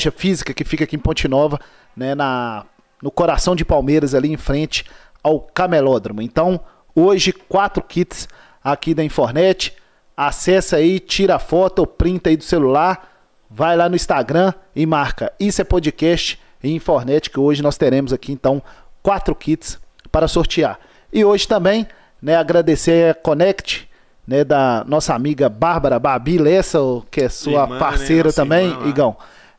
loja física que fica aqui em Ponte Nova, né, no coração de Palmeiras, ali em frente ao Camelódromo. Então, hoje, 4 kits aqui da Infornet. Acessa aí, tira a foto ou printa aí do celular, vai lá no Instagram e marca Isso é Podcast e Infornet, que hoje nós teremos aqui, então, 4 kits para sortear. E hoje também, né, agradecer a Connect, né, da nossa amiga Bárbara Babi Lessa, que é sua irmã, parceira, né, também, irmã, Igão.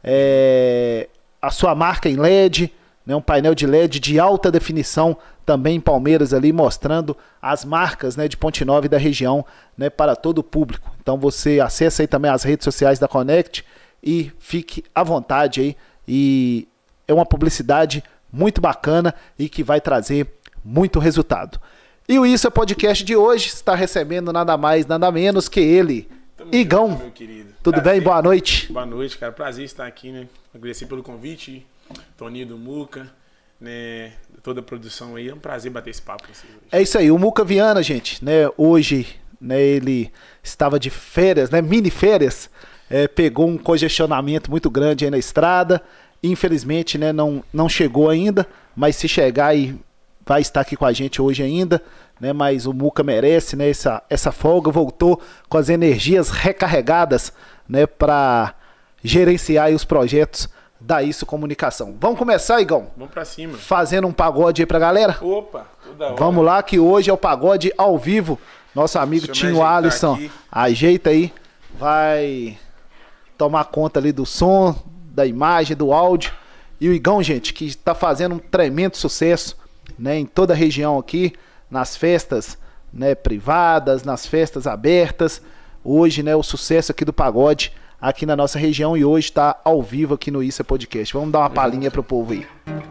A sua marca em LED, né, um painel de LED de alta definição também em Palmeiras ali, mostrando as marcas, né, de Ponte Nova e da região, né, para todo o público. Então você acessa aí também as redes sociais da Connect e fique à vontade aí. E é uma publicidade muito bacana e que vai trazer muito resultado. E o Isso é Podcast de hoje está recebendo nada mais, nada menos que ele, Igão. Meu querido. Tudo bem? Boa noite. Boa noite, cara. Prazer estar aqui, né? Agradecer pelo convite, Toninho do Muca, né? Toda a produção aí. É um prazer bater esse papo com vocês hoje. É isso aí. O Muca Viana, gente, né? Hoje, né? Ele estava de férias, né? Mini férias. Pegou um congestionamento muito grande aí na estrada. Infelizmente, né? Não chegou ainda, mas se chegar aí, vai estar aqui com a gente hoje ainda, né? Mas o Muca merece, né? Essa folga, voltou com as energias recarregadas, né? Para gerenciar aí os projetos da Isso Comunicação. Vamos começar, Igão? Vamos pra cima. Fazendo um pagode aí pra galera? Opa, toda hora. Vamos lá, que hoje é o pagode ao vivo. Nosso amigo Tinho Alisson, aqui. Ajeita aí, vai tomar conta ali do som, da imagem, do áudio. E o Igão, gente, que está fazendo um tremendo sucesso, né, em toda a região aqui, nas festas, né, privadas, nas festas abertas. Hoje, né, o sucesso aqui do pagode aqui na nossa região, e hoje está ao vivo aqui no Isso é Podcast. Vamos dar uma palhinha pro povo aí.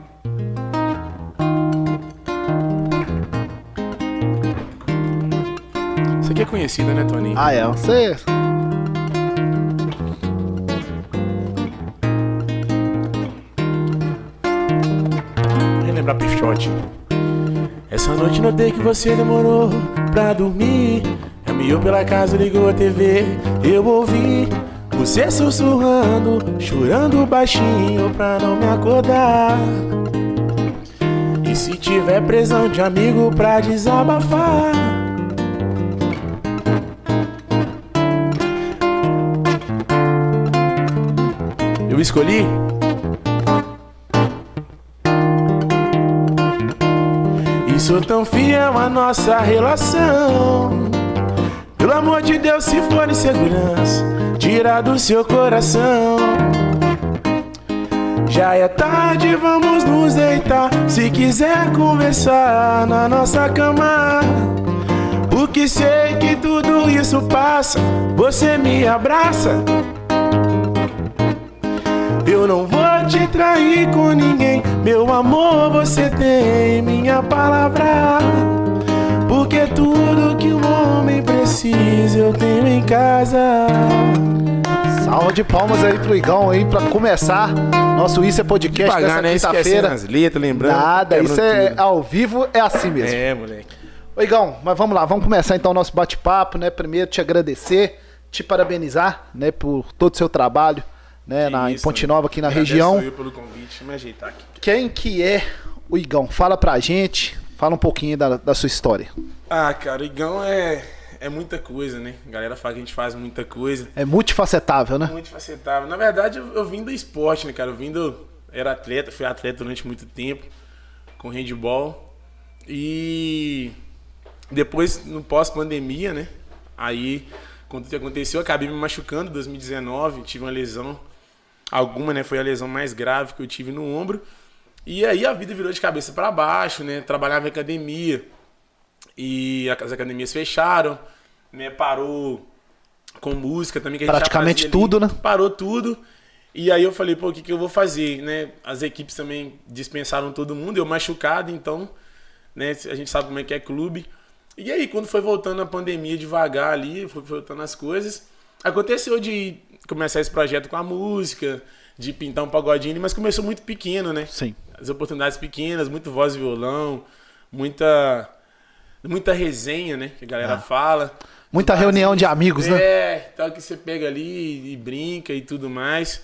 Isso aqui é conhecida, né, Toninho? Ah, é? Você... Lembrar Pichote. Essa noite notei que você demorou pra dormir. Caminhou pela casa, ligou a TV. Eu ouvi você sussurrando, chorando baixinho pra não me acordar. E se tiver prisão de amigo pra desabafar, eu escolhi e sou tão fiel à nossa relação. Pelo amor de Deus, se for insegurança, tira do seu coração. Já é tarde, vamos nos deitar. Se quiser conversar na nossa cama, porque sei que tudo isso passa. Você me abraça. Eu não vou te trair com ninguém. Meu amor, você tem minha palavra. Porque tudo que um homem precisa eu tenho em casa. Salva de palmas aí pro Igão aí pra começar nosso Isso é Podcast pagar, dessa quinta-feira. As letras, lembrando. Nada, isso é tudo. Ao vivo, é assim mesmo. É, moleque. Ô, Igão, mas vamos lá, vamos começar então o nosso bate-papo, né? Primeiro te agradecer, te parabenizar, né, por todo o seu trabalho, né, em Ponte Nova, aqui na região. Eu pelo convite, me ajeitar aqui. Quem que é o Igão? Fala pra gente, fala um pouquinho da sua história. Ah, cara, o Igão é muita coisa, né? A galera fala que a gente faz muita coisa. É multifacetável, né? Multifacetável. Na verdade, eu vim do esporte, né, cara? Era atleta, fui atleta durante muito tempo, com handball. E depois, no pós-pandemia, né? Aí, quando aconteceu, eu acabei me machucando em 2019, tive uma lesão, né? Foi a lesão mais grave que eu tive no ombro. E aí a vida virou de cabeça para baixo, né? Trabalhava em academia e as academias fecharam, né? Parou com música também, que a gente praticamente tudo, né? Parou tudo. E aí eu falei, pô, o que eu vou fazer, né? As equipes também dispensaram todo mundo, eu machucado, então, né? A gente sabe como é que é clube. E aí, quando foi voltando a pandemia devagar ali, foi voltando as coisas, aconteceu de começar esse projeto com a música, de pintar um pagodinho, mas começou muito pequeno, né? Sim. As oportunidades pequenas, muito voz e violão, muita resenha, né? Que a galera fala. Muita reunião de amigos, né? Tal que você pega ali e brinca e tudo mais.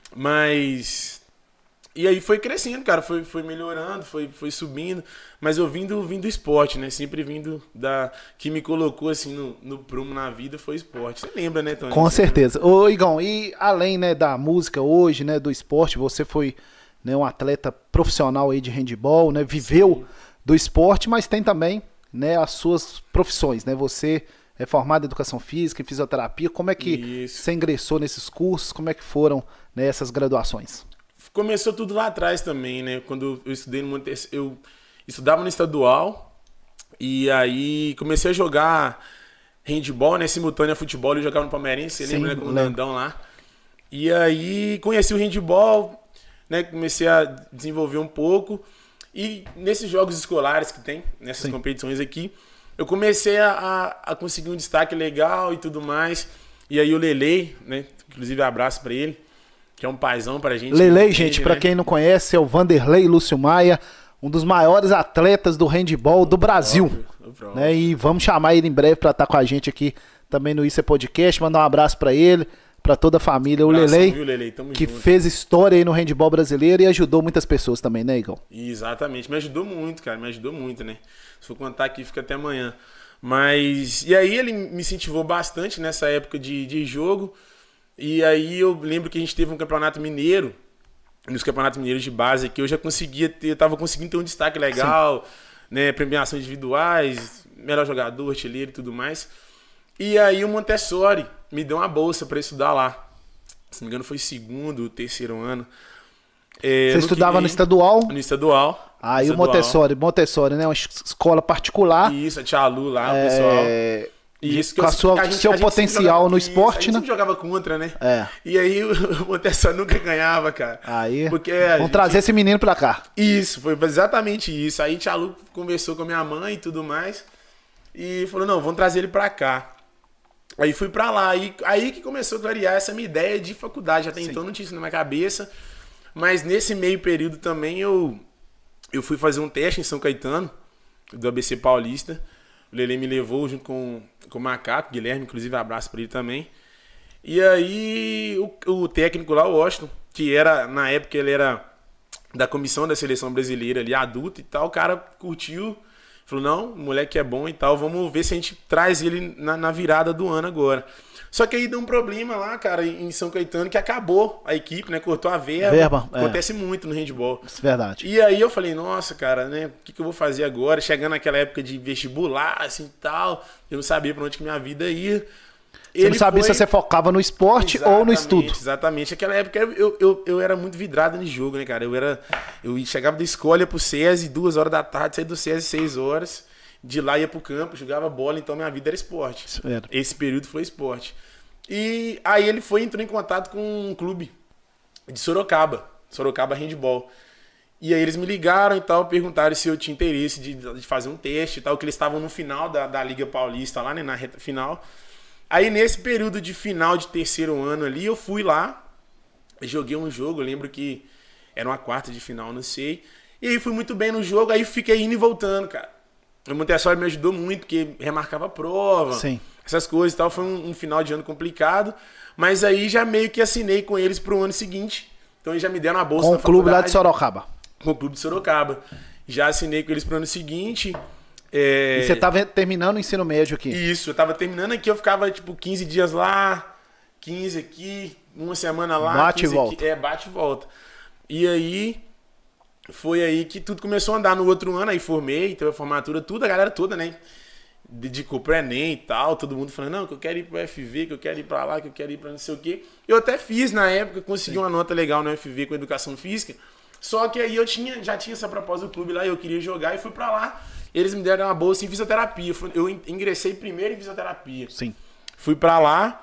Mas... E aí foi crescendo, cara, foi melhorando, foi subindo, mas eu vindo do esporte, né? Sempre vindo da... Que me colocou, assim, no prumo na vida foi o esporte. Você lembra, né, Tony? Com certeza. Ô, Igão, e além, né, da música hoje, né, do esporte, você foi, né, um atleta profissional aí de handebol, né? Viveu Sim. do esporte, mas tem também, né, as suas profissões, né? Você é formado em educação física, em fisioterapia. Como é que Isso. você ingressou nesses cursos? Como é que foram, né, essas graduações? Começou tudo lá atrás também, né? Quando eu estudei no Montessori, eu estudava no estadual e aí comecei a jogar handball, né? Simultâneo a futebol, eu jogava no Palmeirense, você Sim, lembra, né? Com o lembro. Dandão lá. E aí conheci o handball, né? Comecei a desenvolver um pouco e nesses jogos escolares que tem, nessas Sim. competições aqui, eu comecei a conseguir um destaque legal e tudo mais. E aí o Lelei, né? Inclusive abraço pra ele, que é um paizão pra gente. Lelei, Entende, gente, pra né? quem não conhece, é o Vanderlei Lúcio Maia, um dos maiores atletas do handball do Brasil. Próprio. Né? E vamos chamar ele em breve para estar com a gente aqui também no Isso é Podcast, mandar um abraço para ele, para toda a família, o Abração, Lelei, viu, Lelei? Tamo que junto. fez história aí no handball brasileiro e ajudou muitas pessoas também, né, Igor? Exatamente, me ajudou muito, cara, me ajudou muito, né? Se for contar aqui, fica até amanhã. Mas, e aí ele me incentivou bastante nessa época de jogo. E aí eu lembro que a gente teve um campeonato mineiro, nos campeonatos mineiros de base, que eu já conseguia ter, eu tava conseguindo ter um destaque legal, né? Premiações individuais, melhor jogador, artilheiro e tudo mais. E aí o Montessori me deu uma bolsa para estudar lá. Se não me engano, foi segundo, terceiro ano. Você estudava no estadual? No estadual. Aí o estadual. Montessori, né? Uma escola particular. Isso, a Tia Lu lá, o pessoal. Isso que com seu potencial no esporte, a gente né? sempre jogava contra, né? É. E aí o Montessori nunca ganhava, cara. Aí, Porque vamos trazer esse menino pra cá. Isso, foi exatamente isso. Aí Tia Lu conversou com a minha mãe e tudo mais. E falou, não, vamos trazer ele pra cá. Aí fui pra lá. E aí que começou a clarear essa minha ideia de faculdade. Até então não tinha isso na minha cabeça. Mas nesse meio período também eu fui fazer um teste em São Caetano, do ABC Paulista. O Lele me levou junto com o Macaco, Guilherme, inclusive abraço pra ele também. E aí o técnico lá, o Washington, que era, na época ele era da comissão da seleção brasileira ali, adulto e tal, o cara curtiu, falou, não, o moleque é bom e tal, vamos ver se a gente traz ele na virada do ano agora. Só que aí deu um problema lá, cara, em São Caetano, que acabou a equipe, né, cortou a verba. Acontece muito no handball. Isso é verdade. E aí eu falei, nossa, cara, né, o que eu vou fazer agora? Chegando naquela época de vestibular, assim, e tal, eu não sabia pra onde que minha vida ia. Você não sabia se você focava no esporte ou no estudo. Exatamente. Naquela época eu era muito vidrado em jogo, né, cara? Eu chegava da escola, ia pro SESI, 2 horas da tarde, saía do SESI 6 horas. De lá ia pro campo, jogava bola, então minha vida era esporte. Esse período foi esporte. E aí ele entrou em contato com um clube de Sorocaba Handball. E aí eles me ligaram e tal, perguntaram se eu tinha interesse de fazer um teste e tal, que eles estavam no final da Liga Paulista lá, né, na reta final. Aí nesse período de final de terceiro ano ali, eu fui lá, joguei um jogo, eu lembro que era uma quarta de final, não sei. E aí fui muito bem no jogo, aí fiquei indo e voltando, cara. O Montessori me ajudou muito, porque remarcava a prova, Sim. Essas coisas e tal. Foi um final de ano complicado, mas aí já meio que assinei com eles pro ano seguinte. Então eles já me deram uma bolsa com na o clube lá de faculdade. Sorocaba. Com o clube de Sorocaba. Já assinei com eles pro ano seguinte. E você tava terminando o ensino médio aqui? Isso, eu tava terminando aqui, eu ficava tipo 15 dias lá, 15 aqui, uma semana lá. Bate e 15 volta. Aqui. Bate e volta. E aí, foi aí que tudo começou a andar no outro ano, aí formei, teve a formatura, tudo, a galera toda, né? Dedicou pro Enem e tal, todo mundo falando, não, que eu quero ir pro UFV, que eu quero ir pra lá, que eu quero ir pra não sei o quê. Eu até fiz na época, consegui uma nota legal no UFV com educação física, só que aí eu já tinha essa proposta do clube lá, eu queria jogar e fui pra lá. Eles me deram uma bolsa em fisioterapia, eu ingressei primeiro em fisioterapia. Sim. Fui pra lá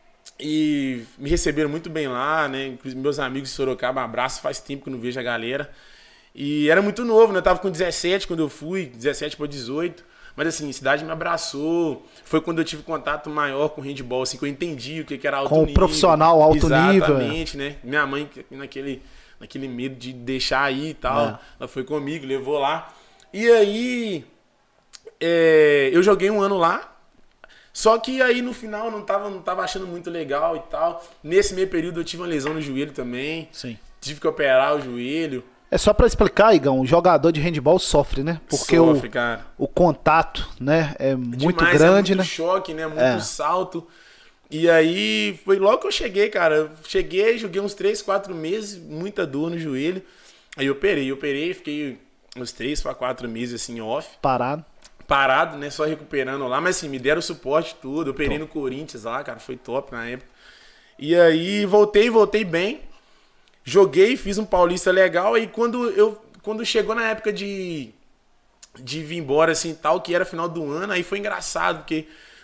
e me receberam muito bem lá, né? Inclusive meus amigos de Sorocaba, um abraço, faz tempo que eu não vejo a galera. E era muito novo, né? Eu tava com 17 quando eu fui, 17 para 18. Mas assim, a cidade me abraçou. Foi quando eu tive contato maior com o handball, assim, que eu entendi o que era alto nível. Com o profissional alto nível. Exatamente, né? Minha mãe, naquele medo de deixar aí e tal, ela foi comigo, levou lá. E aí, eu joguei um ano lá. Só que aí no final eu não tava achando muito legal e tal. Nesse meio período eu tive uma lesão no joelho também. Sim. Tive que operar o joelho. É só pra explicar, Igão, o jogador de handball sofre, né? Porque Sofre, cara. o contato, né, é muito Demais, grande, é muito né? choque, né? Muito salto. E aí, foi logo que eu cheguei, cara. Eu cheguei, joguei uns 3, 4 meses, muita dor no joelho. Aí eu operei, fiquei uns 3 para 4 meses assim, off. Parado, né? Só recuperando lá. Mas assim, me deram suporte tudo. Eu operei no Corinthians lá, cara. Foi top na época. E aí, voltei bem. Joguei, fiz um Paulista legal. E quando chegou na época de vir embora, assim, tal, que era final do ano, aí foi engraçado, porque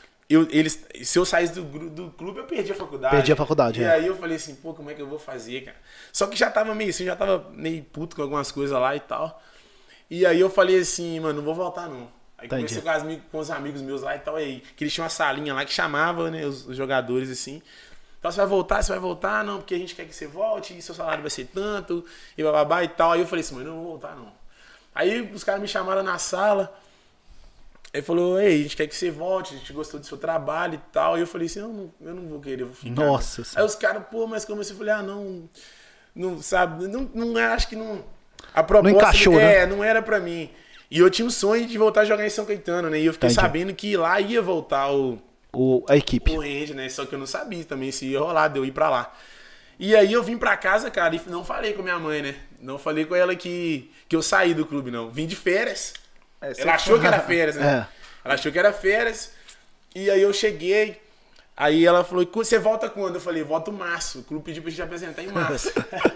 se eu saísse do clube, eu perdi a faculdade. E aí eu falei assim, pô, como é que eu vou fazer, cara? Só que já tava meio assim, já tava meio puto com algumas coisas lá e tal. E aí eu falei assim, mano, não vou voltar não. Aí comecei com os amigos meus lá e tal, aí, que eles tinham uma salinha lá que chamava, né, os jogadores assim. Então você vai voltar, não, porque a gente quer que você volte, e seu salário vai ser tanto, e bababá e tal. Aí eu falei assim, mano, não vou voltar não. Aí os caras me chamaram na sala, aí falou, ei, a gente quer que você volte, a gente gostou do seu trabalho e tal. Aí eu falei assim, eu não vou querer, eu vou ficar. Nossa. Aí os caras, pô, mas como assim? Eu falei, não, sabe, não acho que não... A proposta não encaixou, né? Não era pra mim. E eu tinha um sonho de voltar a jogar em São Caetano, né? E eu fiquei sabendo que lá ia voltar a equipe. O Range, né? Só que eu não sabia também se ia rolar, de eu ir pra lá. E aí eu vim pra casa, cara, e não falei com minha mãe, né? Não falei com ela que eu saí do clube, não. Vim de férias. Ela achou que era férias, né? Ela achou que era férias. E aí eu cheguei. Aí ela falou, você volta quando? Eu falei, volto em março. O clube pediu pra gente apresentar em março.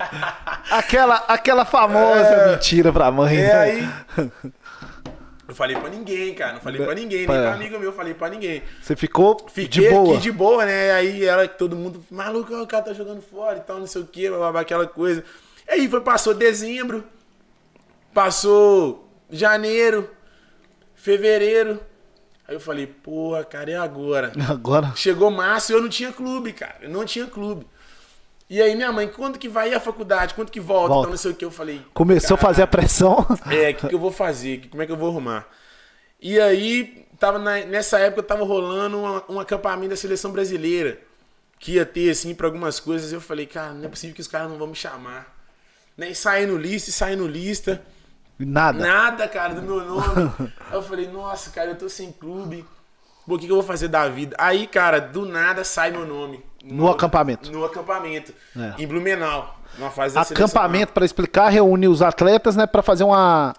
aquela famosa mentira pra mãe. Aí... Eu falei pra ninguém, cara. Não falei pra ninguém. Nem pra amigo meu, falei pra ninguém. Você ficou de boa? Fiquei de boa, né? Aí todo mundo, maluco, o cara tá jogando fora e tal, não sei o que, aquela coisa. Aí passou dezembro, passou janeiro, fevereiro. Aí eu falei, porra, cara, e agora? Agora? Chegou março e eu não tinha clube, cara. Eu não tinha clube. E aí minha mãe, quando que vai à faculdade? Quando que volta? Então não sei o que. Eu falei... Começou a fazer a pressão. O que eu vou fazer? Como é que eu vou arrumar? E aí, nessa época, tava rolando um acampamento da seleção brasileira. Que ia ter, assim, pra algumas coisas. Eu falei, cara, não é possível que os caras não vão me chamar. Né? E saindo lista. Nada, cara, do meu nome. Aí eu falei, nossa, cara, eu tô sem clube. Pô, o que eu vou fazer da vida? Aí, cara, do nada sai meu nome. No acampamento. No acampamento. Em Blumenau. Numa fase da seleção. Acampamento, para explicar, reúne os atletas, né, para fazer uma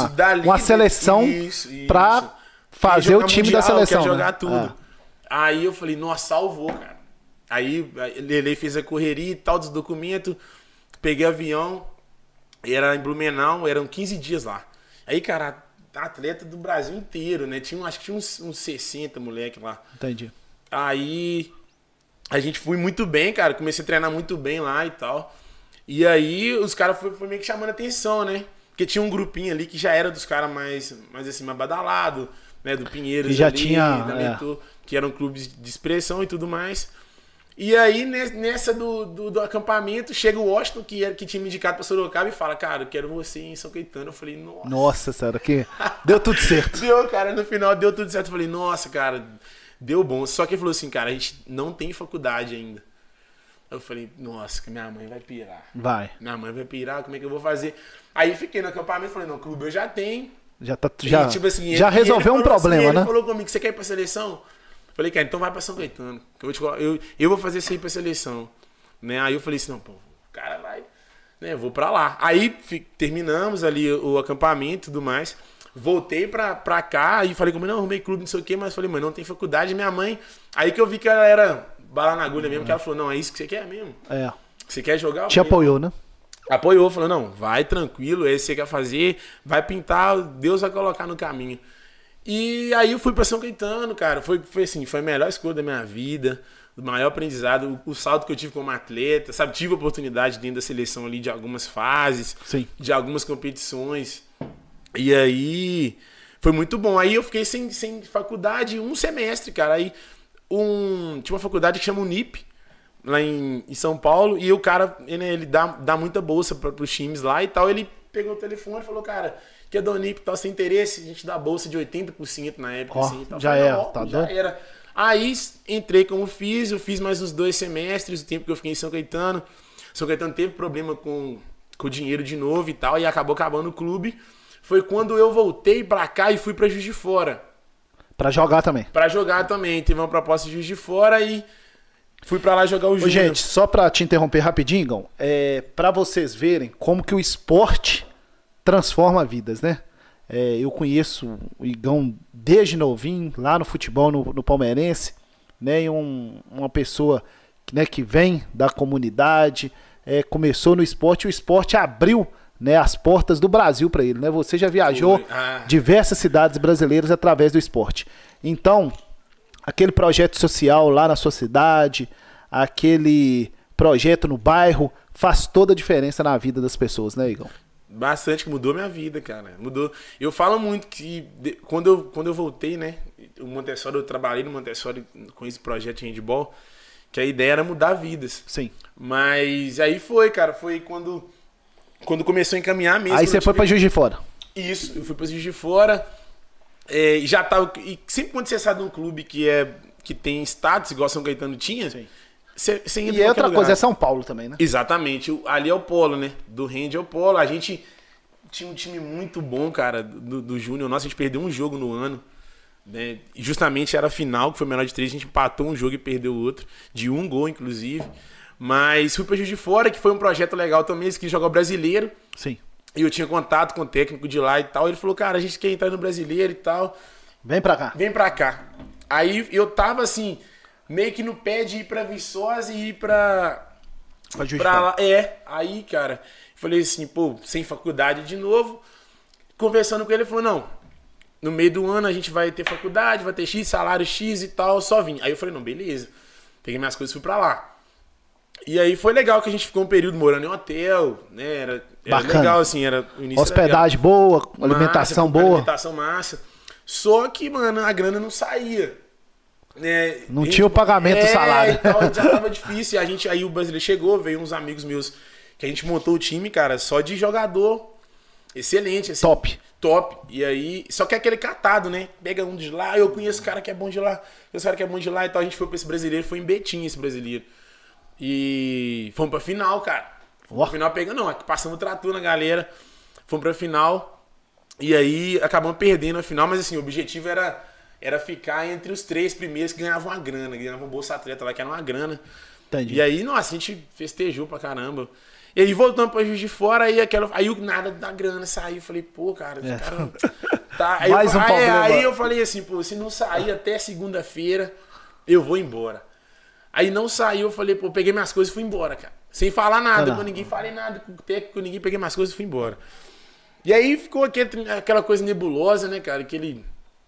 seleção para fazer o time mundial, da seleção. Quer jogar tudo. Aí eu falei, nossa, salvou, cara. Aí ele fez a correria e tal dos documentos. Peguei avião. Era em Blumenau, eram 15 dias lá. Aí, cara, atleta do Brasil inteiro, né? Acho que tinha uns 60 moleque lá. Entendi. Aí a gente foi muito bem, cara. Comecei a treinar muito bem lá e tal. E aí os caras foi meio que chamando atenção, né? Porque tinha um grupinho ali que já era dos caras mais assim, mais badalado, né? Do Pinheiros, que já tinha, da Mentor, que eram clubes de expressão e tudo mais. E aí, nessa do acampamento, chega o Washington, que tinha me indicado pra Sorocaba, e fala, cara, eu quero você em São Caetano. Eu falei, nossa. Nossa senhora, que deu tudo certo. Deu, cara, no final deu tudo certo. Eu falei, nossa, cara, deu bom. Só que ele falou assim, cara, a gente não tem faculdade ainda. Eu falei, nossa, que minha mãe vai pirar. Minha mãe vai pirar, como é que eu vou fazer? Aí fiquei no acampamento, falei, não, clube eu já tenho. Tipo assim, já resolveu um problema, assim, né? Ele falou comigo, você quer ir pra seleção? Falei, cara, então vai pra São Caetano. Eu vou fazer isso aí pra seleção. Né? Aí eu falei assim, não, pô, o cara vai, né? Vou pra lá. Aí terminamos ali o acampamento e tudo mais. Voltei pra cá e falei, como não, arrumei clube, não sei o quê, mas falei, mãe, não tem faculdade. Minha mãe, aí que eu vi que ela era bala na agulha mesmo, que ela falou, não, é isso que você quer mesmo? Você quer jogar? Te apoiou, né? Apoiou, falou, não, vai tranquilo, é isso que você quer fazer, vai pintar, Deus vai colocar no caminho. E aí eu fui pra São Caetano, cara, foi assim, foi a melhor escolha da minha vida, o maior aprendizado, o salto que eu tive como atleta, sabe, tive a oportunidade dentro da seleção ali de algumas fases, de algumas competições, e aí foi muito bom. Aí eu fiquei sem faculdade um semestre, cara, aí tinha uma faculdade que chama Unip, lá em São Paulo, e o cara, ele dá muita bolsa pros times lá e tal, ele pegou o telefone e falou, cara, que a Unip tá sem interesse, a gente dá bolsa de 80% na época, assim. Então, já falei, era, tá já doido? era. Aí entrei como físio, fiz mais uns 2 semestres, o tempo que eu fiquei em São Caetano. São Caetano teve problema com o dinheiro de novo e tal, e acabou acabando o clube. Foi quando eu voltei pra cá e fui pra Juiz de Fora. Pra jogar também. Pra jogar também. Teve uma proposta de Juiz de Fora e fui pra lá jogar o Júnior. Gente, só pra te interromper rapidinho, Igão, pra vocês verem como que o esporte transforma vidas, né? Eu conheço o Igão desde novinho, lá no futebol, no Palmeirense, né? E uma pessoa, né, que vem da comunidade, começou no esporte, e o esporte abriu, né, as portas do Brasil para ele, né? Você já viajou diversas cidades brasileiras através do esporte. Então, aquele projeto social lá na sua cidade, aquele projeto no bairro, faz toda a diferença na vida das pessoas, né, Igão? Bastante, que mudou minha vida, cara. Mudou. Eu falo muito que quando eu voltei, né, o Montessori, eu trabalhei no Montessori com esse projeto de handball, que a ideia era mudar vidas. Sim. Mas aí foi, cara, foi quando começou a encaminhar mesmo. Aí você foi pra Juiz de Fora. Isso, eu fui pra Juiz de Fora. E já tava. E sempre quando você sai de um clube que tem status, igual São Caetano tinha, Sim. Você entra E em outra qualquer coisa, lugar. é São Paulo também, né? Exatamente, ali é o polo, né? Do hand é o polo. A gente tinha um time muito bom, cara, do Júnior. Nossa, a gente perdeu um jogo no ano, né? E justamente era a final, que foi menor de 3, a gente empatou um jogo e perdeu o outro, de 1 gol, inclusive. Mas fui pra Juiz de Fora, que foi um projeto legal também, eles quis jogar o brasileiro. Sim. E eu tinha contato com o técnico de lá e tal. Ele falou, cara, a gente quer entrar no brasileiro e tal. Vem pra cá. Vem pra cá. Aí eu tava assim, meio que no pé de ir pra Viçosa e ir pra lá. Aí, cara, falei assim, pô, sem faculdade de novo. Conversando com ele, ele falou, não, no meio do ano a gente vai ter faculdade, vai ter X, salário X e tal, só vim. Aí eu falei, não, beleza. Peguei minhas coisas e fui pra lá. E aí foi legal que a gente ficou um período morando em hotel, né? Era legal, assim, era o início. Hospedagem boa, alimentação massa, boa. Alimentação massa. Só que, mano, a grana não saía. Né? Não tinha o pagamento do salário. Então, já tava difícil. Aí o brasileiro chegou, veio uns amigos meus que a gente montou o time, cara, só de jogador excelente. Assim, top. E aí, só que é aquele catado, né? Pega um de lá, eu conheço o cara que é bom de lá, conheço o cara que é bom de lá e tal. A gente foi pra esse brasileiro, foi em Betim esse brasileiro. E fomos pra final, cara. Fomos pra final pegando, não, passando o trator na galera. Fomos pra final. E aí acabamos perdendo a final, mas assim, o objetivo era ficar entre os 3 primeiros que ganhavam uma grana, que ganhavam Bolsa Atleta lá, que era uma grana. Entendi. E aí, nossa, a gente festejou pra caramba. E aí voltamos pra Juiz de Fora, aí o nada da grana saiu. Falei, pô, cara, esse cara. Tá. Aí, Mais um problema. Aí eu falei assim, pô, se não sair até segunda-feira, eu vou embora. Aí não saiu, eu falei, pô, peguei minhas coisas e fui embora, cara. Sem falar nada com ninguém, falei nada com o técnico, com ninguém, peguei minhas coisas e fui embora. E aí ficou aquela coisa nebulosa, né, cara, que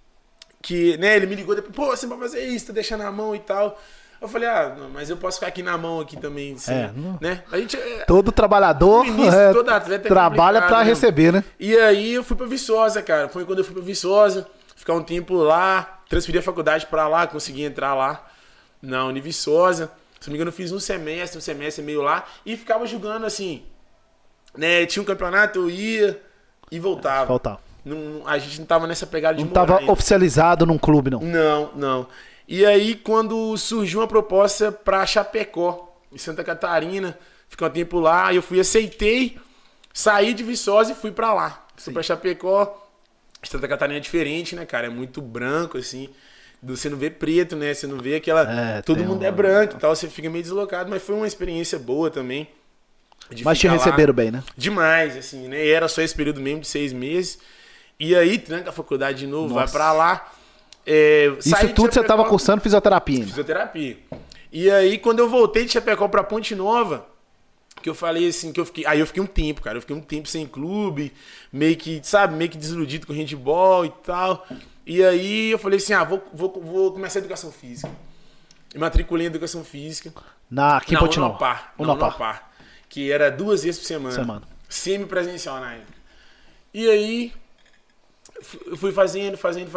né, ele me ligou depois, pô, você vai fazer isso, tá deixando na mão e tal. Eu falei, não, mas eu posso ficar aqui na mão aqui também, assim, né? A gente, todo trabalhador todo atleta trabalha pra receber, né? E aí eu fui pra Viçosa, cara. Foi quando eu fui pra Viçosa, ficar um tempo lá, transferi a faculdade pra lá, consegui entrar lá na Univiçosa. Se não me engano, eu fiz um semestre meio lá, e ficava jogando assim, né? Tinha um campeonato, eu ia e voltava. Não, a gente não tava nessa pegada de não tava ainda. Oficializado num clube, não. Não. E aí, quando surgiu uma proposta pra Chapecó, em Santa Catarina, fiquei um tempo lá, eu aceitei, saí de Viçosa e fui pra lá. Fui pra Chapecó. Santa Catarina é diferente, né, cara? É muito branco, assim. Você não vê preto, né? Você não vê aquela... todo mundo é branco e tal, você fica meio deslocado, mas foi uma experiência boa também. Mas te receberam bem, né? Demais, assim, né? E era só esse período mesmo de 6 meses. E aí, tranca a faculdade de novo, vai pra lá. Isso tudo você tava cursando fisioterapia ainda? Fisioterapia. E aí, quando eu voltei de Chapecó pra Ponte Nova, que eu falei assim, aí eu fiquei um tempo, cara. Eu fiquei um tempo sem clube, meio que desiludido com handball e tal. E aí eu falei assim, vou começar a educação física. Me matriculei em educação física. Aqui em Ponte Nova? Unopar. Que era 2 vezes por semana. Semi-presencial na época. E aí, eu fui fazendo.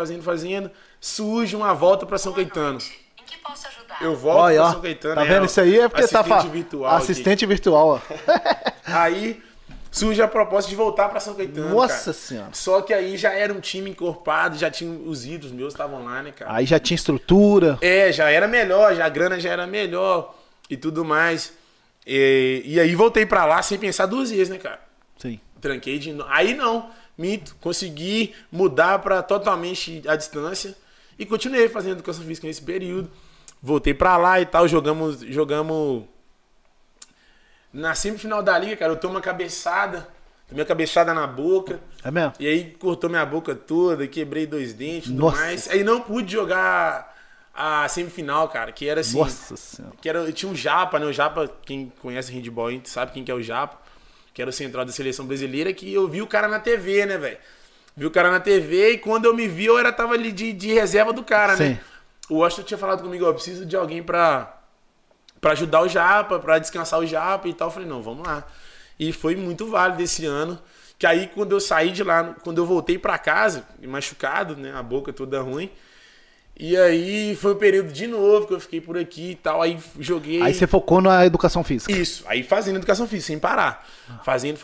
Surge uma volta pra São Caetano. Em que posso ajudar? Eu volto pra São Caetano. Tá vendo? Isso aí é porque assistente virtual. Assistente virtual, ó. Aí, surge a proposta de voltar pra São Caetano, Nossa cara. Senhora. Só que aí já era um time encorpado, já tinha os ídolos meus estavam lá, né, cara? Aí já tinha estrutura. Já era melhor, já a grana já era melhor e tudo mais. E aí voltei pra lá sem pensar 2 vezes, né, cara? Sim. Tranquei de novo. Aí não, minto. Consegui mudar pra totalmente a distância e continuei fazendo educação física nesse período. Voltei pra lá e tal, jogamos na semifinal da liga, cara, eu tomei uma cabeçada na boca. É mesmo? E aí cortou minha boca toda, quebrei 2 dentes e tudo Nossa. mais. Aí não pude jogar a semifinal, cara, que era assim... Nossa Senhora. Tinha um Japa, né? O Japa, quem conhece handball sabe quem que é o Japa, que era o central da seleção brasileira, que eu vi o cara na TV, né, velho? Vi o cara na TV e quando eu me vi, tava ali de reserva do cara, Sim. né? O Washington tinha falado comigo, eu preciso de alguém pra ajudar o Japa, pra descansar o Japa e tal. Eu falei, não, vamos lá. E foi muito válido esse ano. Que aí, quando eu saí de lá, quando eu voltei pra casa, machucado, né? A boca toda ruim. E aí, foi um período de novo que eu fiquei por aqui e tal. Aí, joguei... Aí você focou na educação física. Isso. Aí, fazendo educação física, sem parar. Fazendo.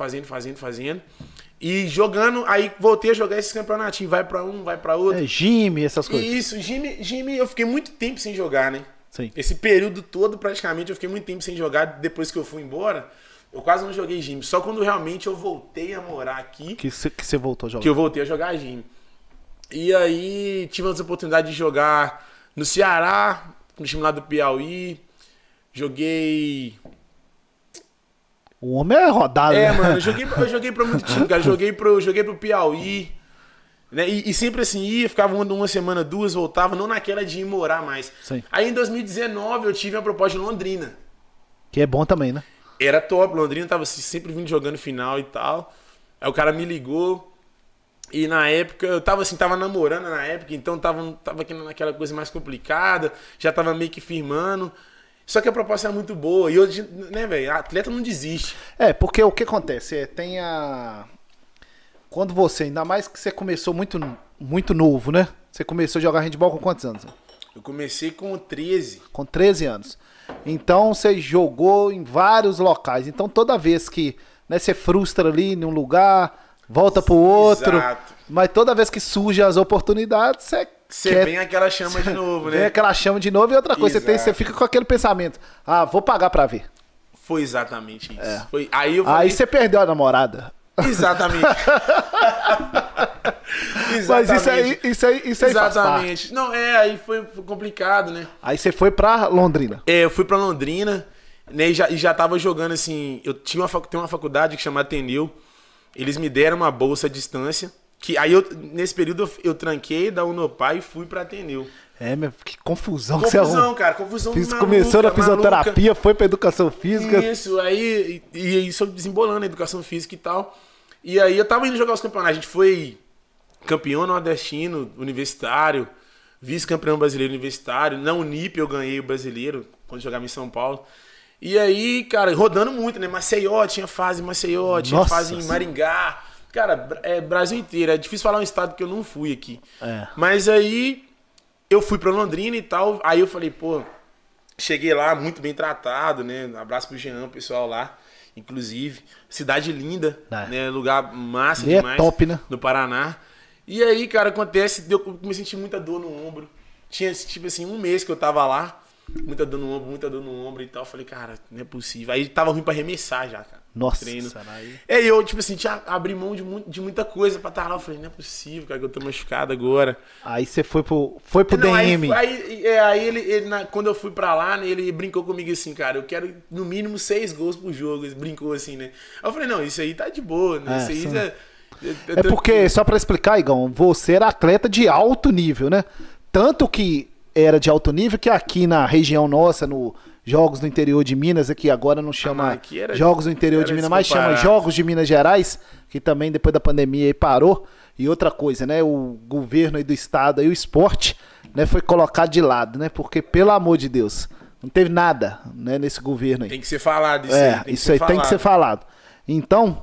E jogando, aí voltei a jogar esses campeonatinhos. Vai pra um, vai pra outro. Gym, essas coisas. Isso, Jimmy, eu fiquei muito tempo sem jogar, né? Sim. Esse período todo, praticamente, eu fiquei muito tempo sem jogar. Depois que eu fui embora, eu quase não joguei Jimmy. Só quando realmente eu voltei a morar aqui, Que você voltou a jogar. que eu voltei a jogar Jimmy. E aí, tive a oportunidade de jogar no Ceará, no time lá do Piauí. Joguei... O homem é rodado, né? Mano, eu joguei pra muito time, cara. Joguei pro Piauí. Né? E sempre assim, ficava uma semana, 2, voltava, não naquela de ir morar mais. Sim. Aí em 2019 eu tive uma proposta de Londrina. Que é bom também, né? Era top, Londrina tava sempre vindo jogando final e tal. Aí o cara me ligou. E na época, eu tava namorando na época, então tava naquela coisa mais complicada, já tava meio que firmando. Só que a proposta era muito boa. E hoje, né, velho, atleta não desiste. Porque o que acontece? Tem a... Quando você, ainda mais que você começou muito, muito novo, né? Você começou a jogar handball com quantos anos? Eu comecei com 13. Com 13 anos. Então você jogou em vários locais. Então toda vez que, né, você frustra ali num lugar, volta pro outro. Exato. Mas toda vez que surgem as oportunidades, você vem aquela chama de novo, né? Vem aquela chama de novo e outra coisa, você fica com aquele pensamento. Vou pagar pra ver. Foi exatamente isso. Aí você perdeu a namorada. Exatamente. Mas isso aí exatamente. Não, aí foi complicado, né? Aí você foi pra Londrina. Eu fui pra Londrina, né? E já tava jogando assim. Eu tenho uma faculdade que chama Ateneu. Eles me deram uma bolsa à distância. Que aí nesse período eu tranquei da Unopar e fui pra Ateneu. Que confusão. Confusão, cara. Confusão maluca, começou na fisioterapia, maluca. Foi pra educação física. Isso, aí e isso desembolando a educação física e tal. E aí eu tava indo jogar os campeonatos. A gente foi campeão nordestino, universitário, vice-campeão brasileiro universitário. Na Unip eu ganhei o brasileiro, quando jogava em São Paulo. E aí, cara, rodando muito, né? Maceió, tinha fase em Maceió, tinha fase em Maringá. Cara, Brasil inteiro. É difícil falar um estado que eu não fui aqui. Mas aí eu fui pra Londrina e tal. Aí eu falei, pô, cheguei lá muito bem tratado, né? Abraço pro Jean, o pessoal lá. Inclusive, cidade linda, né? Lugar massa demais. É top, né? No Paraná. E aí, cara, acontece, eu comecei a sentir muita dor no ombro. Tinha, tipo assim, 1 mês que eu tava lá. Muita dor no ombro e tal. Eu falei, cara, não é possível. Aí tava ruim pra arremessar já, cara. Nossa, treino. Aí eu, tipo assim, tinha abri mão de muita coisa pra estar lá. Eu falei, não é possível, cara, que eu tô machucado agora. Aí você foi pro DM. Aí ele quando eu fui pra lá, né, ele brincou comigo assim, cara, eu quero no mínimo 6 gols por jogo. Ele brincou assim, né? Aí eu falei, não, isso aí tá de boa, né? Isso aí é porque, só pra explicar, Igão, você era atleta de alto nível, né? Tanto que era de alto nível que aqui na região nossa, no Jogos do Interior de Minas, aqui agora não chama Jogos do Interior de Minas, mas chama Jogos de Minas Gerais, que também depois da pandemia aí parou. E outra coisa, né? O governo aí do estado e o esporte, né, foi colocado de lado, né? Porque, pelo amor de Deus, não teve nada, né, nesse governo aí. Tem que ser falado isso aí. Isso aí tem que ser falado. Então,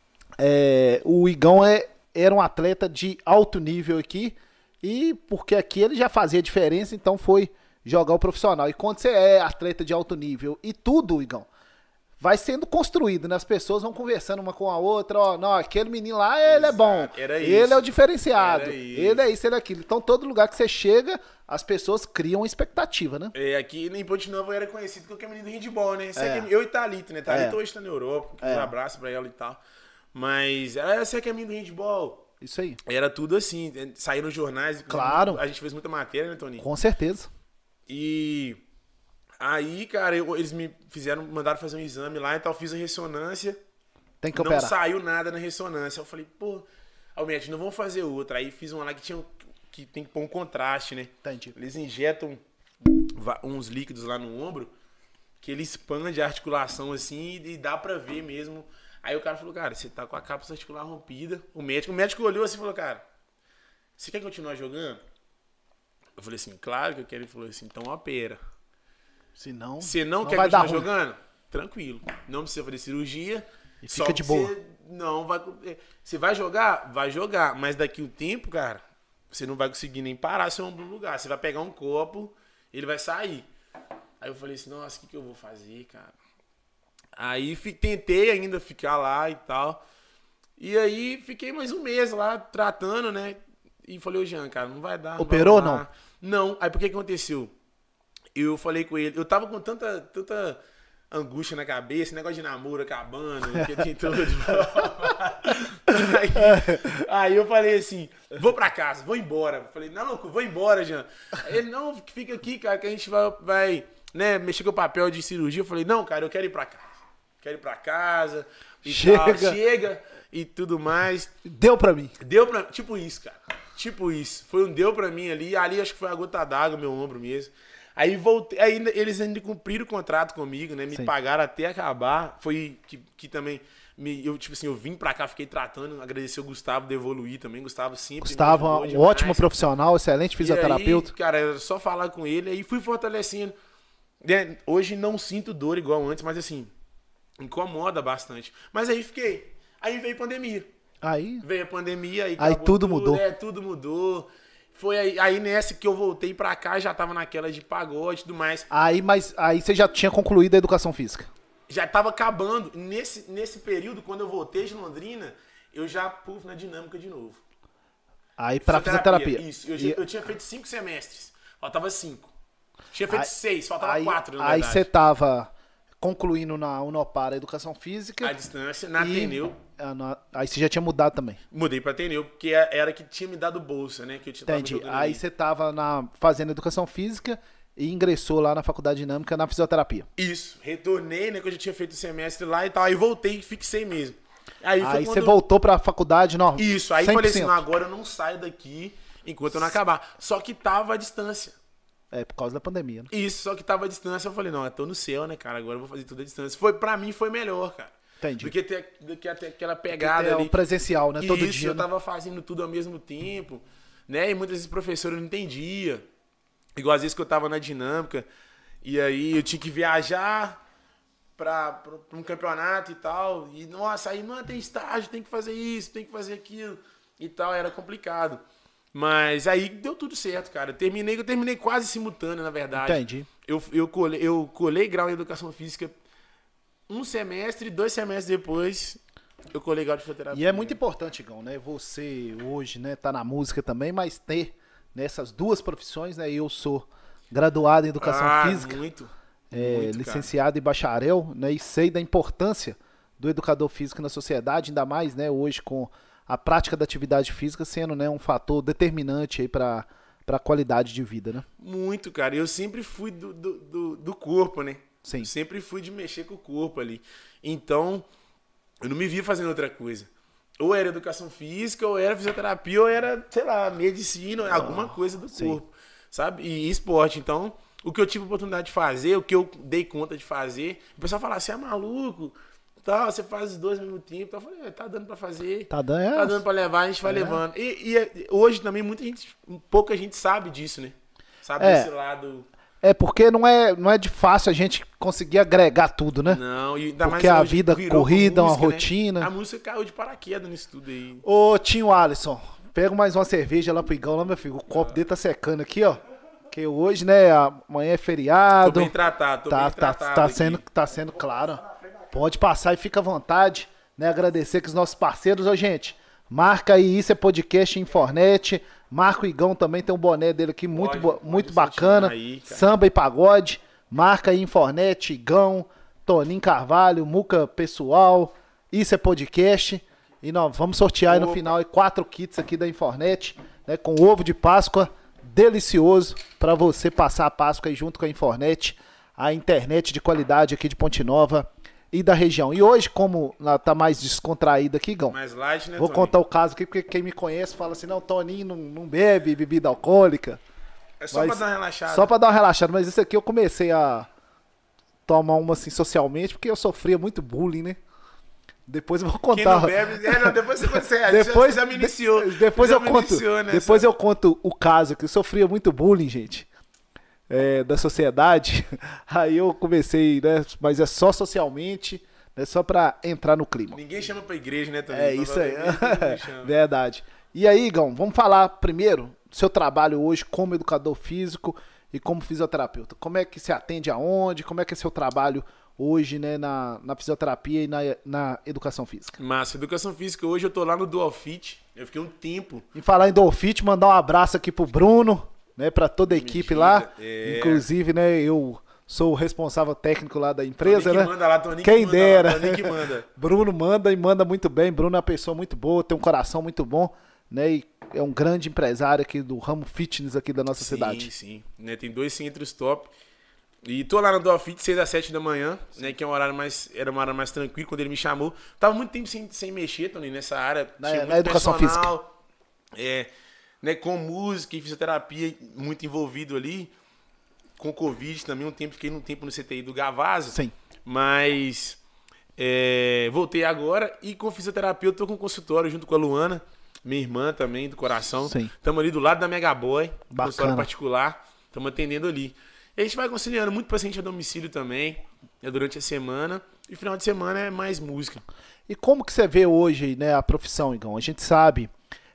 o Igão era um atleta de alto nível aqui, e porque aqui ele já fazia diferença, então foi jogar o profissional. E quando você é atleta de alto nível e tudo, Igão, vai sendo construído, né? As pessoas vão conversando uma com a outra, ó, não, aquele menino lá, ele é bom, ele é o diferenciado, ele é isso, ele é aquilo. Então, todo lugar que você chega, as pessoas criam uma expectativa, né? Aqui em Ponte Nova eu era conhecido como menino do handball, né? Eu e Thalita, né? Thalita hoje tá na Europa, um abraço pra ela e tal. Mas essa é a menino do handball. Isso aí. Era tudo assim, saíram nos jornais. Claro. A gente fez muita matéria, né, Toninho? Com certeza. E aí, cara, eles me mandaram fazer um exame lá, então eu fiz a ressonância. Tem que operar. Não saiu nada na ressonância. Eu falei, pô, médico, não vamos fazer outra. Aí fiz uma lá que tem que pôr um contraste, né? Entendi. Eles injetam uns líquidos lá no ombro que ele expande a articulação assim e dá pra ver mesmo. Aí o cara falou, cara, você tá com a cápsula articular rompida. O médico olhou assim e falou, cara, você quer continuar jogando? Eu falei assim, claro que eu quero. Ele falou assim, então opera. Se não, você não quer continuar jogando? Tranquilo. Não precisa fazer cirurgia. E fica de boa. Você vai jogar? Vai jogar. Mas daqui um tempo, cara, você não vai conseguir nem parar seu ombro no lugar. Você vai pegar um copo, ele vai sair. Aí eu falei assim, nossa, o que eu vou fazer, cara? Aí tentei ainda ficar lá e tal. E aí fiquei mais um mês lá tratando, né? E falei, ô Jean, cara, não vai dar. Operou ou não? Não. Aí por que aconteceu? Eu falei com ele, eu tava com tanta angústia na cabeça, negócio de namoro acabando, que tem tudo. Aí eu falei assim, vou pra casa, vou embora. Eu falei, não, louco, vou embora, Jean. Ele, não, fica aqui, cara, que a gente vai né, mexer com o papel de cirurgia. Eu falei, não, cara, eu quero ir pra casa. Quero ir pra casa. E chega e tudo mais. Deu pra mim. Tipo isso, cara. Tipo isso. Foi um deu pra mim ali. Ali acho que foi a gota d'água, meu ombro mesmo. Aí voltei. Aí eles ainda cumpriram o contrato comigo, né? Me pagaram até acabar. Foi que também. Eu vim pra cá, fiquei tratando. Agradecer o Gustavo de Evoluir também. Gustavo sempre. Gustavo, um ótimo profissional, excelente fisioterapeuta. Aí, cara, era só falar com ele. Aí fui fortalecendo. Hoje não sinto dor igual antes, mas assim, incomoda bastante. Mas aí fiquei. Aí veio pandemia. Veio a pandemia, aí tudo mudou. Tudo mudou. Foi aí nessa que eu voltei pra cá, já tava naquela de pagode e tudo mais. Mas aí você já tinha concluído a educação física? Já tava acabando. Nesse período, quando eu voltei de Londrina, eu já pus na dinâmica de novo. Aí pra fisioterapia. Isso. Eu tinha feito 5 semestres. Faltava 5. Tinha feito 6, faltava 4, na verdade. Aí você tava concluindo na Unopar a educação física. A distância, na Ateneu. Aí você já tinha mudado também. Mudei pra Ateneu, porque era que tinha me dado bolsa, né? Que eu tinha. Entendi. Aí você tava fazendo educação física e ingressou lá na faculdade dinâmica na fisioterapia. Isso. Retornei, né? Que eu já tinha feito o semestre lá e tal. Aí voltei e fixei mesmo. Aí você voltou pra faculdade normal. Isso. Aí 100%. Falei assim, não, agora eu não saio daqui enquanto eu não acabar. Só que tava à distância. Por causa da pandemia, né? Isso, só que tava à distância. Eu falei, não, eu tô no céu, né, cara? Agora eu vou fazer tudo à distância. Pra mim foi melhor, cara. Entendi. Do que até aquela pegada ali. O presencial, né? Todo dia. Eu tava fazendo tudo ao mesmo tempo, né? E muitas vezes o professor não entendia. Igual às vezes que eu tava na dinâmica. E aí eu tinha que viajar pra um campeonato e tal. E, nossa, aí não tem estágio, tem que fazer isso, tem que fazer aquilo e tal. Era complicado. Mas aí deu tudo certo, cara. Eu terminei quase simultâneo, na verdade. Entendi. Eu colei grau em educação física 1 semestre, 2 semestres depois, eu colei grau de fisioterapia. E é muito importante, Igão, né? Você hoje, né, tá na música também, mas ter nessas duas profissões, né? Eu sou graduado em educação física. Muito, licenciado em bacharel, né? E sei da importância do educador físico na sociedade, ainda mais, né, hoje com a prática da atividade física sendo, né, um fator determinante aí para a qualidade de vida, né? Muito, cara. Eu sempre fui do corpo, né? Sim. Eu sempre fui de mexer com o corpo ali. Então, eu não me via fazendo outra coisa. Ou era educação física, ou era fisioterapia, ou era, sei lá, medicina, alguma coisa do corpo, sabe? E esporte. Então, o que eu tive a oportunidade de fazer, o que eu dei conta de fazer, o pessoal falava, você é maluco, tá, você faz os dois ao mesmo tempo. Então, eu falei, tá dando pra fazer. Tá dando pra levar, a gente vai levando. E hoje também pouca gente sabe disso, né? Sabe desse lado... porque não é de fácil a gente conseguir agregar tudo, né? Não, e ainda porque mais a vida corrida, música, uma rotina. Né? A música caiu de paraquedas nisso tudo aí. Ô, Tinho Alisson, pega mais uma cerveja lá pro Igão, lá, meu filho. O copo dele tá secando aqui, ó. Porque hoje, né, amanhã é feriado. Tô bem tratado, bem tratado. Tá sendo claro. Pode passar e fica à vontade, né? Agradecer que os nossos parceiros, ó, gente, marca aí, isso é podcast Infornet, marca o Igão também, tem um boné dele aqui muito bacana, aí, samba e pagode, marca aí Infornet, Igão, Toninho Carvalho, Muca Pessoal, isso é podcast, e nós vamos sortear aí no final aí 4 kits aqui da Infornet, né, com ovo de Páscoa, delicioso, para você passar a Páscoa aí junto com a Infornet, a internet de qualidade aqui de Ponte Nova e da região. E hoje, como ela tá mais descontraída aqui, Gão, mais light, né, vou Toninho? contar o caso aqui, porque quem me conhece fala assim, não, Toninho não bebe bebida alcoólica. É só pra dar uma relaxada. Só pra dar uma relaxada, mas isso aqui eu comecei a tomar uma assim socialmente, porque eu sofria muito bullying, né? Depois eu vou contar. Quem não bebe, depois você consegue. Depois já me iniciou. Depois eu conto o caso, que eu sofria muito bullying, gente. Da sociedade. Aí eu comecei, né? Mas é só socialmente, né, só pra entrar no clima. Ninguém chama pra igreja, né, também? É isso aí. Verdade. E aí, Igão, vamos falar primeiro do seu trabalho hoje como educador físico e como fisioterapeuta. Como é que se atende aonde? Como é que é seu trabalho hoje, né, na fisioterapia e na educação física? Massa, educação física, hoje eu tô lá no Dualfit. Eu fiquei um tempo. Em falar em Dualfit, mandar um abraço aqui pro Bruno, né, pra toda a equipe lá. Inclusive, né, eu sou o responsável técnico lá da empresa, Toninho né? Que manda lá, Toninho Quem que dera. Manda lá, Toninho que manda. Bruno manda e manda muito bem. Bruno é uma pessoa muito boa, tem um coração muito bom, né? E é um grande empresário aqui do ramo fitness aqui da nossa cidade. Sim, né? Tem 2 centros top. E tô lá no Dualfit 6 às 7 da manhã, né? Que é um horário era uma hora mais tranquilo quando ele me chamou. Tava muito tempo sem mexer, Toninho, nessa área. Na educação física. Né, com música e fisioterapia muito envolvido ali. Com Covid também, fiquei um tempo no CTI do Gavazo. Sim. Mas voltei agora e com fisioterapia eu tô com um consultório junto com a Luana, minha irmã também, do coração. Sim. Estamos ali do lado da Megaboy, consultório Bacana. particular. Estamos atendendo ali. E a gente vai conciliando muito paciente a domicílio também, né, durante a semana. E final de semana é mais música. E como que você vê hoje, né, a profissão, Igão? A gente sabe,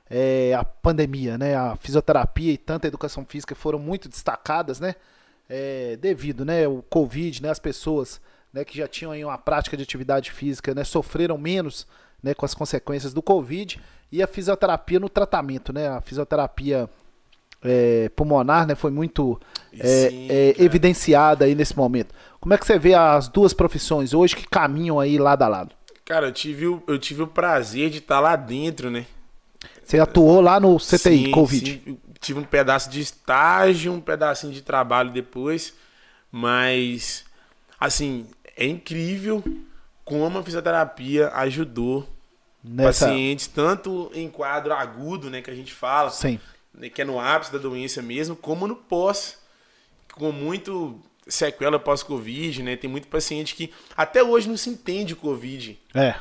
a pandemia, né, a fisioterapia e tanta educação física foram muito destacadas, né, devido, né, o Covid, né, as pessoas, né, que já tinham aí uma prática de atividade física, né, sofreram menos, né, com as consequências do Covid, e a fisioterapia no tratamento, né, a fisioterapia pulmonar, né, foi muito evidenciada aí nesse momento. Como é que você vê as duas profissões hoje que caminham aí lado a lado? Cara, eu tive o prazer de estar lá dentro, né? Você atuou lá no CTI, sim, Covid? Sim. Tive um pedaço de estágio, um pedacinho de trabalho depois, mas, assim, é incrível como a fisioterapia ajudou pacientes, tanto em quadro agudo, né, que a gente fala, sim, né, que é no ápice da doença mesmo, como no pós, com muito sequela pós-Covid, né? Tem muito paciente que até hoje não se entende o Covid.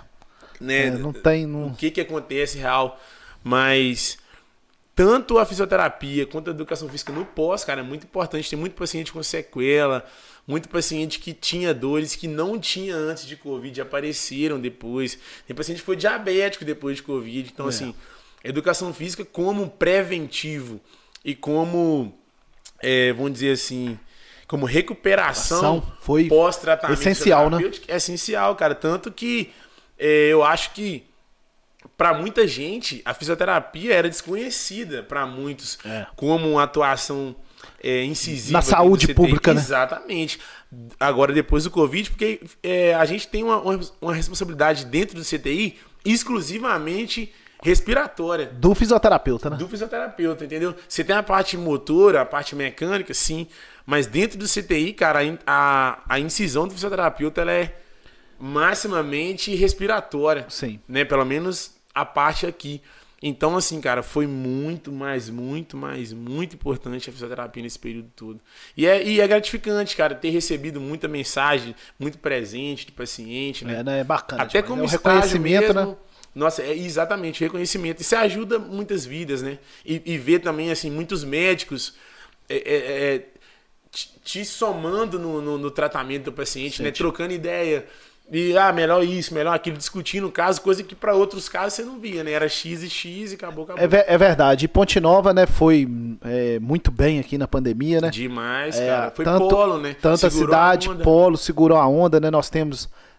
Né? Não tem... Não... O que acontece real. Mas tanto a fisioterapia quanto a educação física no pós, cara, é muito importante. Tem muito paciente com sequela, muito paciente que tinha dores que não tinha antes de Covid, apareceram depois. Tem paciente que foi diabético depois de Covid. Então, assim, educação física como preventivo e como, vamos dizer assim, como recuperação foi pós-tratamento essencial, né? É essencial, cara. Tanto que eu acho que para muita gente a fisioterapia era desconhecida para muitos como uma atuação incisiva na saúde pública, né? Exatamente. Agora, depois do Covid, porque a gente tem uma responsabilidade dentro do CTI exclusivamente respiratória. Do fisioterapeuta, né? Do fisioterapeuta, entendeu? Você tem a parte motora, a parte mecânica, sim, mas dentro do CTI, cara, a incisão do fisioterapeuta ela é maximamente respiratória. Sim. Né? Pelo menos a parte aqui. Então, assim, cara, foi muito importante a fisioterapia nesse período todo. E é gratificante, cara, ter recebido muita mensagem, muito presente de paciente, né? É bacana. Até como reconhecimento, mesmo, né? Nossa, exatamente, reconhecimento. Isso ajuda muitas vidas, né? E ver também, assim, muitos médicos te somando no tratamento do paciente, né? Trocando ideia. E, melhor isso, melhor aquilo, discutindo o caso, coisa que para outros casos você não via, né? Era X e X e acabou. É verdade. E Ponte Nova, né, foi muito bem aqui na pandemia, né? Demais, cara. Foi polo, né? Tanto a cidade, polo, segurou a onda, né? Nós temos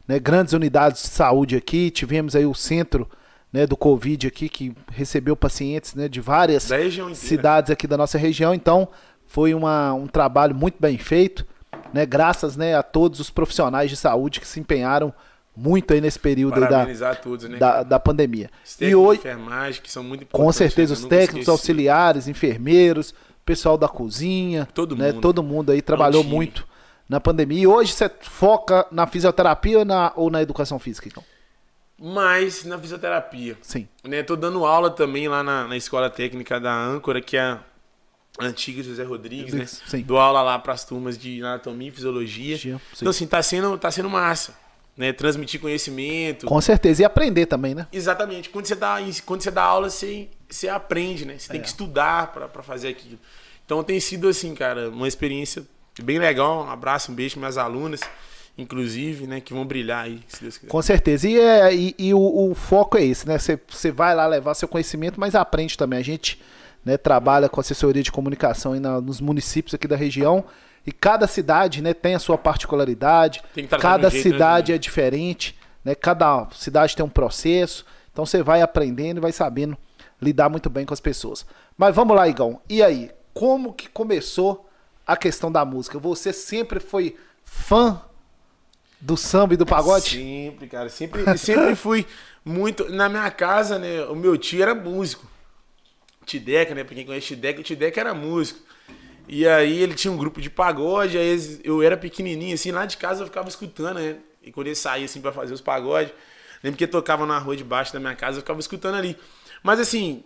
né, grandes unidades de saúde aqui, tivemos aí o centro, né, do Covid aqui, que recebeu pacientes, né, de várias cidades aqui da nossa região. Então, foi um trabalho muito bem feito, né, graças, né, a todos os profissionais de saúde que se empenharam muito aí nesse período aí todos, né, da pandemia. E hoje, enfermagem, que são muito importantes, com certeza, os técnicos, auxiliares, enfermeiros, pessoal da cozinha, todo mundo aí trabalhou muito na pandemia. E hoje você foca na fisioterapia ou na educação física, então? Mais na fisioterapia. Sim. Né, tô dando aula também lá na escola técnica da Âncora, que é a antiga José Rodrigues, né? Sim. Dou aula lá para as turmas de anatomia e fisiologia. Sim. Então, assim, tá sendo massa, né? Transmitir conhecimento. Com certeza. E aprender também, né? Exatamente. Quando você dá aula, você aprende, né? Você tem que estudar para fazer aquilo. Então, tem sido, assim, cara, uma experiência bem legal. Um abraço, um beijo para minhas alunas, inclusive, né, que vão brilhar aí, se Deus quiser. Com certeza. E o foco é esse, né? Você vai lá levar seu conhecimento, mas aprende também. A gente, né, trabalha com assessoria de comunicação aí nos municípios aqui da região, e cada cidade, né, tem a sua particularidade, cada cidade é diferente, né? Cada cidade tem um processo, então você vai aprendendo e vai sabendo lidar muito bem com as pessoas. Mas vamos lá, Igão. E aí, como que começou a questão da música? Você sempre foi fã do samba e do pagode? Sempre, cara. Sempre fui muito... Na minha casa, né, o meu tio era músico. Tideca, né? Pra quem conhece Tideca, o Tideca era músico. E aí ele tinha um grupo de pagode, aí eu era pequenininho, assim, lá de casa eu ficava escutando, né? E quando ele saía, assim, pra fazer os pagodes, lembro que ele tocava na rua debaixo da minha casa, eu ficava escutando ali. Mas assim,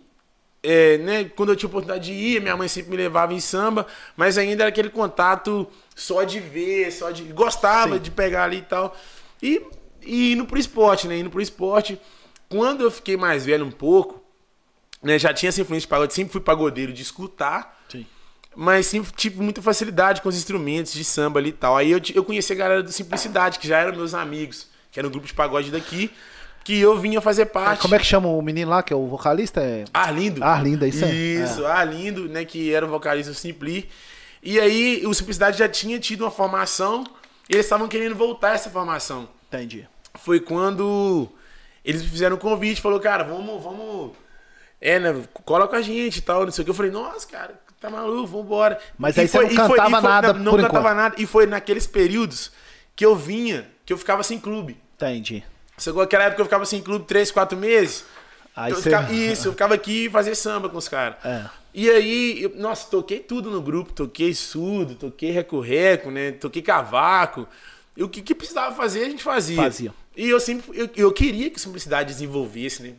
né, quando eu tinha oportunidade de ir, minha mãe sempre me levava em samba, mas ainda era aquele contato só de ver, gostava de pegar ali e tal. E indo pro esporte, né? Indo pro esporte, quando eu fiquei mais velho um pouco, né, já tinha essa influência de pagode, sempre fui pagodeiro de escutar. Sim. Mas sempre tive muita facilidade com os instrumentos de samba ali e tal. Aí eu conheci a galera do Simplicidade, que já eram meus amigos, que era um grupo de pagode daqui, que eu vinha fazer parte. Como é que chama o menino lá, que é o vocalista? Arlindo. Arlindo, é isso aí. Isso, Arlindo, né, que era o vocalista do Simpli. E aí o Simplicidade já tinha tido uma formação, e eles estavam querendo voltar a essa formação. Entendi. Foi quando eles me fizeram um convite, falou, cara, vamos... né, cola com a gente e tal, não sei o que. Eu falei, nossa, cara, tá maluco, vambora. Mas aí você não cantava nada, não cantava nada. E foi naqueles períodos que eu ficava sem clube. Entendi. Chegou aquela época que eu ficava sem clube 3, 4 meses. Aí eu ficava aqui e fazia samba com os caras. E aí, nossa, toquei tudo no grupo. Toquei surdo, toquei reco-reco, né? Toquei cavaco. E o que precisava fazer, a gente fazia. E eu queria que a Simplicidade desenvolvesse, né?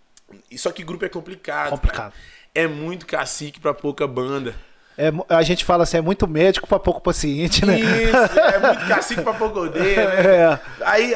Só que grupo é complicado. Cara. É muito cacique pra pouca banda. A gente fala assim, é muito médico pra pouco paciente, né? Isso, é muito cacique pra pouco odeia, né? Aí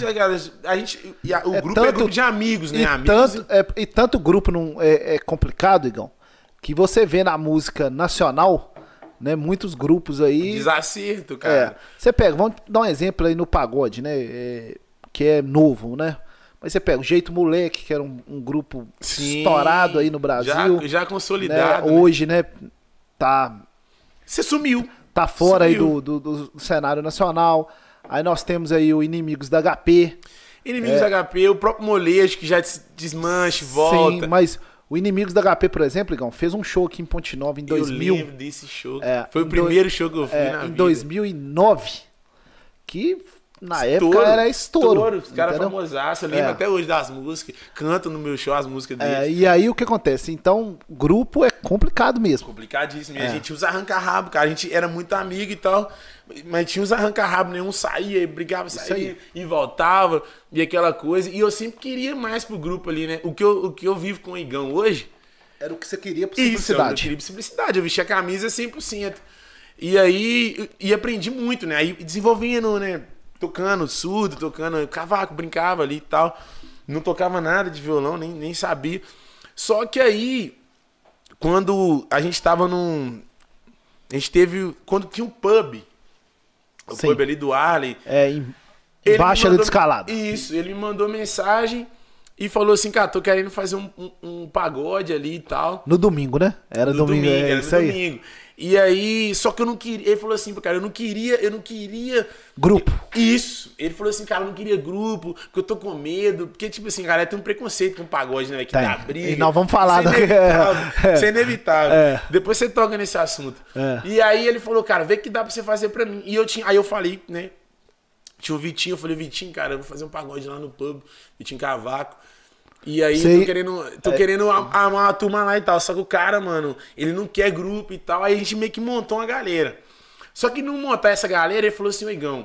o grupo é grupo de amigos, né? E tanto grupo não é complicado, Igão, que você vê na música nacional, né? Muitos grupos aí... Desacerto, cara. Você pega, vamos dar um exemplo aí no pagode, né? Que é novo, né? Mas você pega o Jeito Moleque, que era um grupo estourado aí no Brasil. Já consolidado. Né? Hoje, né? Você sumiu. Tá fora aí do cenário nacional. Aí nós temos aí o Inimigos da HP. Inimigos da HP, o próprio Molejo, que já desmancha, volta. Sim, mas o Inimigos da HP, por exemplo, Igão, fez um show aqui em Ponte Nova em 2000. Eu lembro desse show. Foi o primeiro show que eu vi na vida. Em 2009. Que... Na época era estouro. Os caras famosaço, eu lembro até hoje das músicas, canto no meu show as músicas deles. E aí o que acontece? Então, grupo é complicado mesmo. Complicadíssimo. A gente usa arranca-rabo, cara. A gente era muito amigo e tal, mas tinha uns arranca-rabo, nenhum saía, brigava, saía e voltava, e aquela coisa. E eu sempre queria mais pro grupo ali, né? O que eu vivo com o Igão hoje... Era o que você queria por simplicidade. Isso, eu queria por simplicidade. Eu vestia a camisa 100%. E aí, aprendi muito, né? Aí desenvolvendo, né? Tocando surdo, tocando cavaco, brincava ali e tal. Não tocava nada de violão, nem sabia. Só que aí, quando a gente tava quando tinha um pub. O pub ali do Arley. Embaixo ali do Escalado. Isso, ele me mandou mensagem e falou assim, cara, tô querendo fazer um pagode ali e tal. No domingo, né? Era No domingo, é era isso no aí. domingo. E aí, só que eu não queria, ele falou assim, cara, eu não queria... Grupo. Isso. Ele falou assim, cara, eu não queria grupo, porque eu tô com medo, porque tipo assim, galera tem um preconceito com pagode, né, que Tem. dá briga. E nós vamos falar Isso é inevitável. Isso é inevitável. É. Depois você toca nesse assunto. É. E aí ele falou, cara, vê que dá pra você fazer pra mim. E aí eu falei, né, tinha o Vitinho, eu falei, Vitinho, cara, eu vou fazer um pagode lá no pub, Vitinho Cavaco. E aí Sei. tô querendo armar uma turma lá e tal. Só que o cara, mano, ele não quer grupo e tal. Aí a gente meio que montou uma galera. Só que não montar essa galera, ele falou assim, o Igão,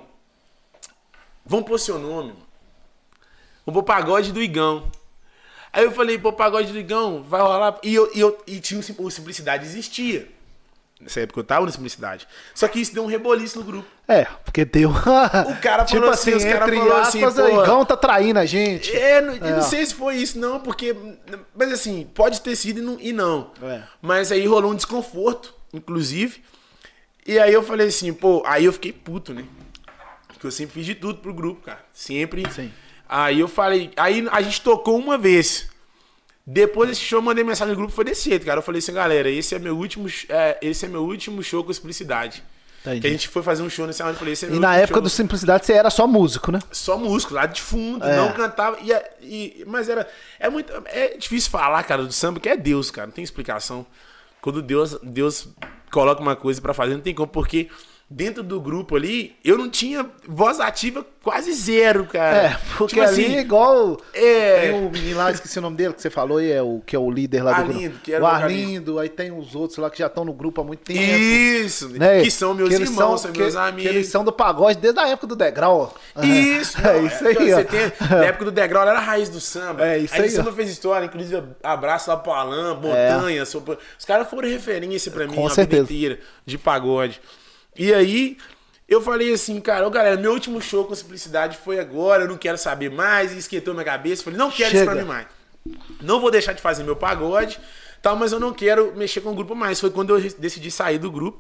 vamos pôr seu nome, mano. Vamos pôr pagode do Igão. Aí eu falei, pô, pagode do Igão, vai rolar. E tinha o Simplicidade, existia. Nessa época eu tava no Simplicidade. Só que isso deu um reboliço no grupo. É, porque deu. O cara falou assim, os caras entre falou assim, aspas, pô, o Igão tá traindo a gente. Não sei se foi isso, não, porque. Mas assim, pode ter sido e não. É. Mas aí rolou um desconforto, inclusive. E aí eu falei assim, pô, aí eu fiquei puto, né? Porque eu sempre fiz de tudo pro grupo, cara. Sempre. Sim. Aí eu falei. Aí a gente tocou uma vez. Depois desse show, eu mandei mensagem no grupo, foi desse jeito, cara. Eu falei assim, galera, esse é meu último show com Simplicidade. Entendi. Que a gente foi fazer um show nesse ano, eu falei, esse é meu E na último época show. do Simplicidade você era só músico, né? Só músico, lá de fundo, É. não cantava. Mas é difícil falar, cara, do samba, que é Deus, cara, não tem explicação. Quando Deus coloca uma coisa pra fazer, não tem como, porque dentro do grupo ali, eu não tinha voz ativa quase zero, cara. É, porque Tipo ali assim, igual. É. Tem o menino lá, esqueci o nome dele, que você falou, que é o líder lá do Arlindo, grupo. que era o o Arlindo, aí tem os outros lá que já estão no grupo há muito tempo. Isso, né? que são meus Que eles irmãos, são meus que amigos. eles são do pagode desde a época do Degrau. ó. Isso, É isso aí, ó. Você tem, na época do Degrau, ela era a raiz do samba. É isso aí. aí, O samba ó. fez história, inclusive abraço lá pro Alain, Montanha. Os caras foram referência pra mim Com a certeza. vida inteira de pagode. E aí, eu falei assim, cara, ô galera, meu último show com Simplicidade foi agora, eu não quero saber mais, e esquentou minha cabeça. Falei, não quero isso pra Chega. mim mais. Não vou deixar de fazer meu pagode, tal, mas eu não quero mexer com o grupo mais. Foi quando eu decidi sair do grupo.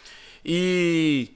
E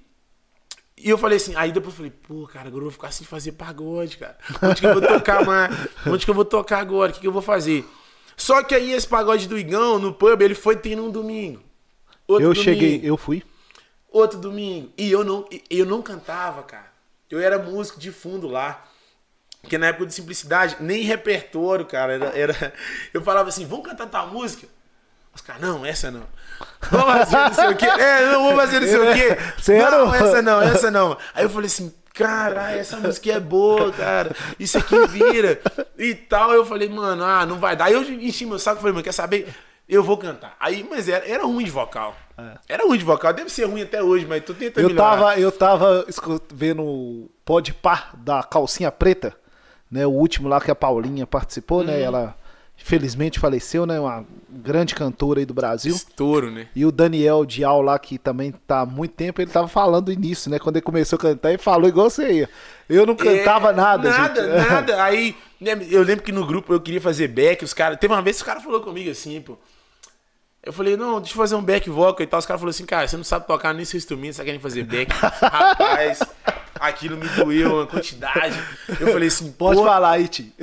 eu falei assim, aí depois eu falei, pô, cara, agora eu vou ficar sem fazer pagode, cara. Onde que eu vou tocar mais? Onde que eu vou tocar agora? O que eu vou fazer? Só que aí esse pagode do Igão, no pub, ele foi tendo um domingo. Outro domingo, Eu fui. outro domingo. E eu não cantava, cara. Eu era músico de fundo lá. Porque na época de Simplicidade, nem repertório, cara. Eu falava assim, vamos cantar tal música? Os caras, não, essa não. Vamos fazer não sei o quê. Não, vamos fazer não sei o quê. Sério? Não, essa não. Aí eu falei assim, caralho, essa música é boa, cara. Isso aqui vira. E tal. Eu falei, mano, não vai dar. Aí eu enchi meu saco e falei, mano, quer saber? Eu vou cantar. Aí, mas era ruim de vocal. Era ruim de vocal. Deve ser ruim até hoje, mas tô tentando melhorar. Eu tava vendo o Podpah da Calcinha Preta, né? O último lá que a Paulinha participou, né? Ela infelizmente faleceu, né? Uma grande cantora aí do Brasil. Estouro, né? E o Daniel Dial lá, que também tá há muito tempo, ele tava falando início, né? Quando ele começou a cantar, ele falou igual você aí. Eu não cantava nada, gente. Nada. Aí, né, eu lembro que no grupo eu queria fazer back, os caras... Teve uma vez que os caras falaram comigo assim, pô. Eu falei, não, deixa eu fazer um back vocal e tal. Os caras falaram assim, cara, você não sabe tocar nem seu instrumento, você tá querendo fazer back. Rapaz, aquilo me doeu uma quantidade. Eu falei assim, Pode pô, falar aí, Tim.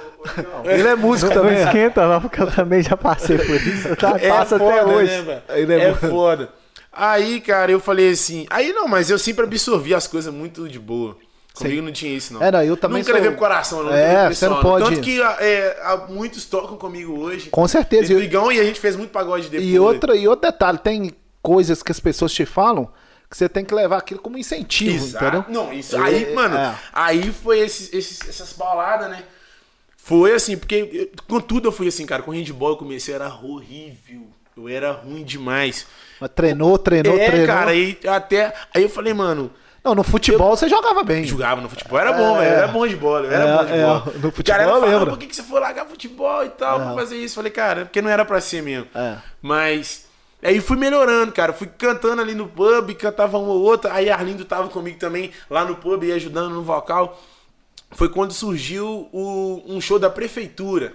Ele é músico Não também. esquenta não, porque eu também já passei por isso. Tá, é passa foda, até hoje. né, velho? Ele é É muito- foda. Aí, cara, eu falei assim... Aí não, mas eu sempre absorvi as coisas muito de boa. Comigo não tinha isso, não. É, não, eu também Nunca sou- levei pro coração, não. É, levei pro você não pessoal, pode- Tanto que muitos tocam comigo hoje. Com certeza. Do Igão, e a gente fez muito pagode depois. E outro detalhe, tem coisas que as pessoas te falam que você tem que levar aquilo como incentivo, Exato. entendeu? Não, isso aí, mano, é. aí foi essas baladas, né? Foi assim, porque com tudo eu fui assim, cara. Com handball eu comecei, eu era horrível. Eu era ruim demais. Mas treinou. Cara, aí eu falei, mano... Não, no futebol você jogava bem. Jogava no futebol, era bom, velho. Era bom de bola, eu era bom de bola. No O futebol cara eu falava, lembro. por que você foi largar futebol e tal, pra fazer isso? Falei, cara, porque não era pra ser mesmo. É. Mas aí fui melhorando, cara. Fui cantando ali no pub, cantava uma ou outra. Aí Arlindo tava comigo também lá no pub e ajudando no vocal. Foi quando surgiu um show da prefeitura.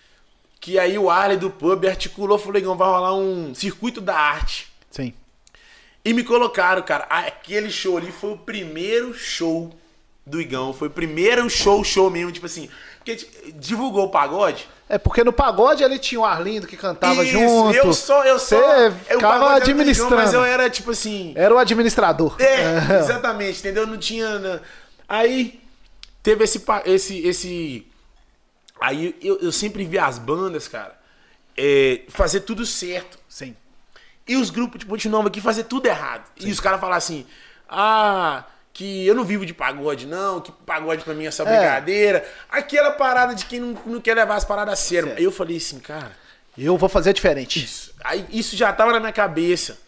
Que aí o Arley do pub articulou, falou, Legão, vai rolar um circuito da arte. Sim. E me colocaram, cara. Aquele show ali foi o primeiro show do Igão. Foi o primeiro show mesmo, tipo assim. Porque divulgou o pagode. É porque no pagode ali tinha o Arlindo que cantava Isso, junto. Você ficava administrando. Mas eu era tipo assim. Era o administrador. Exatamente, entendeu? Não tinha. Aí teve esse. Aí eu sempre vi as bandas, cara, fazer tudo certo. Sim. E os grupos tipo, continuavam aqui fazer tudo errado. Sim. E os caras falavam assim: que eu não vivo de pagode, não, que pagode pra mim é só brincadeira. Aquela parada de quem não quer levar as paradas a sério. Aí eu falei assim, cara, eu vou fazer diferente. Isso. Aí isso já tava na minha cabeça.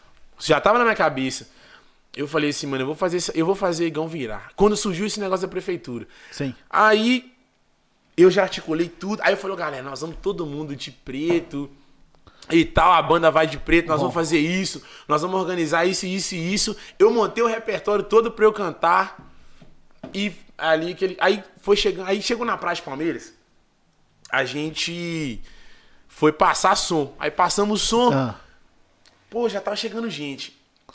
Eu falei assim, mano, eu vou fazer Igão virar. Quando surgiu esse negócio da prefeitura. Sim. Aí eu já articulei tudo. Aí eu falei, galera, nós vamos todo mundo de preto e tal, a banda vai de preto, nós vamos fazer isso, nós vamos organizar isso, isso e isso. Eu montei o repertório todo pra eu cantar. E ali aí foi chegando, aí chegou na Praia de Palmeiras, a gente foi passar som. Aí passamos o som. Pô, já tava chegando gente.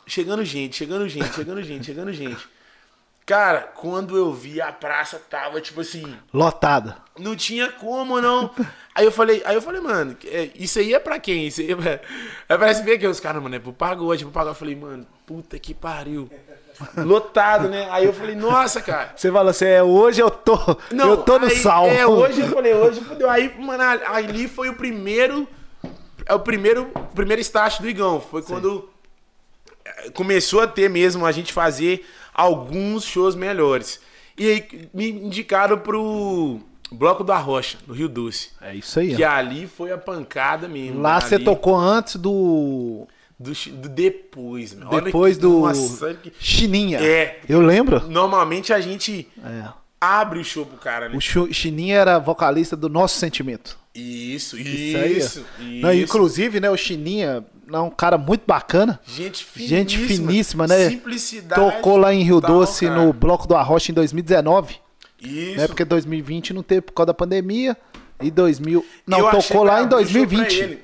Cara, quando eu vi, a praça tava, tipo assim... lotada. Não tinha como, não. Aí eu falei, mano, isso aí é pra quem? Isso aí é pra ver que os caras, mano, é pro pagode. Eu falei, mano, puta que pariu. Lotado, né? Aí eu falei, nossa, cara. Você falou assim, hoje eu tô no sal. Hoje eu falei, hoje fodeu. Aí, mano, ali foi o primeiro start do Igão. Foi quando começou a ter mesmo, a gente fazer alguns shows melhores. E aí me indicaram pro Bloco da Rocha, no Rio Doce. É isso aí. Que ali foi a pancada mesmo. Lá você tocou antes do depois, meu. Depois do Chininha. Eu lembro. Normalmente a gente abre o show pro cara, né? O Chininha era vocalista do Nosso Sentimento. Isso. Não, inclusive, né, o Chininha é um cara muito bacana. Gente finíssima, né? Simplicidade. Tocou lá em Rio Doce, no Bloco do Arrocha em 2019. Isso. Né, porque 2020 não teve por causa da pandemia. E tocou lá em 2020.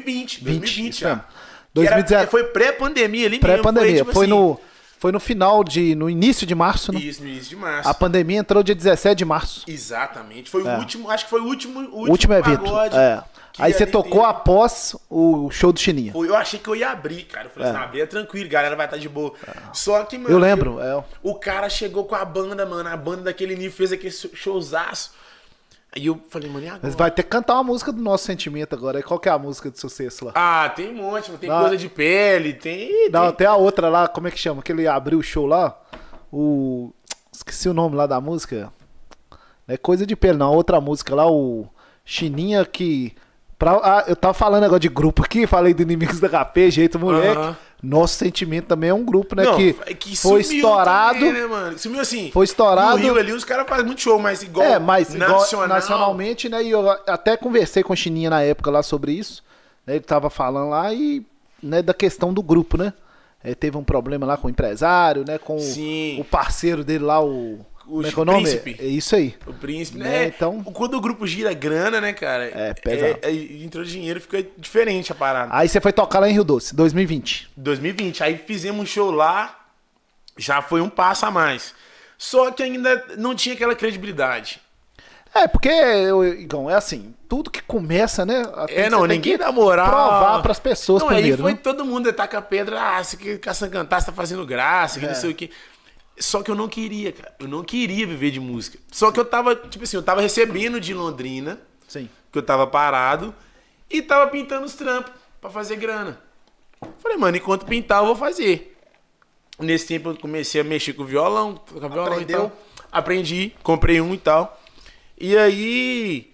2020 já. 2019. Foi pré-pandemia ali mesmo. Pré-pandemia. Foi no final no início de março, né? Isso, no início de março. A pandemia entrou dia 17 de março. Exatamente. Foi o último, acho que foi o último evento. Pagode. Aí você tocou após o show do Chininha. Eu achei que eu ia abrir, cara. Eu falei assim, abrir é tranquilo, a galera vai estar de boa. Só que, mano... Eu lembro. O cara chegou com a banda, mano. A banda daquele nível fez aquele showzaço. Aí eu falei, mano, e agora? Mas vai ter que cantar uma música do Nosso Sentimento agora. Qual que é a música de sucesso lá? Tem um monte. Tem Coisa de Pele, tem... Tem a outra lá, como é que chama? Que ele abriu o show lá. Esqueci o nome lá da música. Não é Coisa de Pele, não. Outra música lá, o Chininha que... eu tava falando agora de grupo aqui, falei do Inimigos da HP, Jeito Moleque. Nosso Sentimento também é um grupo, né? Que foi estourado. Também, né, mano? Sumiu assim. Foi estourado. No Rio ali os caras fazem muito show, mas igual nacionalmente, né? E eu até conversei com o Chininha na época lá sobre isso. Né, ele tava falando lá né, da questão do grupo, né? Teve um problema lá com o empresário, né? Com o parceiro dele lá, o Príncipe. É isso aí. O Príncipe, né? Então... Quando o grupo gira grana, né, cara? Pesado. Entrou dinheiro, fica diferente a parada. Aí você foi tocar lá em Rio Doce, 2020. Aí fizemos um show lá, já foi um passo a mais. Só que ainda não tinha aquela credibilidade. Porque, Igão, é assim, tudo que começa, né? Ninguém dá moral. Provar pras pessoas primeiro. Aí foi todo mundo taca pedra, você quer cantar, você tá fazendo graça, que não sei o que. Só que eu não queria, cara. Eu não queria viver de música. Só que eu tava, tipo assim, eu tava recebendo de Londrina. Sim. Que eu tava parado. E tava pintando os trampos pra fazer grana. Falei, mano, enquanto pintar eu vou fazer. Nesse tempo eu comecei a mexer com violão. Aprendeu? Aprendi, comprei um e tal. E aí...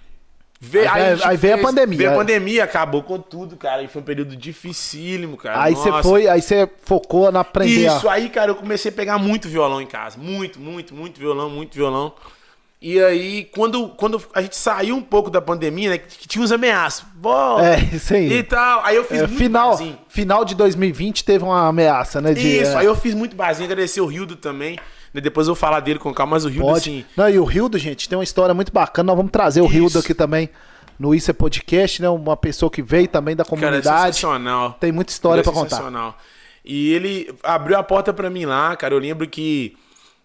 Aí veio a pandemia. Veio a pandemia, acabou com tudo, cara. E foi um período dificílimo, cara. Aí você focou na aprender. Isso, aí, cara, eu comecei a pegar muito violão em casa. Muito violão. E aí, quando a gente saiu um pouco da pandemia, né, que tinha uns ameaças. Isso aí. E tal. Aí eu fiz muito barzinho. Final de 2020 teve uma ameaça, né? Aí eu fiz muito barzinho, agradecer o Rildo também. Depois eu vou falar dele com calma, mas o Rildo, assim... Não, e o Rildo, gente, tem uma história muito bacana. Nós vamos trazer o Rildo aqui também no Isso é Podcast, né? Uma pessoa que veio também da comunidade. Cara, é sensacional. Tem muita história pra contar. Sensacional. E ele abriu a porta pra mim lá, cara. Eu lembro que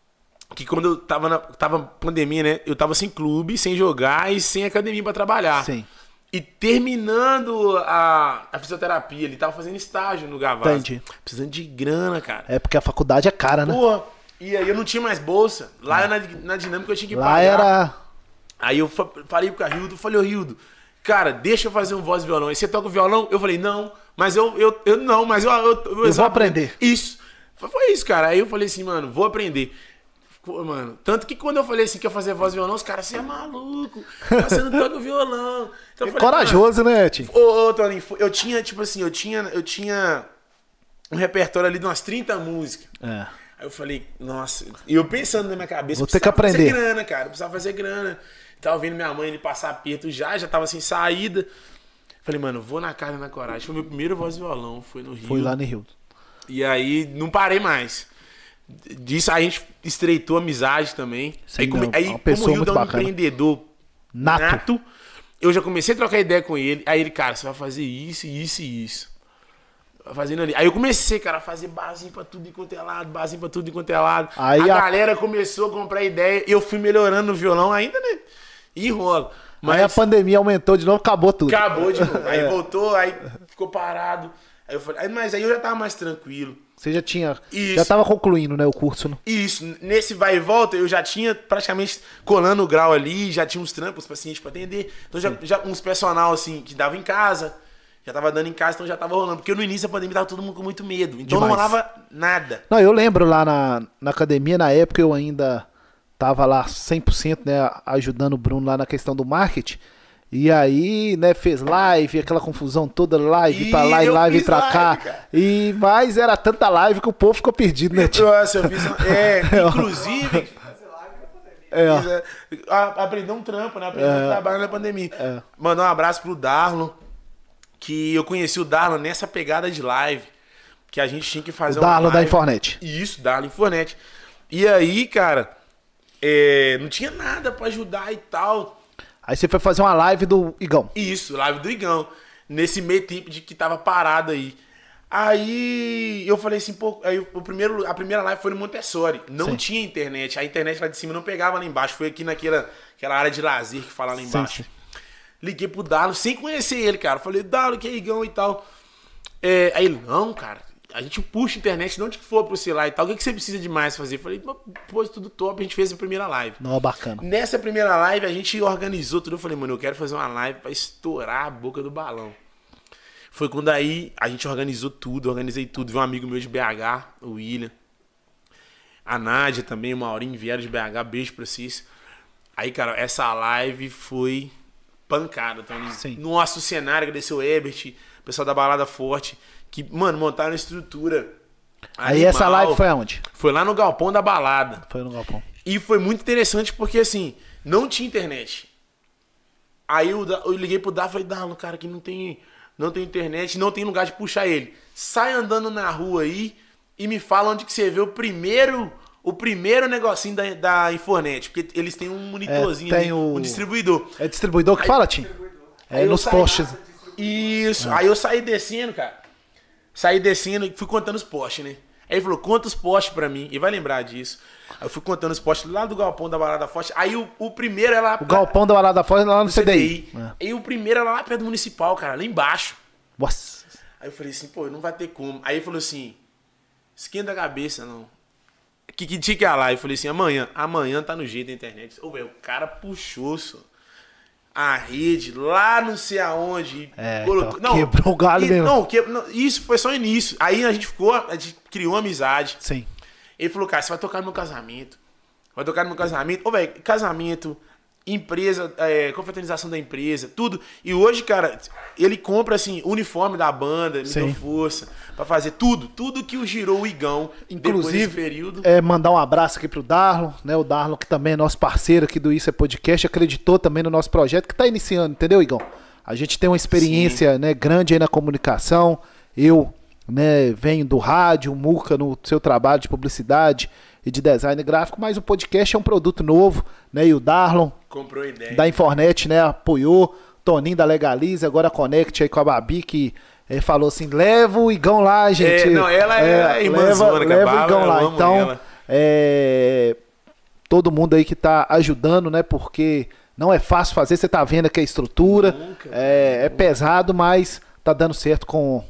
que quando eu tava pandemia, né? Eu tava sem clube, sem jogar e sem academia pra trabalhar. Sim. E terminando a fisioterapia, ele tava fazendo estágio no Gavaz. Entendi. Precisando de grana, cara. É porque a faculdade é cara, né? Porra, e aí eu não tinha mais bolsa. Lá na Dinâmica eu tinha que Lá pagar. era... Aí eu falei pro Rildo, falei, ô Rildo, cara, deixa eu fazer um voz e violão. Aí você toca o violão? Eu falei, não, mas eu vou aprender. Isso. Foi isso, cara. Aí eu falei assim, mano, vou aprender. Mano, tanto que quando eu falei assim que ia fazer voz e violão, os caras, você é maluco, você não toca o violão. Então, eu falei, corajoso, né, Tim? Ô, Toninho, eu tinha, tipo assim, eu tinha um repertório ali de umas 30 músicas. É. Aí eu falei, nossa, e eu pensando na minha cabeça, Vou ter que aprender. Fazer grana, cara, eu precisava fazer grana. Tava vendo minha mãe ele passar aperto já tava sem saída. Falei, mano, vou na cara e na coragem. Foi meu primeiro voz e violão, foi no Rio. Foi lá no Rio. E aí não parei mais. Disso a gente estreitou a amizade também. Sim, Aí, uma pessoa como o Rio muito é um bacana. empreendedor Nato. eu já comecei a trocar ideia com ele. Aí ele, cara, você vai fazer isso, isso e isso. Fazendo ali. Aí eu comecei, cara, a fazer barzinho pra tudo enquanto é lado, barzinho pra tudo enquanto é lado. Aí a galera começou a comprar ideia. Eu fui melhorando no violão ainda, né? E rola. Mas Aí a pandemia aumentou de novo, acabou tudo. acabou de novo. Aí voltou, aí ficou parado. Aí eu falei, mas aí eu já tava mais tranquilo. Você já tinha... Isso. Já tava concluindo, né, o curso, né? Isso, nesse vai e volta, eu já tinha praticamente colando o grau ali, já tinha uns trampos, pacientes pra atender. Então já uns personal, assim, que dava em casa, já tava dando em casa, então já tava rolando. Porque no início da pandemia tava todo mundo com muito medo, então Demais. não rolava nada. Não, eu lembro lá na academia, na época eu ainda tava lá 100%, né, ajudando o Bruno lá na questão do marketing. E aí, né, fez live, aquela confusão toda, live pra lá e eu live fiz pra cá. live, cara. Mas era tanta live que o povo ficou perdido, né, tio? Nossa, eu fiz. Inclusive. Aprendeu um trampo, né? Aprendeu um trabalho na pandemia. Mandar um abraço pro Darlon, que eu conheci o Darlon nessa pegada de live. Que a gente tinha que fazer O Darlon uma da live. Infornet. Isso, Darlon Infornet. E aí, cara, não tinha nada pra ajudar e tal. Aí você foi fazer uma live do Igão. Isso, live do Igão. Nesse meio tempo de que tava parado aí. Aí eu falei assim, pô, aí a primeira live foi no Montessori. Não Sim. tinha internet. A internet lá de cima não pegava lá embaixo. Foi aqui aquela área de lazer que fala lá embaixo. Sim. Liguei pro Darlon sem conhecer ele, cara. Falei, Darlon, que é Igão e tal. Aí ele, não, cara, a gente puxa a internet de onde que for pro celular e tal. O que você precisa de mais fazer? Falei, pô, tudo top. A gente fez a primeira live. Não, bacana. Nessa primeira live, a gente organizou tudo. Eu falei, mano, eu quero fazer uma live pra estourar a boca do balão. Foi quando aí a gente organizei tudo. Vi um amigo meu de BH, o William. A Nádia também, o Maurinho vieram de BH. Beijo pra vocês. Aí, cara, essa live foi pancada. Então, Sim. Nossa, o cenário, agradecer o Ebert, o pessoal da Balada Forte, que, mano, montaram a estrutura. Aí essa live foi aonde? Foi lá no Galpão da Balada. Foi no Galpão. E foi muito interessante porque, assim, não tinha internet. Aí eu liguei pro Dar e falei, Darlon, cara, aqui não tem internet, não tem lugar de puxar ele. Sai andando na rua aí e me fala onde que você vê o primeiro negocinho da Infornet. Porque eles têm um monitorzinho, tem um distribuidor. É distribuidor que fala, Tim? Aí eu nos saí- postes. Isso. Aí eu saí descendo, cara. Saí descendo e fui contando os postes, né? Aí ele falou, conta os postes pra mim. E vai lembrar disso. Aí eu fui contando os postes lá do Galpão da Balada Forte. Aí o primeiro é lá... O Galpão da Balada Forte lá no CDI. Aí o primeiro era lá perto do Municipal, cara. Lá embaixo. Nossa. Aí eu falei assim, pô, não vai ter como. Aí ele falou assim, esquenta a cabeça, não. Que dia que é a live? Eu falei assim, amanhã tá no jeito da internet. Ô, velho, o cara puxou, só. A rede lá não sei aonde. Então, quebrou o galho mesmo. Não, isso foi só o início. Aí a gente criou uma amizade. Sim. Ele falou, cara, você vai tocar no meu casamento. Vai tocar no meu casamento. Ô, velho, casamento, empresa, confraternização da empresa, tudo. E hoje, cara, ele compra, assim, uniforme da banda, me deu força pra fazer tudo. Tudo que girou o Igão. Inclusive, depois desse período. Mandar um abraço aqui pro Darlon, né? O Darlon, que também é nosso parceiro aqui do Isso é Podcast, acreditou também no nosso projeto, que tá iniciando, entendeu, Igão? A gente tem uma experiência, né, grande aí na comunicação. Eu, né, venho do rádio, o Muca no seu trabalho de publicidade e de design gráfico, mas o podcast é um produto novo, né? E o Darlon Comprou ideia. da Infornet, né, apoiou. Toninho da Legalize, agora Conect aí com a Babi, que falou assim, leva o Igão lá, gente. Ela é irmãzona, leva o Igão lá. eu amo Então, ela. todo mundo aí que tá ajudando, né? Porque não é fácil fazer, você tá vendo que a estrutura é pesado, mas tá dando certo com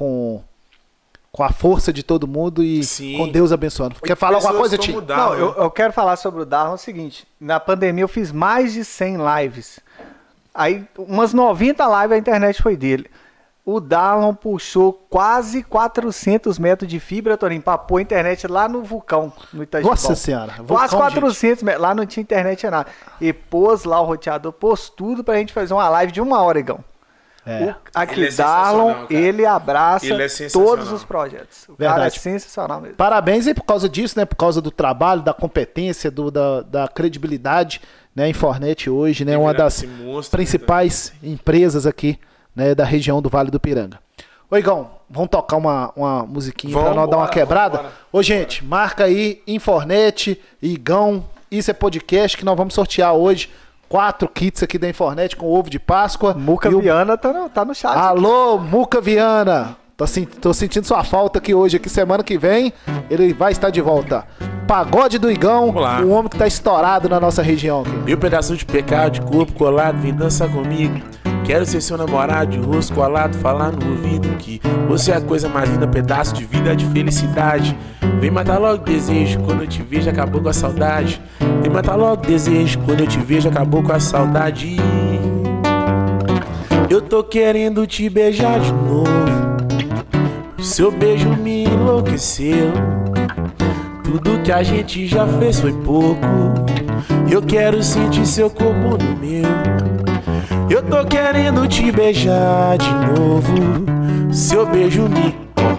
a força de todo mundo e com Deus abençoando. Quer falar alguma coisa, Tim? Não, eu quero falar sobre o Darlon. É o seguinte, na pandemia eu fiz mais de 100 lives. Aí umas 90 lives a internet foi dele. O Darlon puxou quase 400 metros de fibra, Toninho, pra pôr a internet lá no vulcão, no Itajibão. Nossa senhora. Quase 400 metros, lá não tinha internet nada. E pôs lá o roteador, pôs tudo pra gente fazer uma live de 1 hora, Igão. Aqui, ele Darlon, ele abraça todos os projetos. O Verdade. cara é sensacional mesmo. Parabéns aí por causa disso, né? Por causa do trabalho, da competência, da credibilidade, né? A Infornet hoje, né? Uma das principais empresas aqui, né? Da região do Vale do Piranga. Ô, Igão, vamos tocar uma musiquinha pra nós dar uma quebrada? Ô, gente, marca aí, Infornet, Igão, isso é podcast que nós vamos sortear hoje. 4 kits aqui da Infornet com ovo de Páscoa. Muca Viana tá no chat. Alô, aqui. Muca Viana. Tô sentindo sua falta aqui hoje. Aqui semana que vem ele vai estar de volta. Pagode do Igão, o homem que tá estourado na nossa região. Aqui. 1000 pedaços de pecado, de corpo colado, vem dançar comigo. Quero ser seu namorado, de rosto colado, falar no ouvido que você é a coisa mais linda, pedaço de vida, de felicidade. Vem matar logo o desejo, quando eu te vejo acabou com a saudade. Vem matar logo o desejo, quando eu te vejo acabou com a saudade. Eu tô querendo te beijar de novo, seu beijo me enlouqueceu. Tudo que a gente já fez foi pouco, eu quero sentir seu corpo no meu. Eu tô querendo te beijar de novo, seu beijo me...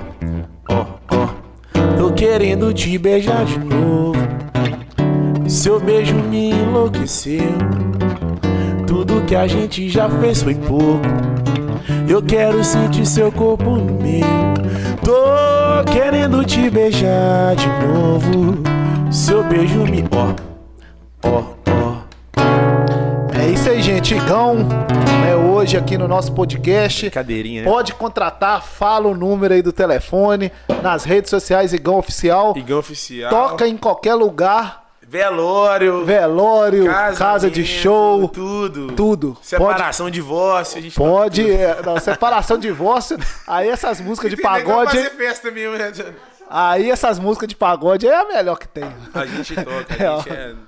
Tô querendo te beijar de novo, seu beijo me enlouqueceu. Tudo que a gente já fez foi pouco, eu quero sentir seu corpo no meu. Tô querendo te beijar de novo, seu beijo me... É isso aí, gente. Igão, né, hoje aqui no nosso podcast. Cadeirinha, né? Pode contratar, fala o número aí do telefone. Nas redes sociais, Igão Oficial. Igão Oficial. Toca em qualquer lugar. Velório, casa de show. Tudo. Separação, divórcio. A gente pode. Separação, divórcio. Aí essas músicas de pagode. Fazer festa mesmo, né? Aí essas músicas de pagode é a melhor que tem. A gente toca, não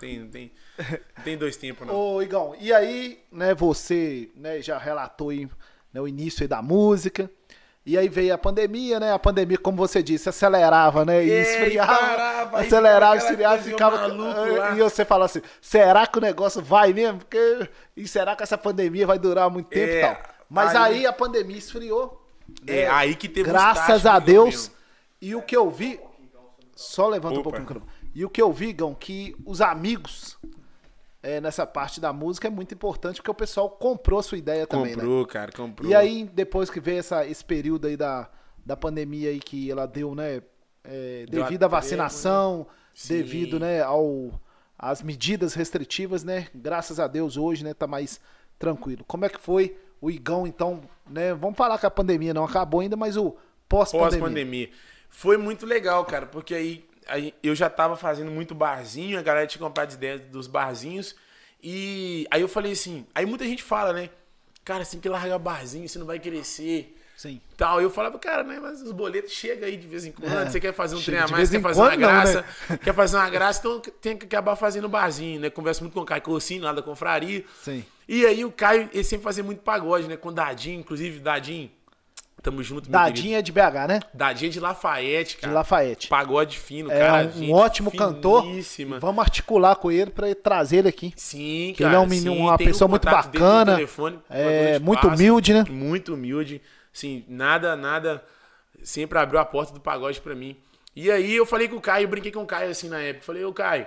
tem dois tempos, não. Ô, Igão, e aí, né, você, né, já relatou aí, né, o início aí da música, e aí veio a pandemia, né, como você disse, acelerava, né, e esfriava, acelerava, esfriava, ficava, e você fala assim, será que o negócio vai mesmo? E será que essa pandemia vai durar muito tempo e tal? Mas aí a pandemia esfriou. É, aí que teve graças a Deus, e o que eu vi, só levanta um pouquinho, e o que eu vi, Igão, que os amigos... nessa parte da música é muito importante, porque o pessoal comprou a sua ideia também, né? Comprou. E aí, depois que veio esse período aí da pandemia aí que ela deu, né? Devido à vacinação, devido, né, às medidas restritivas, né? Graças a Deus hoje, né, tá mais tranquilo. Como é que foi o Igão, então, né? Vamos falar que a pandemia não acabou ainda, mas o pós-pandemia. Foi muito legal, cara, porque aí eu já tava fazendo muito barzinho, a galera tinha comprado ideia dos barzinhos, e aí eu falei assim, aí muita gente fala, né, cara, você tem que largar barzinho, você não vai crescer, sim, tal, eu falava, cara, né, mas os boletos chegam aí de vez em quando, você quer fazer um trem a mais, quer fazer uma graça, quer fazer uma graça, então tem que acabar fazendo barzinho, né, converso muito com o Caio Corsini, lá da confraria, sim, e aí o Caio, ele sempre fazia muito pagode, né, com o Dadinho, inclusive, Dadinho, tamo junto, meu Dadinho querido. É de BH, né? Dadinho é de Lafayette, cara. De Lafayette. Pagode fino, cara. Um ótimo cantor. Vamos articular com ele pra trazer ele aqui. Sim, cara. Ele é um menino, uma pessoa muito bacana. Muito humilde, né? Muito humilde. Sim, nada. Sempre abriu a porta do pagode pra mim. E aí eu falei com o Caio, eu brinquei com o Caio assim na época. Falei, ô Caio,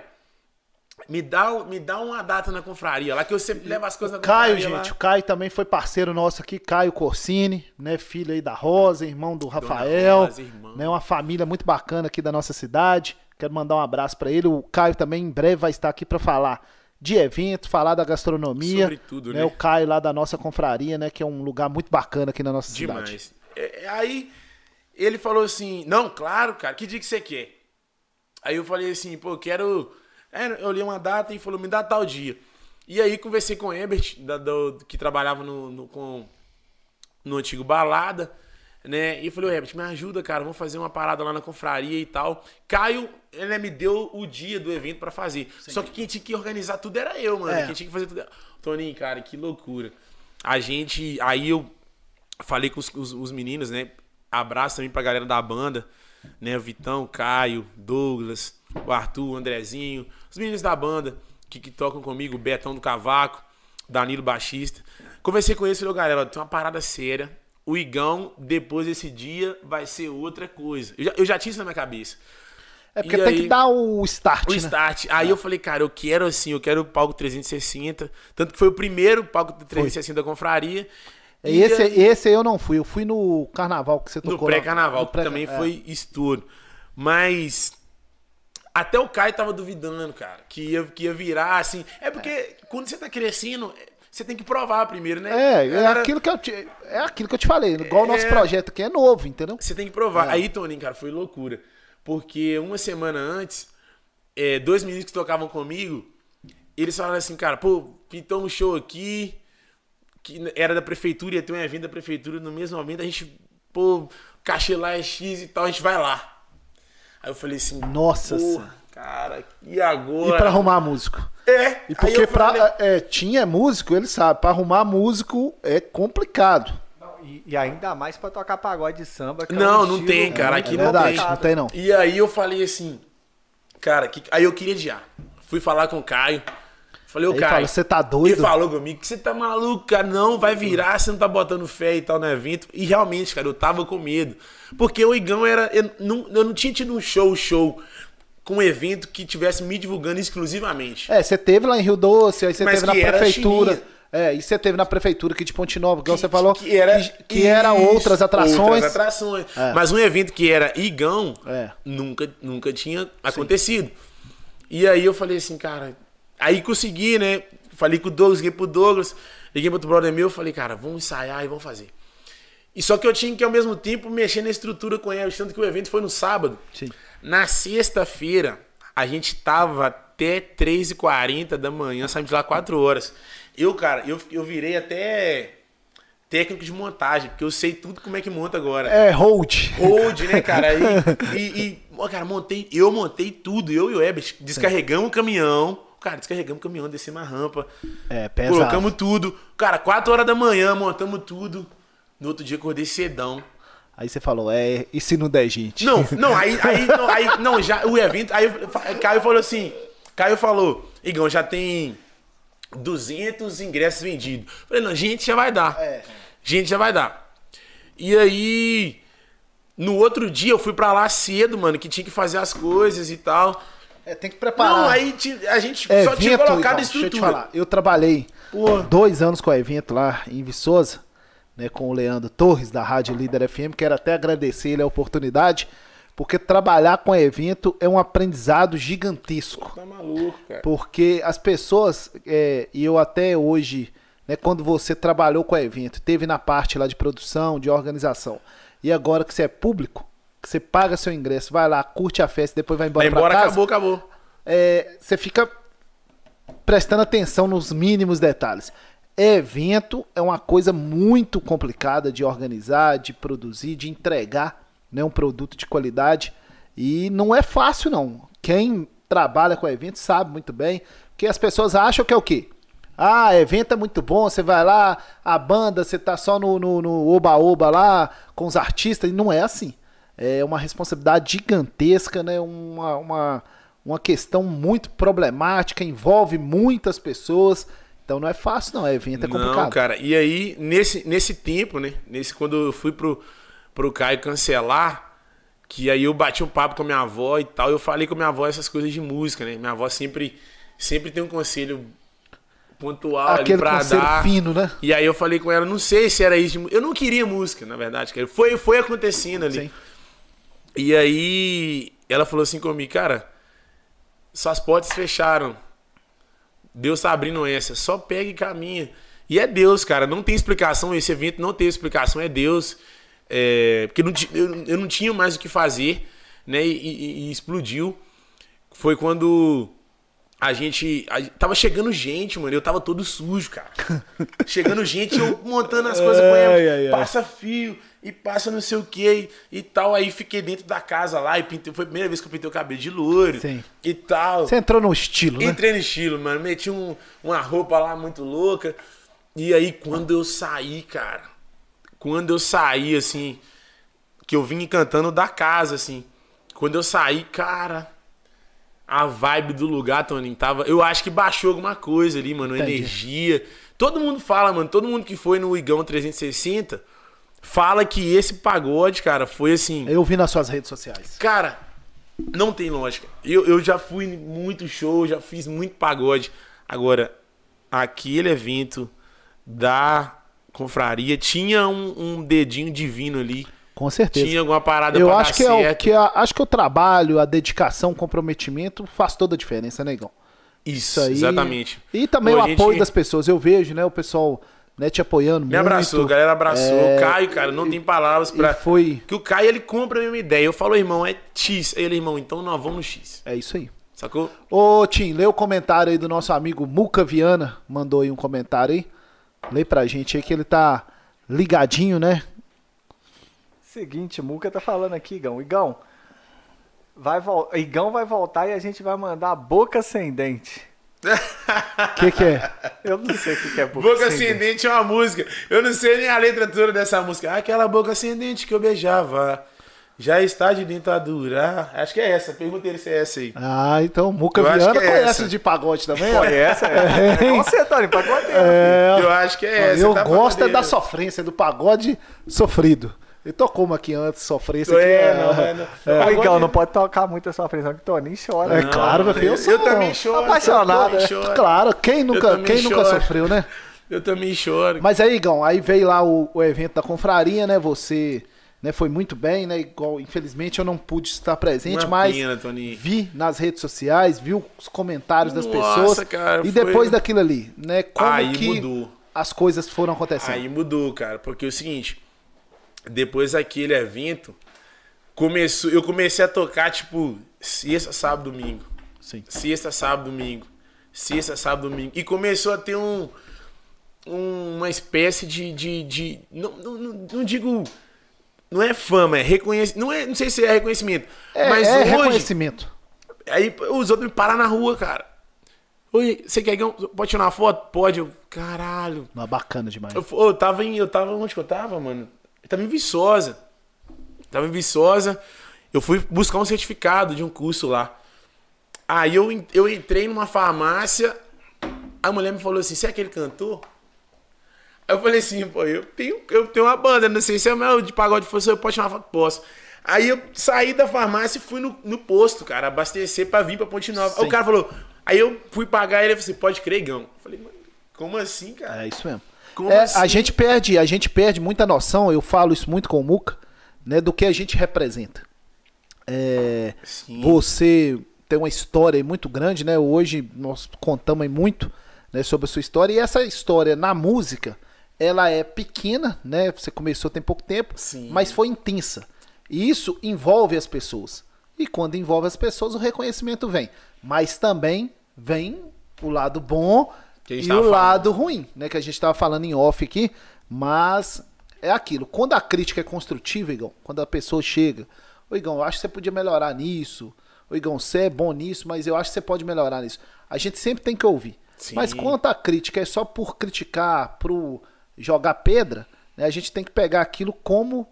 me dá uma data na confraria, lá que eu sempre levo as coisas na confraria. Caio, gente, o Caio também foi parceiro nosso aqui, Caio Corsini, né, filho aí da Rosa, irmão do Rafael, Rosa, né, uma família muito bacana aqui da nossa cidade. Quero mandar um abraço pra ele. O Caio também em breve vai estar aqui pra falar de evento, falar da gastronomia. Sobre tudo, né? O Caio lá da nossa confraria, né, que é um lugar muito bacana aqui na nossa cidade. Demais. Aí ele falou assim, não, claro, cara, que dia que você quer? Aí eu falei assim, pô, eu quero... Aí eu olhei uma data e falou, me dá tal dia. E aí conversei com o Ebert, que trabalhava no antigo Balada, né? E falei, Ebert, me ajuda, cara, vamos fazer uma parada lá na confraria e tal. Caio, ele me deu o dia do evento pra fazer. Sim. Só que quem tinha que organizar tudo era eu, mano. Quem tinha que fazer tudo era... Toninho, cara, que loucura. Aí eu falei com os meninos, né? Abraço também pra galera da banda, né? O Vitão, o Caio, Douglas, o Arthur, o Andrezinho, os meninos da banda que tocam comigo, o Betão do Cavaco, Danilo baixista. Conversei com eles e falei, galera, tem uma parada séria. O Igão, depois desse dia, vai ser outra coisa. Eu já tinha isso na minha cabeça. É porque tem que dar o start, O start. Aí eu falei, cara, eu quero o palco 360. Tanto que foi o primeiro palco 360 da confraria. Esse eu não fui. Eu fui no carnaval que você tocou. No pré-carnaval, que também foi estouro. Mas até o Caio tava duvidando, cara, que ia virar assim. É porque quando você tá crescendo, você tem que provar primeiro, né? É aquilo que eu te falei. Igual o nosso projeto aqui é novo, entendeu? Você tem que provar. Aí, Toninho, cara, foi loucura. Porque uma semana antes, 2 meninos que tocavam comigo, eles falaram assim, cara, pô, pintou um show aqui, que era da prefeitura, ia ter um evento da prefeitura no mesmo momento, a gente, pô, cachê lá é X e tal, a gente vai lá. Aí eu falei assim, nossa, cara, e agora? E pra arrumar músico? E porque tinha músico, ele sabe, pra arrumar músico é complicado. E ainda mais pra tocar pagode de samba. Não tem, cara, aqui não tem. Não tem, não. E aí eu falei assim, cara, aí eu queria adiar. Fui falar com o Caio. Falei, Caio, você tá doido? Ele falou comigo que você tá maluco, cara, não vai virar, você não tá botando fé e tal no evento. E realmente, cara, eu tava com medo. Porque o Igão eu não tinha tido um show com um evento que tivesse me divulgando exclusivamente. Você teve lá em Rio Doce, aí você teve na prefeitura. E você teve na prefeitura aqui de Ponte Nova, que você falou que era outras atrações. Mas um evento que era Igão, nunca tinha acontecido. E aí eu falei assim, cara... Aí consegui, né? Falei com o Douglas, liguei pro Douglas, liguei pro outro brother meu, falei, cara, vamos ensaiar e vamos fazer. E só que eu tinha que, ao mesmo tempo, mexer na estrutura com ele, tanto que o evento foi no sábado. Sim. Na sexta-feira, a gente tava até 3h40 da manhã, saímos de lá 4 horas. Eu virei até técnico de montagem, porque eu sei tudo como é que monta agora. Hold, né, cara? Cara, eu montei tudo, eu e o Ebert. Descarregamos o caminhão. Cara, descarregamos o caminhão, descemos a rampa. Pesado. Colocamos tudo. Cara, 4 horas da manhã, montamos tudo. No outro dia, acordei cedão. Aí você falou, e se não der gente? Já o evento... Aí Caio falou, Igão, já tem 200 ingressos vendidos. Falei, não, gente já vai dar. Gente já vai dar. E aí, no outro dia eu fui pra lá cedo, mano, que tinha que fazer as coisas e tal. Tem que preparar. Não, aí a gente só tinha colocado a estrutura. Deixa eu te falar, eu trabalhei 2 anos com o evento lá em Viçosa, né, com o Leandro Torres, da Rádio Líder FM, quero até agradecer ele a oportunidade, porque trabalhar com evento é um aprendizado gigantesco. Tá maluco, cara. Porque as pessoas, e eu até hoje, né, quando você trabalhou com o evento, teve na parte lá de produção, de organização, e agora que você é público, que você paga seu ingresso, vai lá, curte a festa, depois vai embora pra casa. Acabou. Você fica prestando atenção nos mínimos detalhes. Evento é uma coisa muito complicada de organizar, de produzir, de entregar, né, um produto de qualidade. E não é fácil, não. Quem trabalha com evento sabe muito bem, que as pessoas acham que é o quê? Evento é muito bom, você vai lá, a banda, você tá só no oba-oba lá, com os artistas, e não é assim. É uma responsabilidade gigantesca, né? Uma questão muito problemática, envolve muitas pessoas. Então não é fácil, não. Evento é complicado. Não, cara. E aí, nesse tempo, né? Quando eu fui pro Caio cancelar, que aí eu bati um papo com a minha avó e tal, eu falei com a minha avó essas coisas de música, né? Minha avó sempre tem um conselho pontual ali pra dar. Fino, né? E aí eu falei com ela, não sei se era isso. Eu não queria música, na verdade. Cara. Foi acontecendo ali. Sim. E aí ela falou assim comigo, cara, suas portas fecharam. Deus tá abrindo essa. Só pega e caminha. E é Deus, cara. Não tem explicação. Esse evento não tem explicação. É Deus. Porque eu não tinha mais o que fazer, né? E explodiu. Foi quando tava chegando gente, mano. Eu tava todo sujo, cara. Chegando gente, eu montando as coisas com ela. Passa fio e passa não sei o que e tal. Aí fiquei dentro da casa lá e pintei. Foi a primeira vez que eu pintei o cabelo de loiro. Sim. E tal. Você entrou no estilo, né? Entrei no estilo, mano. Meti uma roupa lá muito louca. E aí, quando eu saí, cara. Quando eu saí, assim. Que eu vim cantando da casa, assim. Quando eu saí, cara. A vibe do lugar, Toninho, tava... Eu acho que baixou alguma coisa ali, mano. Entendi. Energia. Todo mundo fala, mano. Todo mundo que foi no Igão 360 fala que esse pagode, cara, foi assim... Eu vi nas suas redes sociais. Cara, não tem lógica. Eu já fui em muito show, já fiz muito pagode. Agora, aquele evento da confraria tinha um dedinho divino ali. Com certeza. Tinha alguma parada Eu pra acho dar que certo. acho que o trabalho, a dedicação, o comprometimento faz toda a diferença, né, Igão? Isso aí. exatamente. E também Pô, o a gente- apoio das pessoas. Eu vejo, né, o pessoal, né, te apoiando Me muito. abraçou, a galera abraçou. É, O Caio, cara, não tem palavras pra... E foi... Que o Caio, ele compra a mesma ideia. Eu falo, irmão, é X. Aí ele, irmão, então nós vamos no X. É isso aí. Sacou? Ô, Tim, lê o comentário aí do nosso amigo Muca Viana. Mandou aí um comentário aí. Lê pra gente aí que ele tá ligadinho, né? Seguinte, o Muca tá falando aqui, Igão. Igão vai voltar e a gente vai mandar boca sem dente. O que é? Eu não sei o que é boca, Boca sem dente. Ascendente é uma música. Eu não sei nem a letra toda dessa música. Aquela boca ascendente que eu beijava. Já está de dentadura. Acho que é essa. Pergunta ele se é essa aí. Ah, então o Muca Eu acho Viana que é conhece essa. de pagode também, ó. Conhece? É. Com você, Tony, pagodeiro. É, Eu acho que é essa. eu tá gosto é pagodeira. da sofrência, do pagode sofrido. Ele tocou uma aqui antes, sofrência. Que não. Ô, Igão, não pode tocar muito a sua frente, que o Toninho chora. É claro, meu filho, eu sou Eu também choro. apaixonado, eu né? choro. Claro, quem nunca também choro. sofreu, né? Eu também choro. Mas aí, Igão, aí veio lá o evento da confraria, né? Você, né, foi muito bem, né? Igual, infelizmente eu não pude estar presente, Uma mas pena, Toninho. vi nas redes sociais, vi os comentários das Nossa, pessoas. cara, e foi- depois daquilo ali, né? Como Aí que mudou. as coisas foram acontecendo? Aí mudou, cara. Porque é o seguinte, depois daquele evento, eu comecei a tocar, tipo, sexta, sábado, domingo. Sim. Sexta, sábado, domingo. Sexta, sábado, domingo. E começou a ter uma espécie de não digo... Não é fama, é reconhecimento. Não sei se é reconhecimento. Mas é hoje... reconhecimento. Aí os outros me param na rua, cara. Oi, você quer pode tirar uma foto? Pode. Eu, caralho. Não, bacana demais. Eu tava onde que eu tava, mano? Eu tava em Viçosa. Eu fui buscar um certificado de um curso lá. Aí eu entrei numa farmácia. A mulher me falou assim: você é aquele cantor? Aí eu falei assim: pô, eu tenho uma banda, não sei se é o meu de pagode fosse, eu posso tirar uma foto? Posso. Aí eu saí da farmácia e fui no posto, cara, abastecer pra vir pra Ponte Nova. Aí Sim. o cara falou, aí eu fui pagar e ele falou assim: pode crer, Igão. Eu falei, mano, como assim, cara? É isso mesmo. Como A assim? gente perde muita noção, eu falo isso muito com o Muca, né, do que a gente representa. Sim. Você tem uma história aí muito grande, né? Hoje nós contamos aí muito, né, sobre a sua história. E essa história na música, ela é pequena, né? Você começou tem pouco tempo, Sim. mas foi intensa. E isso envolve as pessoas. E quando envolve as pessoas, o reconhecimento vem. Mas também vem o lado bom Que a gente e tava o falando. lado ruim, né? Que a gente estava falando em off aqui. Mas é aquilo. Quando a crítica é construtiva, Igão, quando a pessoa chega, ô Igão, eu acho que você podia melhorar nisso. Ô Igão, você é bom nisso, mas eu acho que você pode melhorar nisso. A gente sempre tem que ouvir. Sim. Mas quando a crítica é só por criticar, por jogar pedra, né, a gente tem que pegar aquilo como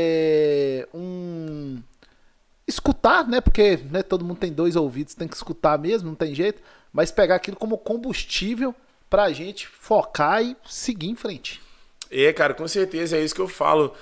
escutar, né? Porque, né, todo mundo tem dois ouvidos, tem que escutar mesmo, não tem jeito. Mas pegar aquilo como combustível pra gente focar e seguir em frente. Cara, com certeza, é isso que eu falo.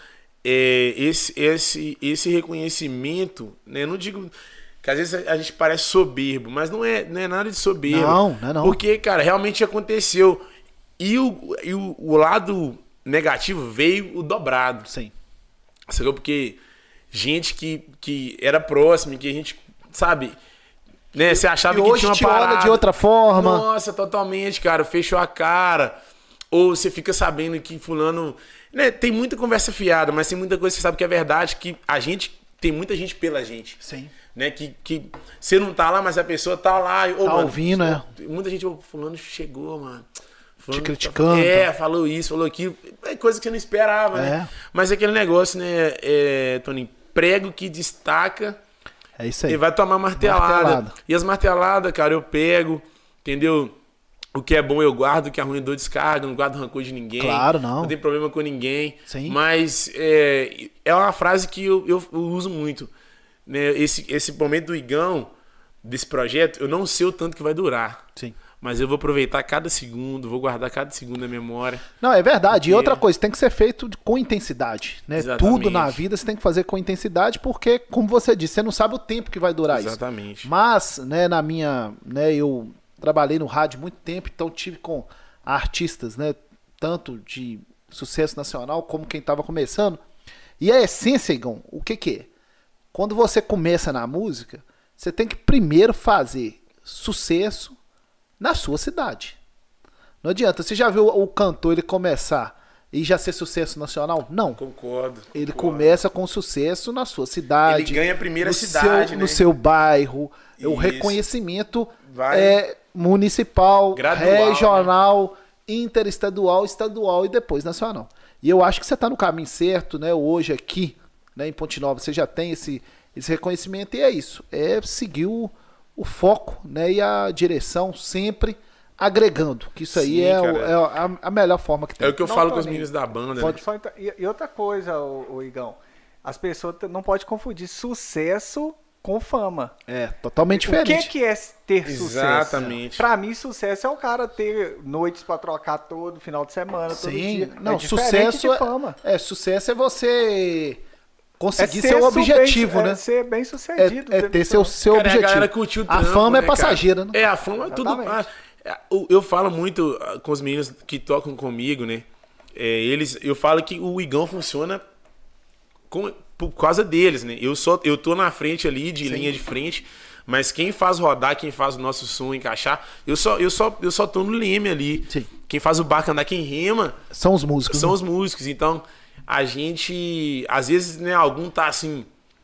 Esse reconhecimento, né? Eu não digo que às vezes a gente parece soberbo, mas não é nada de soberbo. Não é não. Porque, cara, realmente aconteceu. E o lado negativo veio o dobrado. Sim. Sacou? Porque gente que era próxima, que a gente, sabe, né? Você achava E que hoje tinha uma te olha parada. de outra forma. Nossa, totalmente, cara. Fechou a cara. Ou você fica sabendo que fulano... Né, tem muita conversa fiada, mas tem muita coisa que você sabe que é verdade, que a gente tem muita gente pela gente. Sim. Né? Que você não tá lá, mas a pessoa tá lá. Ô, Tá mano, ouvindo, né? Muita gente, fulano chegou, mano. Te criticando. Falou isso, falou aquilo. É coisa que você não esperava, né? Mas é aquele negócio, né, Toninho? Prego que destaca. É isso aí. E vai tomar martelada. E as marteladas, cara, eu pego, entendeu? O que é bom eu guardo, o que é ruim eu dou descarga, não guardo rancor de ninguém. Claro, não. Não tem problema com ninguém. Sim. Mas é uma frase que eu uso muito. Né? Esse momento do Igão, desse projeto, eu não sei o tanto que vai durar. Sim. Mas eu vou aproveitar cada segundo, vou guardar cada segundo na memória. Não, é verdade. E outra coisa, tem que ser feito com intensidade. Né? Exatamente. Tudo na vida você tem que fazer com intensidade, porque, como você disse, você não sabe o tempo que vai durar Exatamente. isso. Mas, né, eu trabalhei no rádio muito tempo, então tive com artistas, né, tanto de sucesso nacional como quem estava começando. E a essência, Igão, o que é? Quando você começa na música, você tem que primeiro fazer sucesso na sua cidade. Não adianta. Você já viu o cantor ele começar e já ser sucesso nacional? Não. Concordo. Ele começa com sucesso na sua cidade. Ele ganha a primeira cidade, né? No seu bairro. O reconhecimento municipal, gradual, regional, interestadual, estadual e depois nacional. E eu acho que você está no caminho certo, né? Hoje aqui, né, em Ponte Nova, você já tem esse reconhecimento e é isso. É seguir o foco, né, e a direção sempre agregando. Que isso aí é a melhor forma que tem. É o que eu falo com os meninos da banda. Pode, né? E outra coisa, o Igão, as pessoas não podem confundir sucesso com fama. É, totalmente diferente. O que é ter sucesso? Exatamente. Pra mim, sucesso é o cara ter noites pra trocar todo final de semana, todo dia. Não, é sucesso de fama. Sucesso é você conseguir seu objetivo, né? É ser bem sucedido. É ter seu objetivo. A galera curtiu o trampo, a fama né, é passageira, né? A fama é tudo. Eu falo muito com os meninos que tocam comigo, né? Eu falo que o Igão funciona por causa deles, né? Eu tô na frente ali, de linha de frente, mas quem faz rodar, quem faz o nosso som encaixar, eu só tô no leme ali. Sim. Quem faz o barco andar, quem rema... São os músicos. São os músicos, então... A gente, às vezes, né, algum tá assim,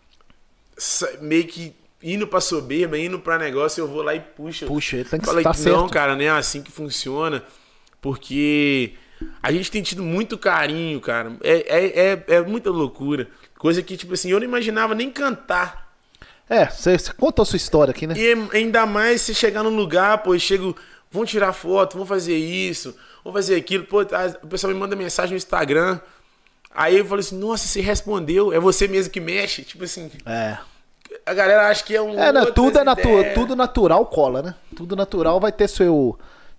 meio que indo pra soberba, indo pra negócio, eu vou lá e puxo. Puxa, ele tem que estar estar certo. Não, cara, não é assim que funciona, porque a gente tem tido muito carinho, cara. É muita loucura. Coisa que, tipo assim, eu não imaginava nem cantar. Você contou a sua história aqui, né? E ainda mais se chegar num lugar, pô, eu chego, vamos tirar foto, vamos fazer isso, vamos fazer aquilo. Pô, o pessoal me manda mensagem no Instagram. Aí eu falei assim, nossa, você respondeu, é você mesmo que mexe? Tipo assim... A galera acha que é um... Tudo natural cola, né? Tudo natural vai ter seu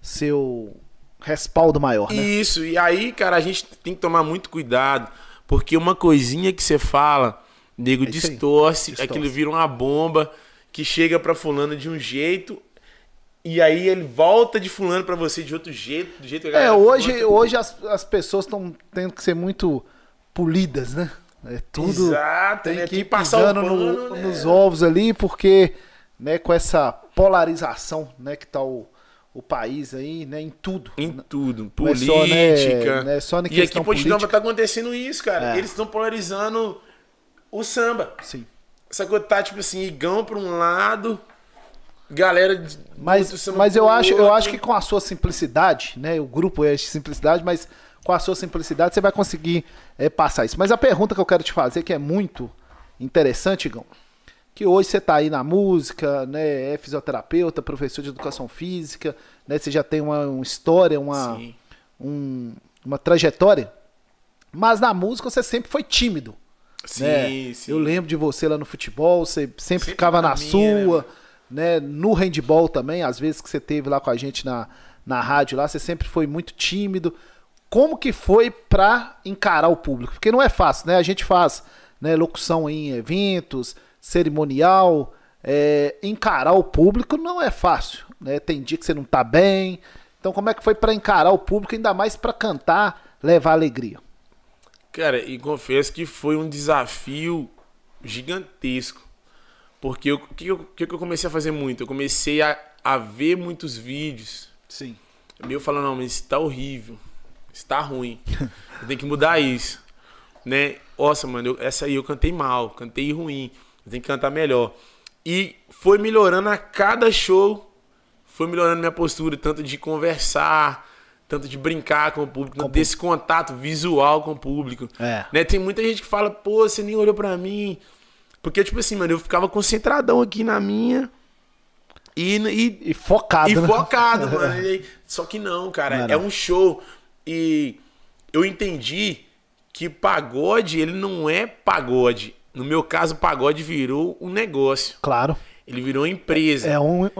respaldo maior, né? Isso, e aí, cara, a gente tem que tomar muito cuidado, porque uma coisinha que você fala, nego distorce, aquilo vira uma bomba que chega pra fulano de um jeito... E aí ele volta de fulano pra você de outro jeito, do jeito que a galera... Hoje as pessoas estão tendo que ser muito polidas, né? Tudo exato, tem né? que ir passar pisando nos ovos ali, porque, né, com essa polarização, né, que tá o país aí, né, em tudo. Em né? tudo, política. Não é só na e aqui em Ponte Nova tá acontecendo isso, cara. Eles estão polarizando o samba. Sim. Sacou? Tá tipo assim, Igão pra um lado, galera do samba mas eu outro. acho que com a sua simplicidade, né, o grupo é de simplicidade, mas com a sua simplicidade você vai conseguir passar isso. Mas a pergunta que eu quero te fazer, que é muito interessante, Igão, que hoje você está aí na música, né, é fisioterapeuta, professor de educação física, né, você já tem uma história, uma trajetória, mas na música você sempre foi tímido. Sim, né? sim. Eu lembro de você lá no futebol, você sempre ficava na sua, né, no handball também, às vezes que você teve lá com a gente na rádio lá, você sempre foi muito tímido. Como que foi para encarar o público? Porque não é fácil, né? A gente faz, né, locução em eventos, cerimonial, encarar o público não é fácil, né? Tem dia que você não tá bem. Então como é que foi para encarar o público, ainda mais para cantar, levar alegria? Cara, e confesso que foi um desafio gigantesco. Porque o que eu comecei a fazer muito? Eu comecei a ver muitos vídeos. Sim. Eu falando, não, mas isso tá horrível. Isso tá ruim. Eu tenho que mudar isso. né? Nossa, mano, essa aí eu cantei mal, cantei ruim, eu tenho que cantar melhor. E foi melhorando a cada show, foi melhorando minha postura, tanto de conversar, tanto de brincar com o público, tanto desse contato visual com o público. Né? Tem muita gente que fala, pô, você nem olhou pra mim. Porque, tipo assim, mano, eu ficava concentradão aqui na minha e focado. E focado, mano. Só que não, cara, é um show. E eu entendi que pagode, ele não é pagode. No meu caso, pagode virou um negócio. Claro. Ele virou empresa.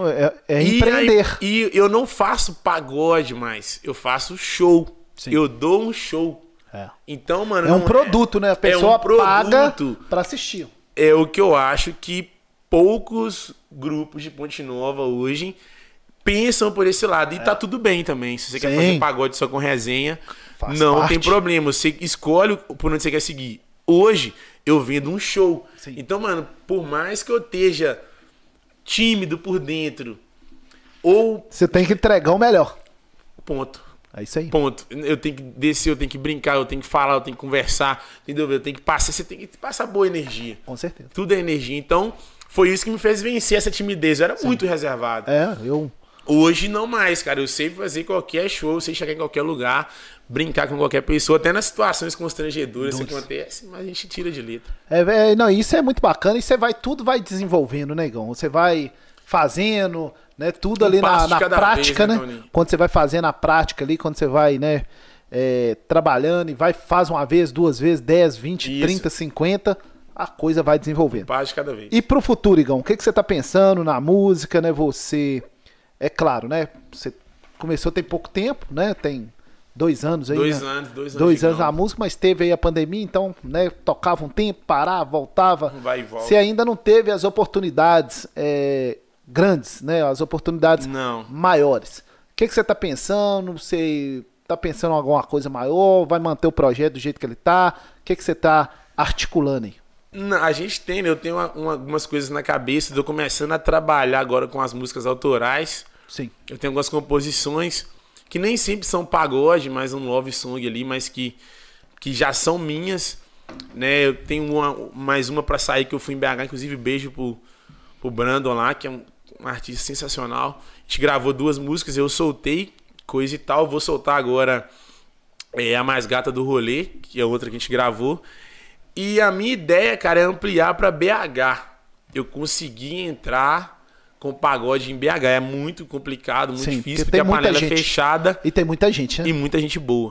É empreender. E eu não faço pagode mais. Eu faço show. Sim. Eu dou um show. Então, mano... É um produto, né? A pessoa paga pra assistir. É o que eu acho que poucos grupos de Ponte Nova hoje pensam por esse lado. E tá tudo bem também. Se você quer fazer pagode só com resenha, não tem problema. Você escolhe por onde você quer seguir. Hoje, eu vendo um show. Sim. Então, mano, por mais que eu esteja tímido por dentro, ou... Você tem que entregar o melhor. Ponto. É isso aí. Ponto. Eu tenho que descer, eu tenho que brincar, eu tenho que falar, eu tenho que conversar, entendeu? Eu tenho que passar, você tem que passar boa energia. Com certeza. Tudo é energia. Então, foi isso que me fez vencer essa timidez. Eu era muito reservado. Hoje não mais, cara. Eu sei fazer qualquer show, eu sei chegar em qualquer lugar, brincar com qualquer pessoa, até nas situações constrangedoras que acontece, mas a gente tira de letra. Não, isso é muito bacana e tudo vai desenvolvendo, né, Igão? Você vai fazendo, né, tudo ali na prática, vez, né? Quando você vai fazendo a prática ali, quando você vai, né, trabalhando e faz uma vez, 2 vezes, 10, 20, 30, 50, a coisa vai desenvolvendo. Um passo de cada vez. E pro futuro, Igão, o que você tá pensando na música, né? Você, é claro, né? Você começou tem pouco tempo, né? Tem 2 anos aí. 2 né? anos. 2 anos na música, mas teve aí a pandemia, então, né? Tocava um tempo, parava, voltava. Vai e volta. Você ainda não teve as oportunidades grandes, né? As oportunidades maiores. O que você tá pensando? Você tá pensando em alguma coisa maior? Vai manter o projeto do jeito que ele tá? O que você tá articulando aí? Não, a gente tem, né? Eu tenho algumas coisas na cabeça. Estou começando a trabalhar agora com as músicas autorais. Sim. Eu tenho algumas composições que nem sempre são pagode, mas um love song ali, mas que já são minhas, né? Eu tenho mais uma para sair que eu fui em BH, inclusive beijo pro Brandon lá, que é um artista sensacional. A gente gravou 2 músicas, eu soltei coisa e tal. Vou soltar agora a Mais Gata do Rolê, que é outra que a gente gravou. E a minha ideia, cara, é ampliar para BH. Eu consegui entrar com pagode em BH. É muito complicado, muito difícil, porque a panela é fechada. E tem muita gente, né? E muita gente boa.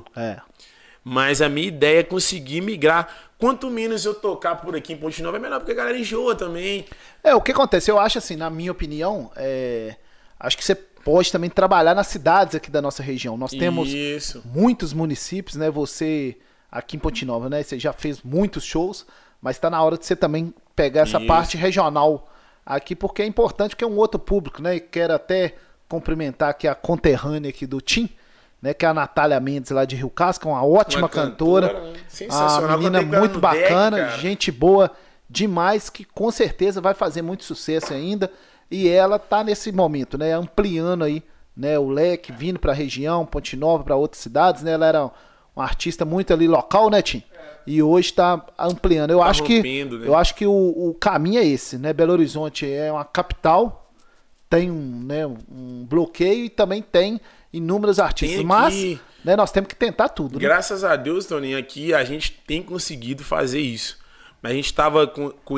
Mas a minha ideia é conseguir migrar. Quanto menos eu tocar por aqui em Ponte Nova, é melhor, porque a galera enjoa também. O que acontece? Eu acho assim, na minha opinião, acho que você pode também trabalhar nas cidades aqui da nossa região. Nós temos muitos municípios, né? Você... Aqui em Ponte Nova, né? Você já fez muitos shows, mas tá na hora de você também pegar essa parte regional aqui, porque é importante, porque é um outro público, né? E quero até cumprimentar aqui a conterrânea aqui do Tim, né? Que é a Natália Mendes lá de Rio Casca, uma ótima cantora. Sensacional. A menina muito bacana, gente boa demais, que com certeza vai fazer muito sucesso ainda. E ela tá nesse momento, né? Ampliando aí, né? O leque, vindo pra região, Ponte Nova, pra outras cidades, né? Ela era um artista muito ali local, né, Tim? E hoje está ampliando. Eu acho que o caminho é esse, né? Belo Horizonte é uma capital, tem um bloqueio e também tem inúmeros artistas. Mas né, nós temos que tentar tudo. Né? Graças a Deus, Toninho, aqui a gente tem conseguido fazer isso. A gente estava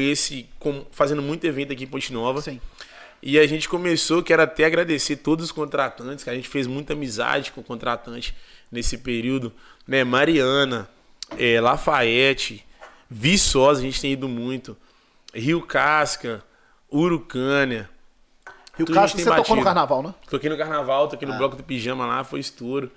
fazendo muito evento aqui em Ponte Nova. Sim. E a gente começou, quero até agradecer todos os contratantes, que a gente fez muita amizade com o contratante nesse período, né? Mariana, Lafayette, Viçosa, a gente tem ido muito, Rio Casca, Urucânia. Rio Casca você tocou no carnaval, né? Toquei no carnaval, toquei no bloco do pijama lá, foi estouro.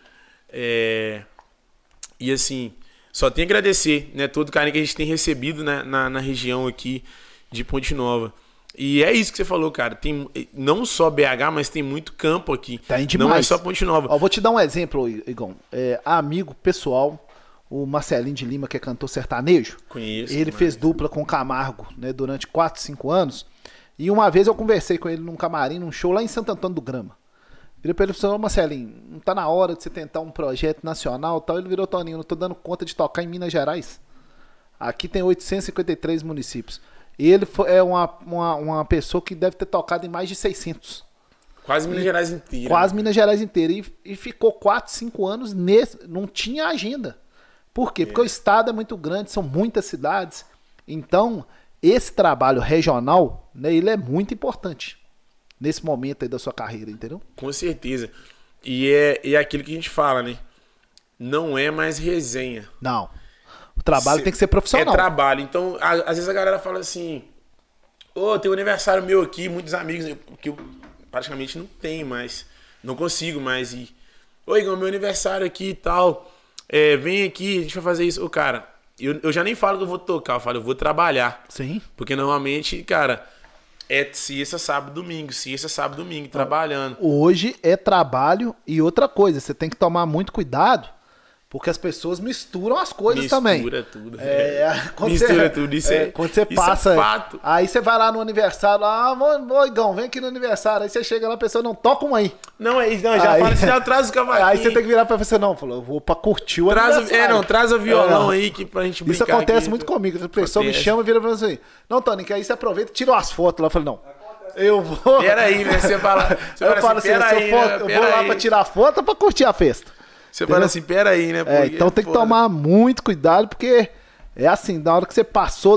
E assim, só tenho a agradecer, né, todo o carinho que a gente tem recebido, né, na região aqui de Ponte Nova. E é isso que você falou, cara. Tem não só BH, mas tem muito campo aqui. Tem demais. Não é só Ponte Nova. Vou te dar um exemplo, Igão. Amigo pessoal, o Marcelinho de Lima, que é cantor sertanejo. Conheço. Ele fez dupla com o Camargo, né, durante 4, 5 anos. E uma vez eu conversei com ele num camarim, num show lá em Santo Antônio do Grama. Virei pra ele e falei, Marcelinho, não tá na hora de você tentar um projeto nacional e tal? Ele virou, Toninho, eu não tô dando conta de tocar em Minas Gerais. Aqui tem 853 municípios. Ele é uma pessoa que deve ter tocado em mais de 600. Quase Minas Gerais inteira. Quase Minas Gerais inteira. E ficou 4, 5 anos não tinha agenda. Por quê? Porque o estado é muito grande, são muitas cidades. Então, esse trabalho regional, né, ele é muito importante nesse momento aí da sua carreira, entendeu? Com certeza. E é aquilo que a gente fala, né? Não é mais resenha. Não. O trabalho tem que ser profissional. É trabalho. Então, às vezes a galera fala assim, tem um aniversário meu aqui, muitos amigos, que eu praticamente não tenho mais, não consigo mais ir. Igão, meu aniversário aqui e tal, vem aqui, a gente vai fazer isso. Cara, eu já nem falo que eu vou tocar, eu falo, eu vou trabalhar. Sim. Porque normalmente, cara, é sexta, sábado, domingo, trabalhando. Hoje é trabalho e outra coisa, você tem que tomar muito cuidado, porque as pessoas misturam as coisas também. Mistura tudo. Mistura tudo, quando você passa, é fato. Aí você vai lá no aniversário, Igão, vem aqui no aniversário, aí você chega lá, a pessoa não toca um aí. Já traz o cavaquinho. Aí você tem que virar pra você, eu vou pra curtir o aniversário. Traz o violão aí que pra gente brincar. Isso acontece aqui, muito comigo, a pessoa me chama e vira pra você, não, Tony, que aí você aproveita e tira umas fotos lá, eu falei, não. Eu vou. Peraí, né? Você fala assim, eu vou lá pra tirar foto ou pra curtir a festa? Você fala assim, peraí, né? Então tem que tomar muito cuidado, porque é assim, na hora que você passou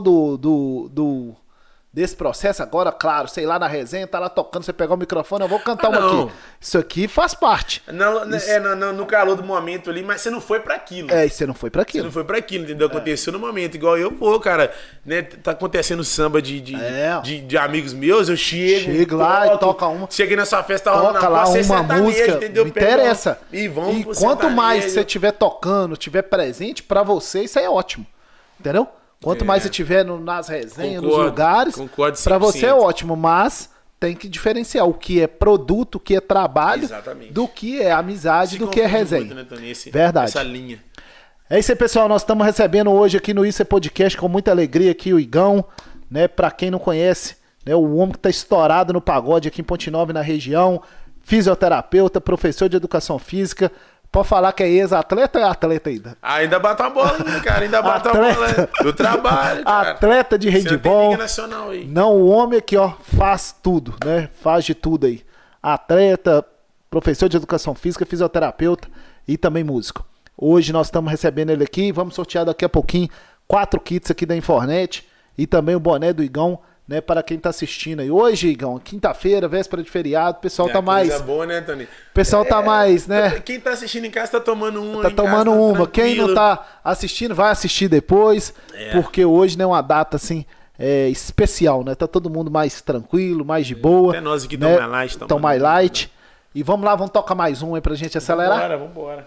desse processo, agora, claro, sei lá, na resenha, tá lá tocando, você pegar o microfone, eu vou cantar uma aqui. Isso aqui faz parte. No calor do momento ali, mas você não foi pra aquilo. Você não foi pra aquilo. Você não foi pra aquilo, entendeu? Aconteceu no momento, igual eu, cara, né? Tá acontecendo samba de amigos meus, eu chego lá e toca uma. Cheguei na sua festa, toca lá uma música, entendeu? Não interessa. E vamos quanto mais você estiver tocando, estiver presente, pra você, isso aí é ótimo. Entendeu? Quanto mais você estiver nas resenhas, nos lugares, pra você é ótimo, mas tem que diferenciar o que é produto, o que é trabalho, do que é amizade, do que é resenha. Muito, né, Tony? Verdade. Essa linha. É isso aí, pessoal. Nós estamos recebendo hoje aqui no Isso é Podcast com muita alegria aqui o Igão, né? Pra quem não conhece, né? O homem que tá estourado no pagode aqui em Ponte Nova, na região, fisioterapeuta, professor de educação física. Pode falar que é ex-atleta ou é atleta ainda? Ainda bate a bola ainda, cara. Ainda bate a bola do trabalho, cara. Atleta de handebol. Nacional aí. Não, o homem aqui, ó, faz tudo, né? Faz de tudo aí. Atleta, professor de educação física, fisioterapeuta e também músico. Hoje nós estamos recebendo ele aqui. Vamos sortear daqui a pouquinho 4 kits aqui da Infornet e também o boné do Igão, né, para quem tá assistindo aí. Hoje, Igão, quinta-feira, véspera de feriado, o pessoal tá mais... Coisa boa, né, Tony? O pessoal tá mais, né? Quem tá assistindo em casa tá tomando uma. Tá tomando casa, uma. Quem não tá assistindo, vai assistir depois, porque hoje, né, é uma data, assim, especial, né? Tá todo mundo mais tranquilo, mais de boa. Até nós aqui né? Tão mais light. Tão mais light. E vamos lá, vamos tocar mais um aí pra gente acelerar? Vambora.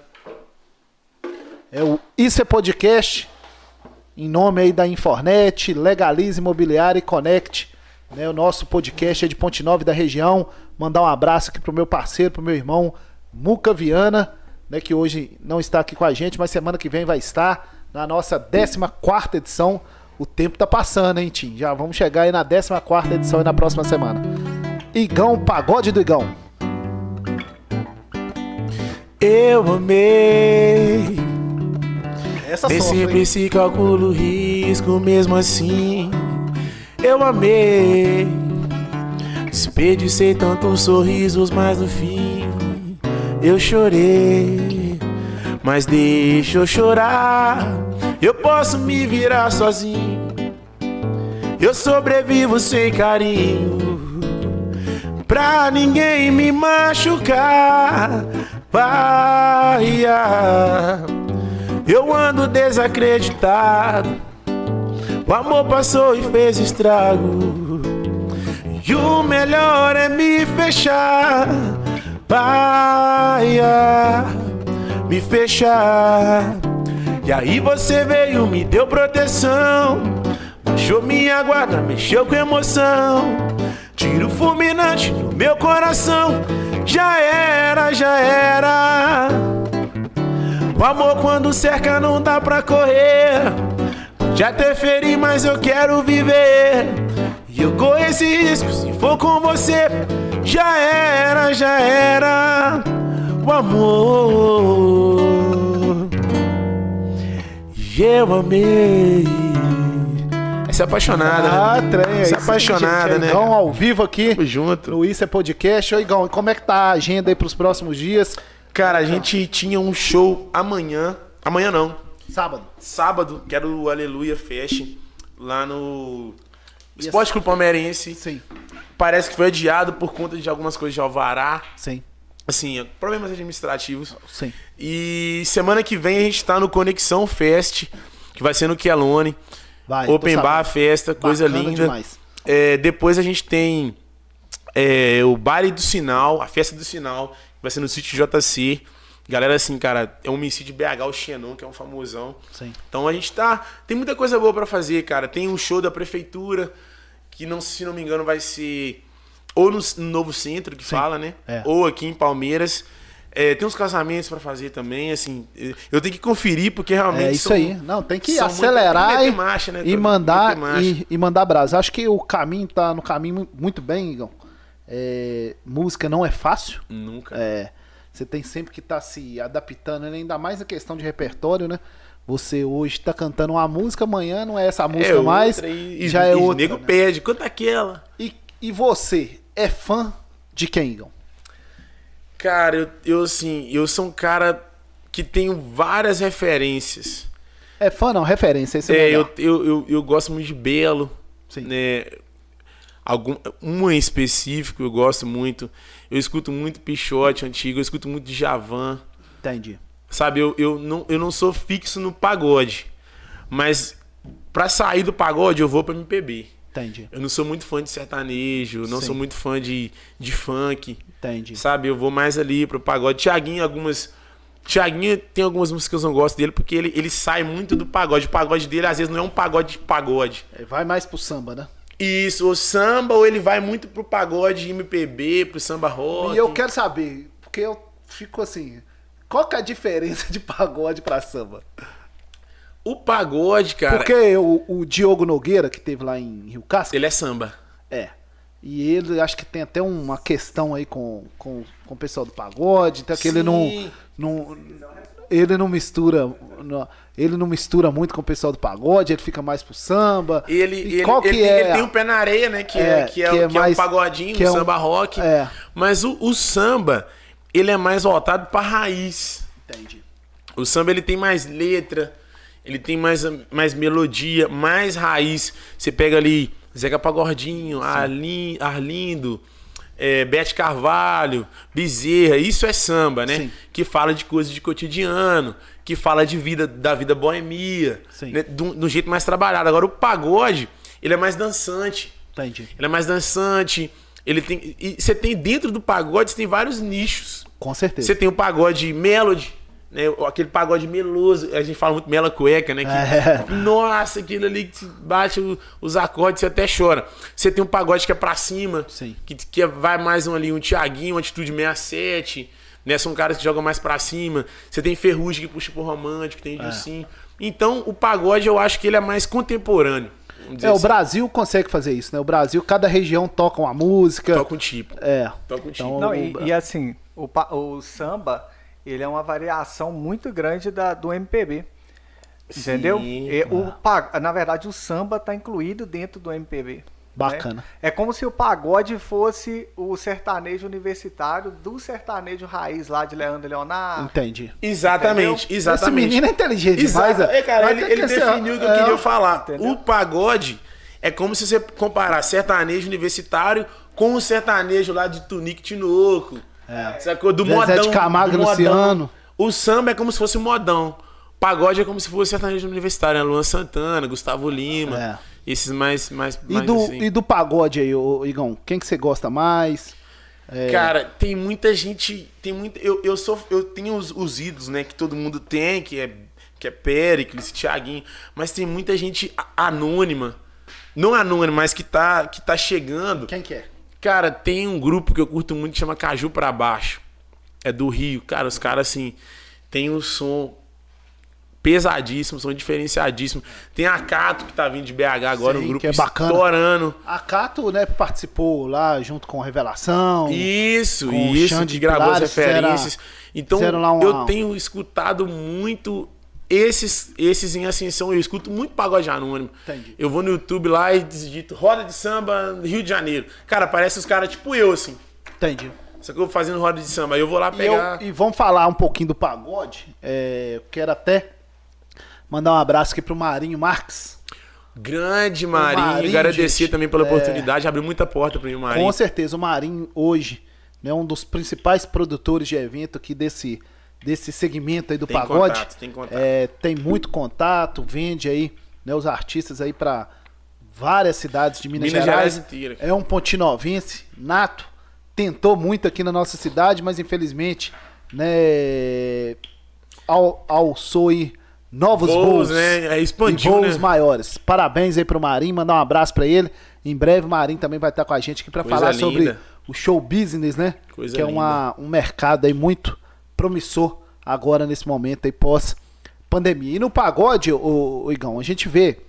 É o Isso é Podcast, em nome aí da Infornet, Legalize Imobiliária e Connect, né? O nosso podcast é de Ponte Nova e da região. Mandar um abraço aqui pro meu parceiro, pro meu irmão Muca Viana, né? Que hoje não está aqui com a gente, mas semana que vem vai estar na nossa 14ª edição. O tempo tá passando, hein, Tim? Já vamos chegar aí na 14ª edição aí na próxima semana. Igão, pagode do Igão. Eu amei. Essa nem sofre, sempre se calcula o risco, mesmo assim. Eu amei. Desperdicei tantos sorrisos, mas no fim eu chorei. Mas deixa eu chorar, eu posso me virar sozinho. Eu sobrevivo sem carinho, pra ninguém me machucar. Eu ando desacreditado, o amor passou e fez estrago. E o melhor é me fechar, me fechar. E aí você veio, me deu proteção, baixou minha guarda, mexeu com emoção. Tiro fulminante no meu coração. Já era, já era. O amor quando cerca não dá pra correr. Já te feri, mas eu quero viver. E eu corro esse risco se for com você. Já era, já era. O amor. E eu amei. Isso é apaixonada, Ah, né? trem. Isso é aí, apaixonada, gente, né? Igão ao vivo aqui Tamo junto. no Isso é Podcast. Ô, Igão, como é que tá a agenda aí pros próximos dias? Cara, a gente tinha um show amanhã. Amanhã não. Sábado. Sábado, que era o Aleluia Fest, lá no Yes. Esporte Clube Palmeirense. Sim, Parece que foi adiado por conta de algumas coisas de alvará. sim, Assim, problemas administrativos. sim. E semana que vem a gente tá no Conexão Fest, que vai ser no Quelone. Vai, Open tô Bar, sabendo. festa, coisa Bacana linda. demais. Depois a gente tem o Baile do Sinal, a Festa do Sinal, que vai ser no sítio JC. Galera, assim, cara, é um MC de BH, o Xenon, que é um famosão. Sim. Então a gente tem muita coisa boa pra fazer, cara. Tem um show da prefeitura, que não, se não me engano vai ser ou no Novo Centro, que fala, né? É. Ou aqui em Palmeiras. Tem uns casamentos pra fazer também, assim. Eu tenho que conferir, porque realmente É isso aí. Não, tem que são acelerar tem que meter e, marcha, né? e Tem que mandar meter marcha. e mandar brasa. Acho que o caminho tá no caminho muito bem, Igão. Música não é fácil. Nunca. Você tem sempre que estar se adaptando, né? Ainda mais a questão de repertório, né? Você hoje tá cantando uma música, amanhã não é essa música mais, outra, já é o outra. nego Né? pede, quanto é aquela? E você é fã de quem, Igão? Cara, eu sou um cara que tenho várias referências. É fã não, referência, esse é melhor. Eu gosto muito de Belo, Sim. né? Um em específico eu gosto muito. Eu escuto muito Pixote antigo, eu escuto muito Djavan. Entendi. Sabe, eu não sou fixo no pagode. Mas pra sair do pagode eu vou pra MPB. Entendi. Eu não sou muito fã de sertanejo, não Sim. sou muito fã de funk. Entendi. Sabe, eu vou mais ali pro pagode. Thiaguinho tem algumas músicas que eu não gosto dele porque ele sai muito do pagode. O pagode dele às vezes não é um pagode de pagode. Vai mais pro samba, né? Isso, o samba, ou ele vai muito pro pagode MPB, pro samba rock. E eu quero saber, porque eu fico assim, qual que é a diferença de pagode pra samba? O pagode, cara, Porque o Diogo Nogueira, que teve lá em Rio Casca, ele é samba. e ele acho que tem até uma questão aí com o pessoal do pagode, então que ele ele não mistura, ele não mistura muito com o pessoal do pagode, ele fica mais pro samba. Ele tem um pé na areia, né? Que é o pagodinho, o samba rock. Mas o samba, ele é mais voltado pra raiz. Entendi. O samba, ele tem mais letra, ele tem mais melodia, mais raiz. Você pega ali Zeca Pagodinho, Arlindo, Bete Carvalho, Bezerra, isso é samba, né? Sim. Que fala de coisas de cotidiano, que fala de da vida boemia, Sim. né? Do jeito mais trabalhado. Agora o pagode, ele é mais dançante. Entendi. Ele é mais dançante. E você tem dentro do pagode, você tem vários nichos. Com certeza. Você tem o pagode melody, né? Aquele pagode meloso, a gente fala muito mela cueca, né? Nossa, aquilo ali que bate os acordes, você até chora. Você tem um pagode que é pra cima, Sim. que vai mais um Thiaguinho, uma Atitude 67, né? São caras que jogam mais pra cima. Você tem Ferrugem que puxa pro romântico, tem Dilcim. Então, o pagode eu acho que ele é mais contemporâneo. O Brasil consegue fazer isso, né? O Brasil, cada região toca uma música. Toca um tipo. Toca um tipo. Então, Não, e assim, o samba, ele é uma variação muito grande do MPB. Entendeu? Sim. Na verdade, o samba está incluído dentro do MPB. Bacana. Né? É como se o pagode fosse o sertanejo universitário do sertanejo raiz lá de Leandro Leonardo. Entendi. Exatamente. Esse menino é inteligente demais. Cara, ele definiu o que eu queria falar. Entendeu? O pagode é como se você comparar sertanejo universitário com o sertanejo lá de Tunique Tinoco. Sacou? Do Zezé modão. de Camargo do modão. Luciano. O samba é como se fosse o modão. Pagode é como se fosse sertanejo universitário, né? Luan Santana, Gustavo Lima. Esses mais assim. E do pagode aí, Igão, quem que você gosta mais? Cara, tem muita gente. Eu tenho os ídolos, né? Que todo mundo tem, que é Péricles, Thiaguinho. Mas tem muita gente anônima. Não anônima, mas que tá chegando. Quem que é? Cara, tem um grupo que eu curto muito que chama Caju Pra Baixo. É do Rio. Cara, os caras, assim, tem um som pesadíssimo, som diferenciadíssimo. Tem a Cato, que tá vindo de BH agora, Sim, um grupo que é bacana. estourando. A Cato, né, participou lá junto com Revelação. Isso, com o Xande que gravou as Pilares, referências. Então, fizeram lá eu tenho escutado muito esses em ascensão, eu escuto muito pagode anônimo. Entendi. Eu vou no YouTube lá e digito roda de samba Rio de Janeiro. Cara, parece os caras tipo eu, assim. Entendi. Só que eu fazendo roda de samba. Aí eu vou lá E, pegar. e vamos falar um pouquinho do pagode. Eu quero até mandar um abraço aqui pro Marinho Marques. Grande Marinho. Marinho, agradecer gente, também pela oportunidade. Abriu muita porta pra mim, o Marinho. Com certeza, o Marinho hoje é um dos principais produtores de evento aqui desse segmento aí do Tem pagode. contato, tem contato. Tem muito contato, vende aí, né, os artistas aí para várias cidades de Minas Gerais. Inteira. É um pontinovense nato, tentou muito aqui na nossa cidade, mas infelizmente, né, alçou aí novos voos, né? Expandiu, e voos né? maiores. Parabéns aí pro Marinho, mandar um abraço para ele. Em breve o Marinho também vai estar com a gente aqui para falar linda. sobre o show business, né? Coisa que é um mercado aí muito promissor agora nesse momento aí pós pandemia. E no pagode, o Igão, a gente vê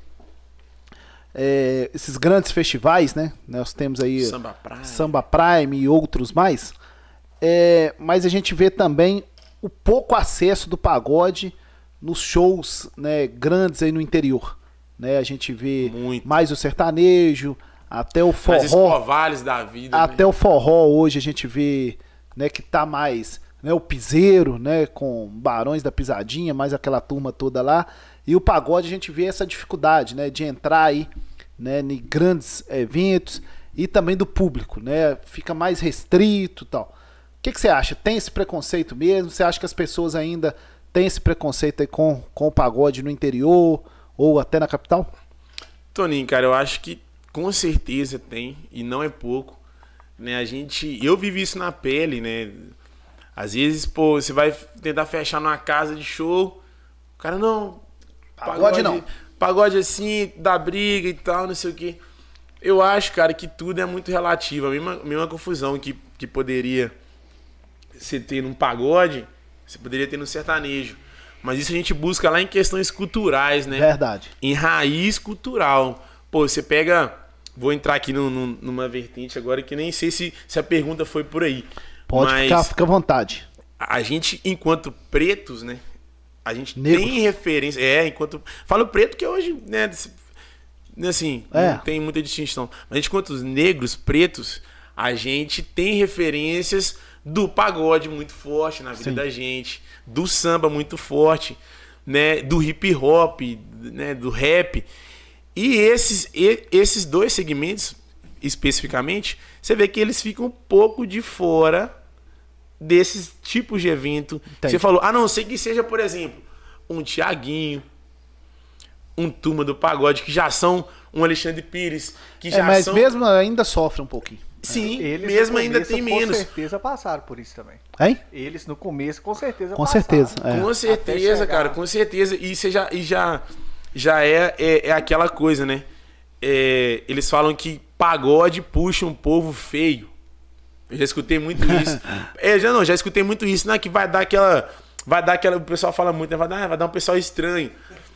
esses grandes festivais, né? Nós temos aí Samba Prime e outros mais. Mas a gente vê também o pouco acesso do pagode nos shows, né, grandes aí no interior. Né? A gente vê mais o sertanejo, até o forró. Mais escovales da vida. Até o forró hoje a gente vê, né, que tá mais, né, o piseiro, né, com Barões da Pisadinha, mais aquela turma toda lá. E o pagode a gente vê essa dificuldade, né, de entrar aí, né, em grandes eventos e também do público, né, fica mais restrito e tal. O que você acha? Tem esse preconceito mesmo? Você acha que as pessoas ainda têm esse preconceito aí com o pagode no interior ou até na capital? Toninho, cara, eu acho que com certeza tem, e não é pouco, né? Eu vivi isso na pele, né? Às vezes, pô, você vai tentar fechar numa casa de show, o cara, não, pagode não. Pagode assim, dá briga e tal, não sei o quê. Eu acho, cara, que tudo é muito relativo. A mesma confusão que poderia você ter num pagode, você poderia ter no sertanejo. Mas isso a gente busca lá em questões culturais, né? Verdade. Em raiz cultural. Pô, você pega... Vou entrar aqui numa vertente agora que nem sei se a pergunta foi por aí. Pode mas fica à vontade. A gente, enquanto pretos, né? A gente Negros. tem referência... enquanto... Falo preto que hoje, né? Assim, não tem muita distinção. Mas a gente, enquanto os negros, pretos, a gente tem referências do pagode muito forte na vida da gente, do samba muito forte, né, do hip hop, né, do rap. E esses dois segmentos, especificamente, você vê que eles ficam um pouco de fora desses tipos de evento. Entendi. Você falou, a não ser que seja, por exemplo, um Thiaguinho, um Turma do Pagode, que já são um Alexandre Pires, que já mas são... mesmo ainda sofre um pouquinho. Sim, Eles mesmo no ainda começo, tem menos. Com certeza passaram por isso também. Hein? Eles no começo, com certeza Com passaram. certeza. Com certeza, chegar. cara, com certeza. E você já é aquela coisa, né? Eles falam que pagode puxa um povo feio. Eu já escutei muito isso. Já escutei muito isso, né? Que vai dar aquela. O pessoal fala muito, né? Vai dar um pessoal estranho.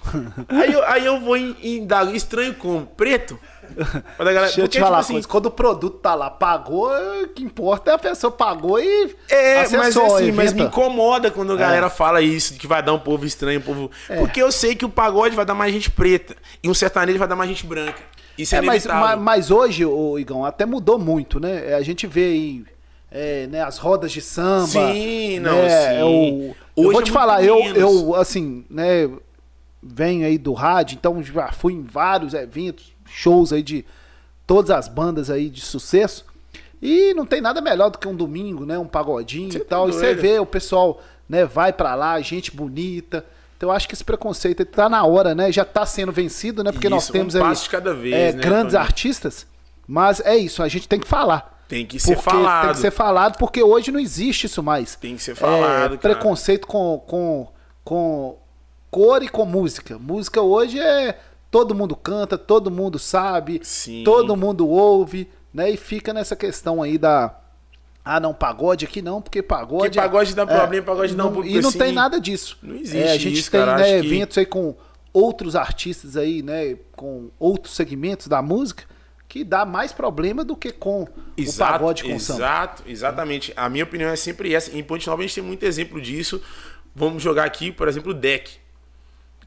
aí eu vou em dar estranho como? Preto? Deixa eu te falar uma coisa. Quando o produto tá lá, pagou, o que importa é a pessoa pagou e acessou, mas me incomoda quando a galera fala isso, que vai dar um povo estranho, um povo... Porque eu sei que o pagode vai dar mais gente preta e um sertanejo vai dar mais gente branca. Isso é inevitável. Mas hoje, Igão, até mudou muito, né? A gente vê aí né, as rodas de samba. Sim, não, né, sim. Eu Hoje vou te é falar, muito eu assim, né, venho aí do rádio, então já fui em vários eventos, shows aí de todas as bandas aí de sucesso. E não tem nada melhor do que um domingo, né? Um pagodinho e tal. E você vê o pessoal, né, vai pra lá, gente bonita. Então eu acho que esse preconceito tá na hora, né? Já tá sendo vencido, né? Porque nós temos aí passo de cada vez, né, grandes Tony? artistas. Mas é isso, a gente tem que falar. Tem que ser falado. Tem que ser falado, porque hoje não existe isso mais. Tem que ser falado, cara. Preconceito com cor e com música. Música hoje todo mundo canta, todo mundo sabe, Sim. todo mundo ouve, né? E fica nessa questão aí não, pagode aqui não, porque pagode... Porque pagode dá problema, pagode dá um pouco E não assim, tem nada disso. Não existe a gente isso, tem, cara. né, Acho que... eventos aí com outros artistas aí, né? Com outros segmentos da música, que dá mais problema do que com o pagode com samba. Exatamente. A minha opinião é sempre essa. Em Ponte Nova a gente tem muito exemplo disso. Vamos jogar aqui, por exemplo, o Deck.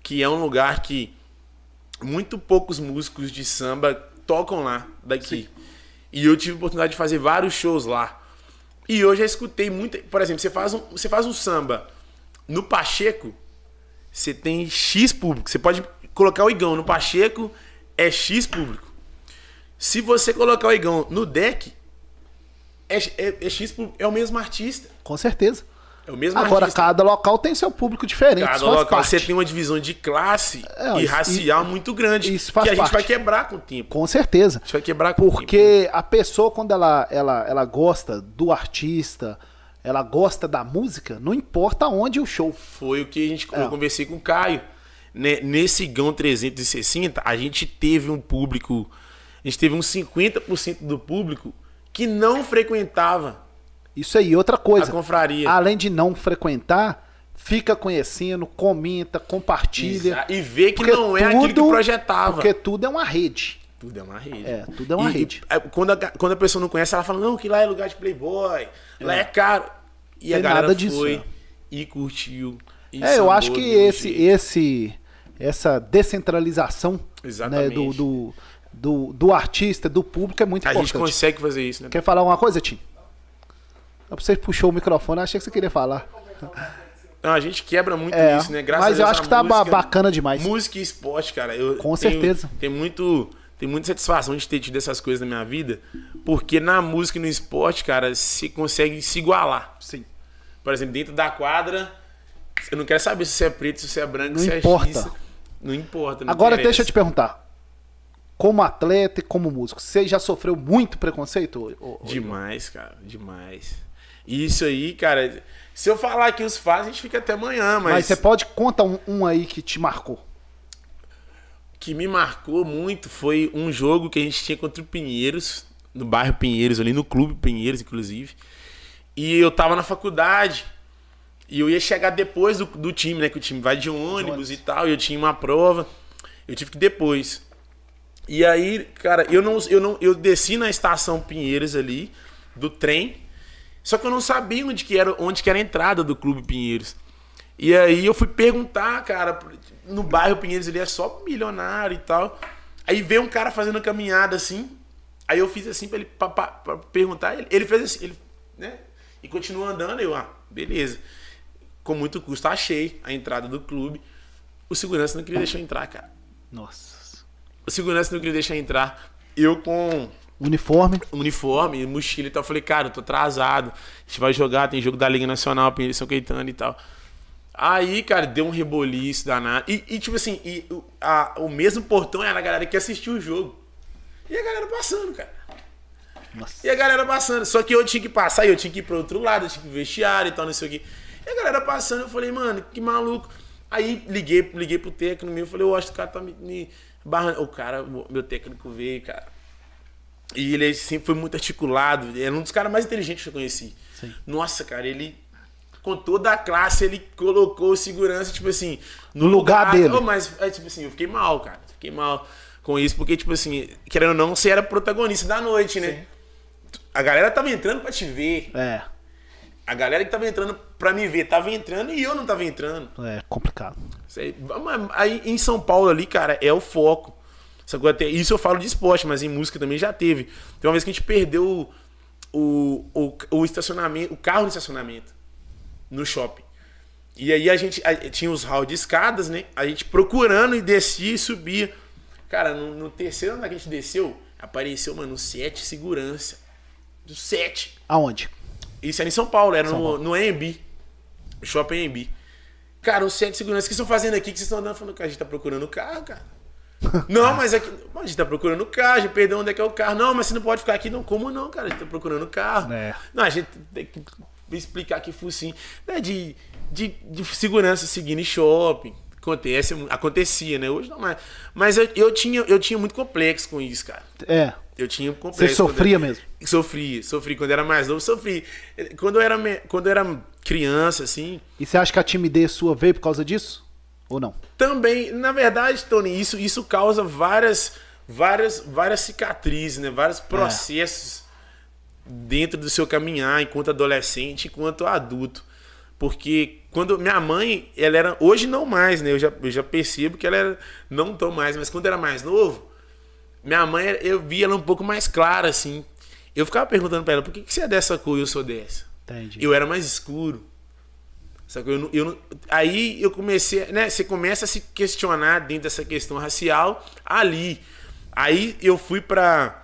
que é um lugar que muito poucos músicos de samba tocam lá, daqui. Sim. E eu tive a oportunidade de fazer vários shows lá. E eu já escutei muito... Por exemplo, você faz um samba no Pacheco, você tem X público. Você pode colocar o Igão no Pacheco, é X público. Se você colocar o Igão no deck, é X público. É o mesmo artista. Com certeza. É o mesmo Agora, artista. cada local tem seu público diferente. Cada local você tem uma divisão de classe e racial muito grande. Isso faz que a gente parte. vai quebrar com o tempo. Com certeza. A gente vai quebrar com o tempo. Porque a pessoa, quando ela gosta do artista, ela gosta da música, não importa onde o show. Foi o que eu conversei com o Caio. Nesse Igão 360, a gente teve um público... A gente teve uns 50% do público que não frequentava. Isso aí, outra coisa. A confraria. Além de não frequentar, fica conhecendo, comenta, compartilha. E vê que não é aquilo que projetava. Porque tudo é uma rede. Tudo é uma rede. Tudo é uma rede. Quando a pessoa não conhece, ela fala, não, que lá é lugar de playboy, lá é caro. E a galera foi e curtiu. E eu acho que essa descentralização, né, do artista, do público é muito importante. A gente consegue fazer isso, né? Quer falar alguma coisa, Tim? Você puxou o microfone, achei que você queria falar. Não, a gente quebra muito isso, né? Graças mas eu acho que tá bacana demais. Música e esporte, cara. Com certeza. Tem muita satisfação de ter tido essas coisas na minha vida, porque na música e no esporte, cara, se consegue se igualar. Sim. Por exemplo, dentro da quadra, eu não quero saber se você é preto, se você é branco, se importa. É X. Não importa. Não Agora interessa. deixa eu te perguntar. Como atleta e como músico, você já sofreu muito preconceito? Demais, cara. Demais. Isso aí, cara, se eu falar aqui os fatos, a gente fica até amanhã, mas você pode contar um aí que te marcou? Que me marcou muito foi um jogo que a gente tinha contra o Pinheiros, no bairro Pinheiros, ali no Clube Pinheiros, inclusive. E eu tava na faculdade e eu ia chegar depois do time, né? Que o time vai de ônibus e tal, e eu tinha uma prova, eu tive que ir depois. E aí, cara, eu desci na estação Pinheiros ali, do trem. Só que eu não sabia onde que era a entrada do Clube Pinheiros. E aí eu fui perguntar, cara, no bairro Pinheiros ele é só milionário e tal. Aí veio um cara fazendo caminhada assim. Aí eu fiz assim pra ele pra perguntar. Ele fez assim, né? E continuou andando. Eu, beleza. Com muito custo, achei a entrada do clube. O segurança não queria deixar eu entrar, cara. Nossa. O segurança não queria deixar eu entrar. Eu com... Uniforme, mochila e tal. Eu falei, cara, eu tô atrasado. A gente vai jogar, tem jogo da Liga Nacional, Pinheiros São Caetano e tal. Aí, cara, deu um reboliço danado. E tipo assim, o mesmo portão era a galera que assistiu o jogo. E a galera passando, cara. Nossa. E a galera passando. Só que eu tinha que passar, eu tinha que ir pro outro lado, eu tinha que ir pro vestiário e tal, não sei o quê. E a galera passando, eu falei, mano, que maluco. Aí liguei pro técnico meu, eu falei, eu acho que o cara tá me barrando. O cara, meu técnico veio, cara. E ele sempre foi muito articulado. Era um dos caras mais inteligentes que eu conheci. Sim. Nossa, cara, ele... Com toda a classe, ele colocou o segurança, tipo assim... No lugar dele. Oh, mas, tipo assim, eu fiquei mal, cara. Fiquei mal com isso, porque, tipo assim... Querendo ou não, você era protagonista da noite, né? Sim. A galera tava entrando pra te ver. A galera que tava entrando pra me ver tava entrando e eu não tava entrando. É complicado. Aí em São Paulo ali, cara, é o foco. Isso eu falo de esporte, mas em música também já teve. Tem uma vez que a gente perdeu o estacionamento, o carro no estacionamento, no shopping. E aí a gente tinha os halls de escadas, né? A gente procurando e descia e subia. Cara, no terceiro andar que a gente desceu, apareceu, mano, 7 segurança. Do 7. Aonde? Isso era em São Paulo, era no AMB. Shopping AMB. Cara, os 7 seguranças, o que vocês estão fazendo aqui? Que vocês estão andando? Falando, cara, a gente tá procurando o carro, cara. Não, mas aqui. A gente tá procurando o carro, a gente perdeu onde é que é o carro. Não, mas você não pode ficar aqui. Não, como não, cara? A gente tá procurando o carro. Não, a gente tem que explicar que focinho, né? De segurança seguindo em shopping. Acontecia, né? Hoje não mais. Mas eu tinha muito complexo com isso, cara. Eu tinha um complexo. Você sofria mesmo? Sofri. Quando era mais novo, sofri. Quando eu era criança, assim... E você acha que a timidez sua veio por causa disso? Ou não? Também, na verdade, Tony, isso causa várias cicatrizes, né? Vários processos dentro do seu caminhar enquanto adolescente, enquanto adulto. Porque quando minha mãe, ela era... Hoje não mais, né? Eu já percebo que ela era não tão mais. Mas quando era mais novo, minha mãe, eu via ela um pouco mais clara, assim. Eu ficava perguntando pra ela, por que você é dessa cor e eu sou dessa? Entendi. Eu era mais escuro. Sacou? Aí eu comecei, né? Você começa a se questionar dentro dessa questão racial ali. Aí eu fui pro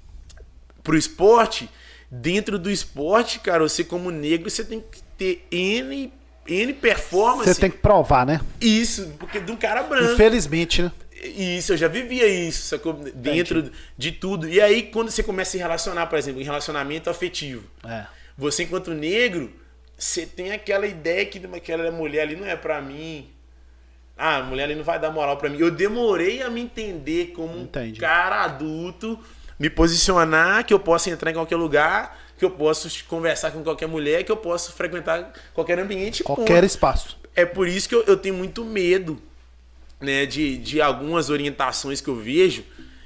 esporte. Dentro do esporte, cara, você como negro, você tem que ter N performance. Você tem que provar, né? Isso, porque de um cara branco. Infelizmente, né? Isso, eu já vivia isso, sacou? Dentro de tudo. E aí, quando você começa a se relacionar, por exemplo, em relacionamento afetivo, você, enquanto negro, você tem aquela ideia que aquela mulher ali não é pra mim. Ah, a mulher ali não vai dar moral pra mim. Eu demorei a me entender como um cara adulto, me posicionar, que eu possa entrar em qualquer lugar, que eu posso conversar com qualquer mulher, que eu posso frequentar qualquer ambiente. Qualquer espaço. É por isso que eu tenho muito medo, né, de algumas orientações que eu vejo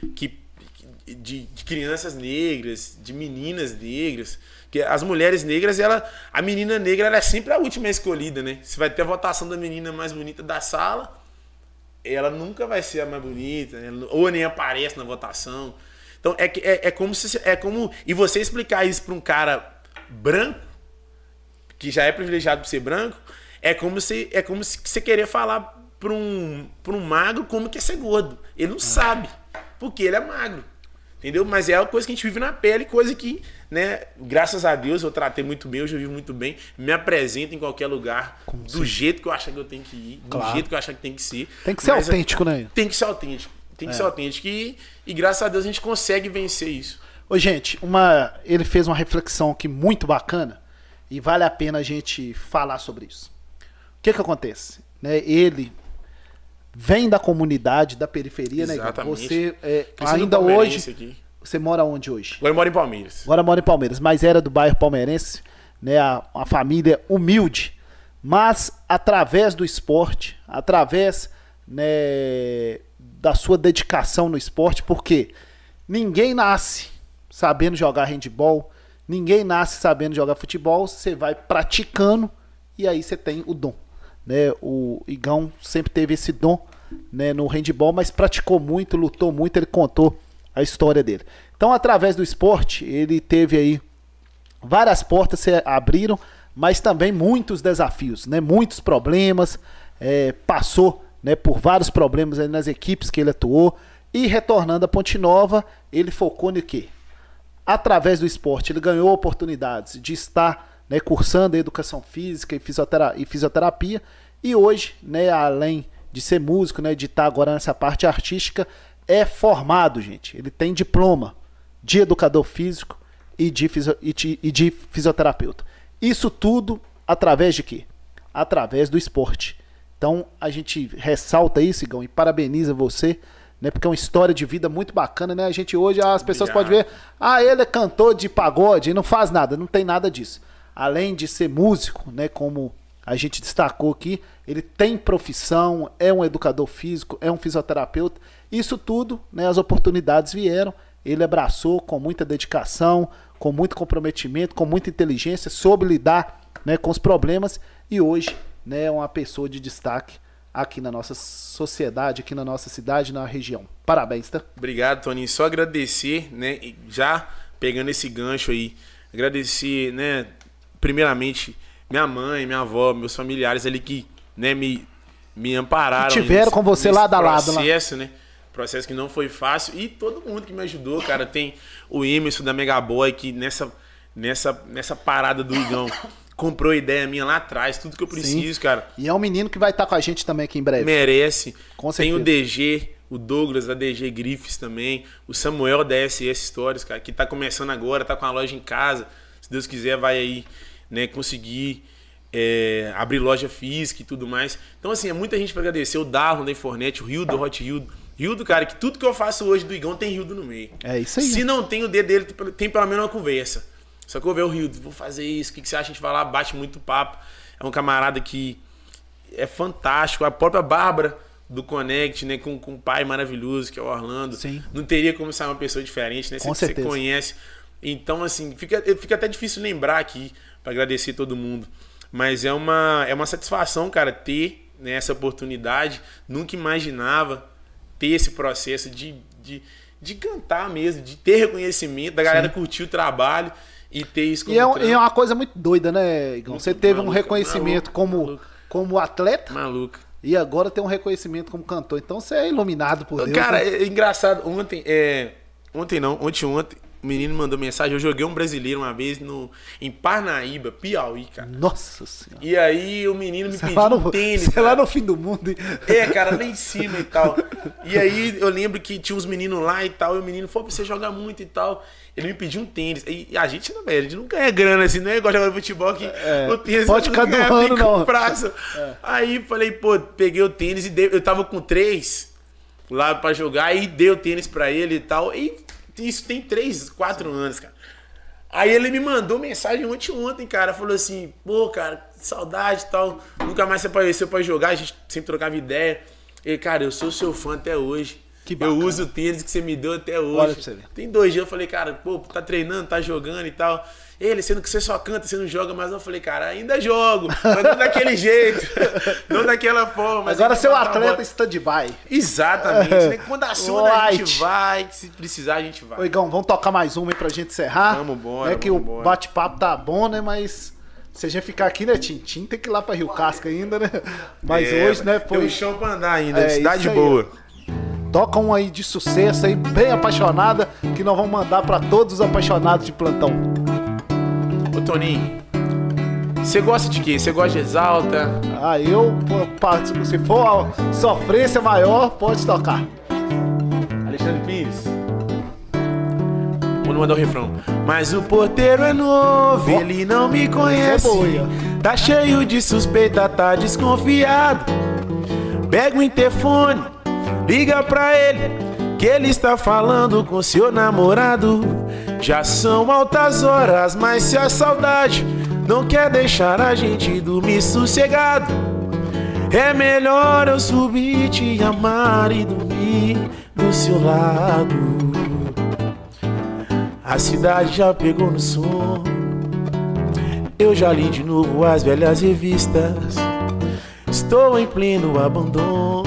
de crianças negras, de meninas negras, que as mulheres negras, a menina negra ela é sempre a última escolhida, né? Você vai ter a votação da menina mais bonita da sala, ela nunca vai ser a mais bonita, ou nem aparece na votação. Então e você explicar isso para um cara branco que já é privilegiado por ser branco, é como se você querer falar para um magro como que é ser gordo. Ele não sabe, porque ele é magro. Entendeu? Mas é uma coisa que a gente vive na pele, coisa que, né, graças a Deus eu tratei muito bem, hoje eu vivo muito bem, me apresento em qualquer lugar, do jeito que eu achar que eu tenho que ir, do jeito que eu achar que tem que ser. Tem que ser autêntico, né? Tem que ser autêntico. Tem que ser autêntico. E graças a Deus a gente consegue vencer isso. Ô, gente, ele fez uma reflexão aqui muito bacana e vale a pena a gente falar sobre isso. O que acontece? Né, ele vem da comunidade, da periferia, exatamente, né? Você ainda hoje... Aqui. Você mora onde hoje? Agora eu moro em Palmeiras. Agora mora em Palmeiras, mas era do bairro palmeirense, né? Uma família humilde, mas através do esporte, através, né, da sua dedicação no esporte, porque ninguém nasce sabendo jogar handebol, ninguém nasce sabendo jogar futebol, você vai praticando e aí você tem o dom. Né, o Igão sempre teve esse dom, né, no handebol, mas praticou muito, lutou muito, ele contou a história dele. Então, através do esporte, ele teve aí várias portas se abriram, mas também muitos desafios, né, muitos problemas, passou, né, por vários problemas aí nas equipes que ele atuou, e retornando a Ponte Nova, ele focou no quê? Através do esporte, ele ganhou oportunidades de estar, né, cursando educação física e fisioterapia, e hoje, né, além de ser músico, né, de estar agora nessa parte artística, é formado, gente. Ele tem diploma de educador físico e de fisioterapeuta. Isso tudo através de quê? Através do esporte. Então a gente ressalta isso, Igão, e parabeniza você, né, porque é uma história de vida muito bacana, né? A gente hoje, as pessoas podem ver, ele é cantor de pagode e não faz nada, não tem nada disso. Além de ser músico, né, como a gente destacou aqui, ele tem profissão, é um educador físico, é um fisioterapeuta. Isso tudo, né, as oportunidades vieram, ele abraçou com muita dedicação, com muito comprometimento, com muita inteligência, soube lidar, né, com os problemas e hoje, né, é uma pessoa de destaque aqui na nossa sociedade, aqui na nossa cidade, na região. Parabéns, tá? Obrigado, Toninho. Só agradecer, né, já pegando esse gancho aí, agradecer, né, primeiramente, minha mãe, minha avó, meus familiares ali que, né, me ampararam. Que tiveram com você lado a lado. Processo, né? Processo que não foi fácil. E todo mundo que me ajudou, cara. Tem o Emerson da Megaboy que nessa parada do Igão comprou ideia minha lá atrás. Tudo que eu preciso, cara. E é um menino que vai estar com a gente também aqui em breve. Merece. Com certeza. Tem o DG, o Douglas da DG Griffiths também. O Samuel da SS Stories, cara, que tá começando agora, tá com a loja em casa. Se Deus quiser, vai aí, né, conseguir abrir loja física e tudo mais. Então, assim, é muita gente para agradecer. O Darlon da Infornet, o Hildo, o Hot Hildo. Hildo, cara, que tudo que eu faço hoje do Igão tem Hildo no meio. É isso aí. Se não tem o dedo dele, tem pelo menos uma conversa. Só que eu ver o Hildo, vou fazer isso, o que você acha? A gente vai lá, bate muito papo. É um camarada que é fantástico. A própria Bárbara do Connect, né, com um pai maravilhoso, que é o Orlando. Sim. Não teria como ser uma pessoa diferente, né? Com certeza. Você conhece. Então, assim, fica até difícil lembrar aqui, para agradecer todo mundo. Mas é uma satisfação, cara, ter, né, essa oportunidade. Nunca imaginava ter esse processo de cantar mesmo, de ter reconhecimento, da galera curtir o trabalho e ter isso como é uma coisa muito doida, né, Igão? Você teve um reconhecimento maluco. como atleta Maluco. e agora tem um reconhecimento como cantor. Então você é iluminado por Deus. Cara, né? é engraçado. Ontem, o menino mandou mensagem. Eu joguei um brasileiro uma vez em Parnaíba, Piauí, cara. Nossa Senhora. E aí o menino me pediu um tênis. Você é lá no fim do mundo. Hein? Cara, lá em cima e tal. E aí eu lembro que tinha uns meninos lá e tal. E o menino falou pra você jogar muito e tal. Ele me pediu um tênis. E a gente não ganha grana assim, não é igual jogar no futebol que o tênis pode ficar doando, não. Prazo. Aí falei, pô, peguei o tênis e eu tava com 3 lá pra jogar e dei o tênis pra ele e tal. E isso tem 3, 4 anos, cara. Aí ele me mandou mensagem ontem, cara. Falou assim, pô, cara, saudade e tal. Nunca mais você apareceu pra jogar, a gente sempre trocava ideia. E, cara, eu sou seu fã até hoje. Que bacana. Eu uso o tênis que você me deu até hoje. Olha pra você ver. Tem 2 dias eu falei, cara, pô, tá treinando, tá jogando e tal. Ele, sendo que você só canta, você não joga, mas eu falei, cara, ainda jogo, mas não daquele jeito, não daquela forma. Agora seu atleta stand-by. Exatamente, né? Quando aciona a gente vai, se precisar a gente vai. Ô, Igão, vamos tocar mais uma aí pra gente encerrar. Vamos embora, É que o bate-papo tá bom, né, mas se a gente ficar aqui, né, Tintim, tem que ir lá pra Rio Casca ainda, né? Mas hoje, né, Tem um chão pra andar ainda, cidade boa. Toca um aí de sucesso aí, bem apaixonada, que nós vamos mandar pra todos os apaixonados de plantão. Ô Toninho, você gosta de quê? Você gosta de Exalta? Se for a sofrência maior, pode tocar. Alexandre Pires. Vamos mandar o refrão. Mas o porteiro é novo, ele não me conhece. Tá cheio de suspeita, tá desconfiado. Pega o interfone, liga pra ele, que ele está falando com seu namorado. Já são altas horas, mas se a saudade não quer deixar a gente dormir sossegado, é melhor eu subir, te amar e dormir do seu lado. A cidade já pegou no sono, eu já li de novo as velhas revistas. Estou em pleno abandono,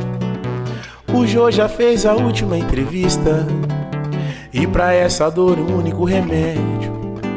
o Jô já fez a última entrevista. E pra essa dor o único remédio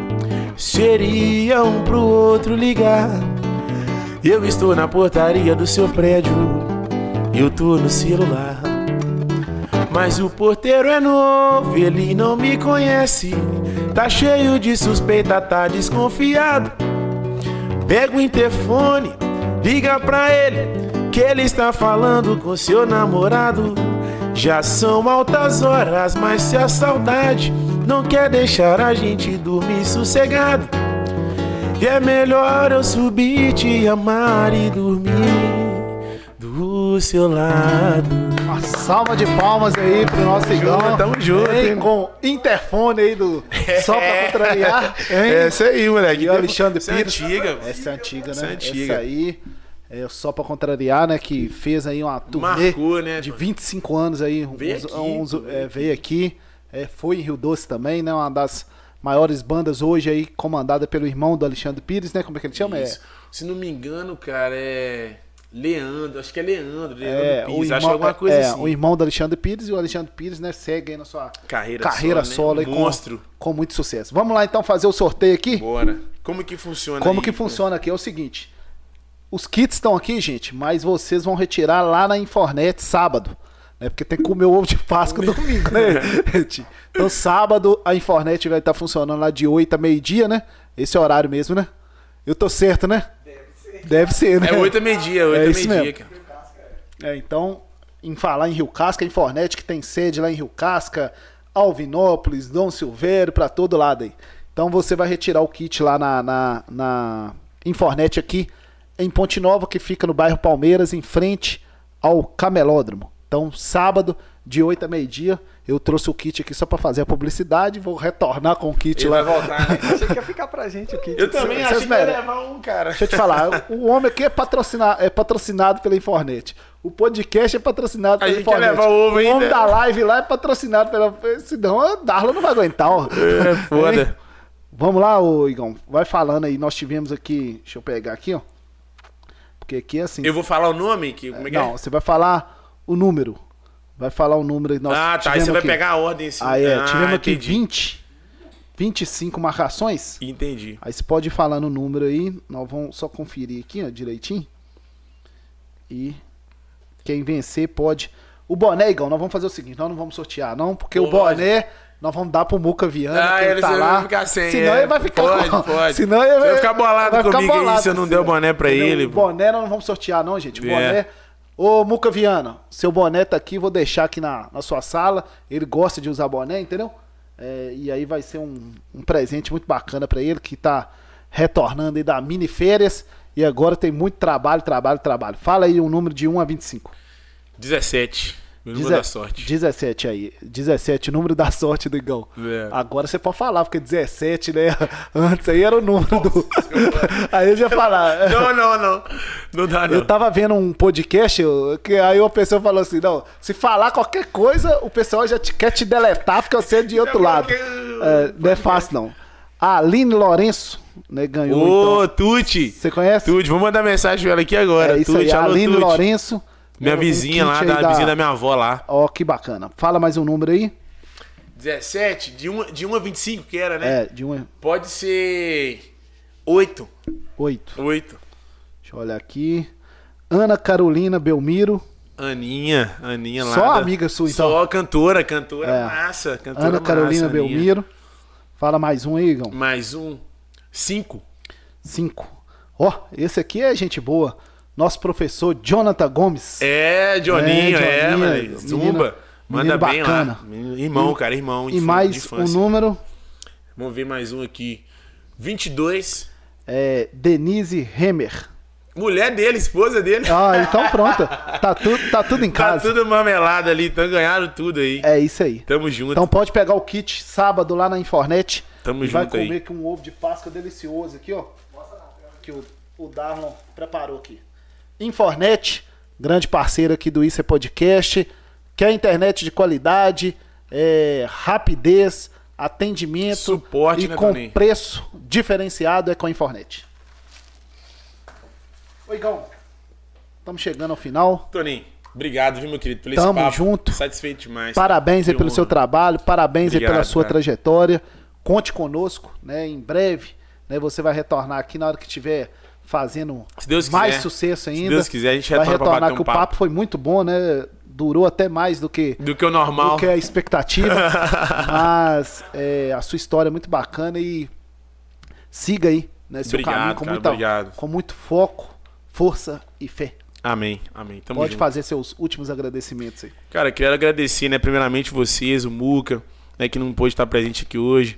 seria um pro outro ligar. Eu estou na portaria do seu prédio, eu tô no celular. Mas o porteiro é novo, ele não me conhece. Tá cheio de suspeita, tá desconfiado. Pega o interfone, liga pra ele, que ele está falando com seu namorado. Já são altas horas, mas se a saudade não quer deixar a gente dormir sossegado, é melhor eu subir, te amar e dormir do seu lado. Uma salva de palmas aí pro nosso Igão. Tamo junto, hein? Com interfone aí do Só Pra Contrariar. Essa aí, moleque. E o Alexandre Pires. Essa é antiga. Essa é antiga, né? Essa é antiga. Essa aí. Só Pra Contrariar, né? Que fez aí uma turnê. Marcou, né, de 25 anos aí. Veio aqui. Foi em Rio Doce também, né? Uma das maiores bandas hoje aí, comandada pelo irmão do Alexandre Pires, né? Como é que ele chama? Se não me engano, cara, é Leandro. Acho que é Leandro Pires. Acho alguma coisa assim. O irmão do Alexandre Pires, e o Alexandre Pires, né? Segue aí na sua carreira solo aí, monstro. Com muito sucesso. Vamos lá então fazer o sorteio aqui? Bora. Como que funciona funciona aqui é o seguinte. Os kits estão aqui, gente, mas vocês vão retirar lá na Infornet sábado, né? Porque tem que comer o ovo de Páscoa domingo, né? Então sábado a Infornet vai estar funcionando lá de 8 a meio-dia, né? Esse é o horário mesmo, né? Eu tô certo, né? Deve ser, né? É 8 a meio-dia, 8 a meio-dia, cara. Então, em falar em Rio Casca, a Infornet que tem sede lá em Rio Casca, Alvinópolis, Dom Silvério, pra todo lado aí. Então você vai retirar o kit lá na Infornet aqui, em Ponte Nova, que fica no bairro Palmeiras, em frente ao Camelódromo. Então, sábado, de 8 a meio-dia, eu trouxe o kit aqui só pra fazer a publicidade, vou retornar com o kit lá. Vai voltar, né? Achei que ia ficar pra gente o kit. Eu também achei que ia levar um, cara. Deixa eu te falar, o homem aqui é patrocinado pela Infornet. O podcast é patrocinado pela Infornet. Quer levar o ovo ainda. O homem da live lá é patrocinado pela... Senão a Darla não vai aguentar, ó. É foda. Vamos lá, ô Igão. Vai falando aí. Nós tivemos aqui... Deixa eu pegar aqui, ó. Porque aqui é assim... Eu vou falar o nome? Como é que Não, você vai falar o número. Vai falar o número. Nós tá. Aí você vai aqui. pegar a ordem. Assim. Tivemos aqui entendi. 25 marcações. Entendi. Aí você pode ir falando o número aí. Nós vamos só conferir aqui, ó, direitinho. E quem vencer pode... O boné, Igão, nós vamos fazer o seguinte. Nós não vamos sortear, não. Porque o boné... Nós vamos dar pro Muca Viana, que ele tá lá. Vai ficar sem, senão ele vai ficar... Pode. Senão ele vai ficar bolado comigo aí se eu não der o boné pra ele. O boné nós não vamos sortear não, gente. O boné... Ô, Muca Viana, seu boné tá aqui, vou deixar aqui na sua sala. Ele gosta de usar boné, entendeu? E aí vai ser um presente muito bacana pra ele, que tá retornando aí da mini férias. E agora tem muito trabalho. Fala aí o número de 1 a 25. 17. Meu número da sorte. 17 aí. 17, o número da sorte do Igão. Agora você pode falar, porque 17, né? Antes aí era o número do... Aí eu já ia falar. Não dá, não. Eu tava vendo um podcast, que aí uma pessoa falou assim, não, se falar qualquer coisa, o pessoal já quer te deletar, porque você é de outro lado. Não é fácil, não. A Aline Lourenço, né, ganhou. Ô, Tuti! Você conhece? Tuti, vou mandar mensagem pra ela aqui agora. É isso aí, a Aline Lourenço. Minha vizinha lá, vizinha da minha avó lá. Ó, que bacana. Fala mais um número aí. 17, de 1 a 25 que era, né? De 1 a... Pode ser 8. 8. Deixa eu olhar aqui. Ana Carolina Belmiro. Aninha lá. Só amiga sua, então? Só cantora massa. Ana Carolina Belmiro. Fala mais um aí, Igão. Mais um. 5. Ó, esse aqui é gente boa. Nosso professor Jonathan Gomes. Joninho, mano. Zumba. Manda bem bacana. Lá. Irmão, cara, irmão. E mais um número. Vamos ver mais um aqui. 22. Denise Hemer. Mulher dele, esposa dele. Então pronto. Tá tudo em casa. Tá tudo mamelado ali, então ganharam tudo aí. É isso aí. Tamo junto. Então pode pegar o kit sábado lá na Infornet. Tamo junto vai aí. comer com um ovo de Páscoa delicioso aqui, ó. Que o Darlon preparou aqui. Infornet, grande parceiro aqui do Isso é Podcast. Quer internet de qualidade, rapidez, atendimento, suporte, e né, com Toninho? Preço diferenciado é com a Infornet. Oi, Igão. Estamos chegando ao final. Toninho, obrigado, viu, meu querido, pelo Tamo esse papo. junto. Satisfeito demais. Parabéns aí pelo seu trabalho, parabéns aí pela sua trajetória. Conte conosco, né? Em breve, né, você vai retornar aqui na hora que tiver fazendo mais sucesso ainda. Se Deus quiser, a gente vai retornar, que o papo foi muito bom, né? Durou até mais do que o normal, do que a expectativa. Mas a sua história é muito bacana e siga aí, né, seu caminho com muito foco, força e fé. Amém. Tamo Pode junto. fazer seus últimos agradecimentos aí. Cara, eu quero agradecer, né, primeiramente vocês, o Muca, né, que não pôde estar presente aqui hoje,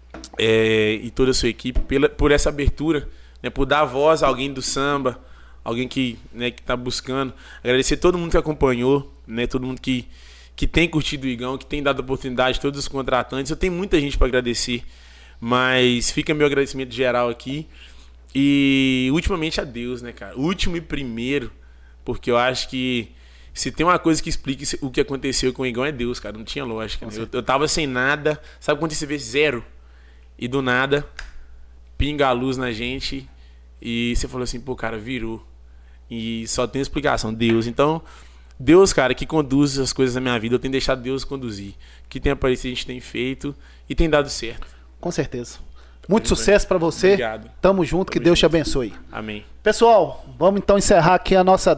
e toda a sua equipe, por essa abertura, né, por dar voz a alguém do samba, alguém que, né, que tá buscando. Agradecer todo mundo que acompanhou, né, todo mundo que tem curtido o Igão, que tem dado oportunidade, todos os contratantes. Eu tenho muita gente para agradecer, mas fica meu agradecimento geral aqui. E ultimamente a Deus, né, cara? Último e primeiro, porque eu acho que se tem uma coisa que explica o que aconteceu com o Igão é Deus, cara. Não tinha lógica. Né? Eu tava sem nada. Sabe quando você vê zero? E do nada, pinga a luz na gente. E você falou assim, pô, cara, virou. E só tem explicação, Deus. Então, Deus, cara, que conduz as coisas na minha vida. Eu tenho deixado Deus conduzir. O que tem aparecido, a gente tem feito. E tem dado certo. Com certeza. Muito sucesso pra você. Obrigado. Tamo junto, que Deus te abençoe. Amém. Pessoal, vamos então encerrar aqui a nosso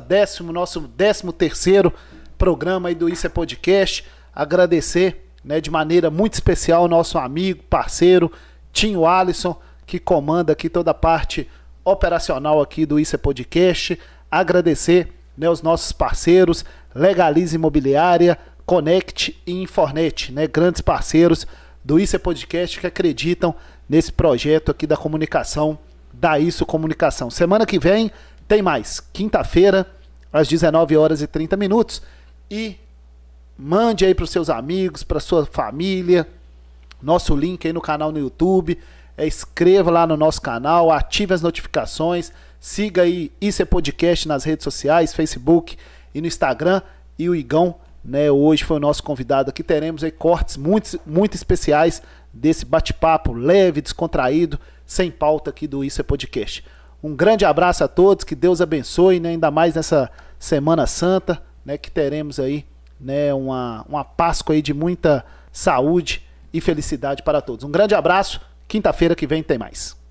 13º programa aí do Isso é Podcast. Agradecer, né, de maneira muito especial o nosso amigo, parceiro, Tinho Alisson, que comanda aqui toda a parte operacional aqui do Isso é Podcast. Agradecer, né, os nossos parceiros, Legalize Imobiliária, Connect e Infornet, né, grandes parceiros do Isso é Podcast que acreditam nesse projeto aqui da comunicação, da Isso Comunicação. Semana que vem tem mais, quinta-feira, às 19h30. E mande aí para os seus amigos, para sua família, nosso link aí no canal no YouTube, inscreva lá no nosso canal, ative as notificações, siga aí Isso é Podcast nas redes sociais, Facebook e no Instagram. E o Igão né, hoje foi o nosso convidado aqui. Teremos aí cortes muito especiais desse bate-papo leve, descontraído, sem pauta aqui do Isso é Podcast. Um grande abraço a todos, que Deus abençoe, né, ainda mais nessa Semana Santa, né, que teremos aí, né, uma Páscoa aí de muita saúde e felicidade para todos. Um grande abraço, quinta-feira que vem tem mais.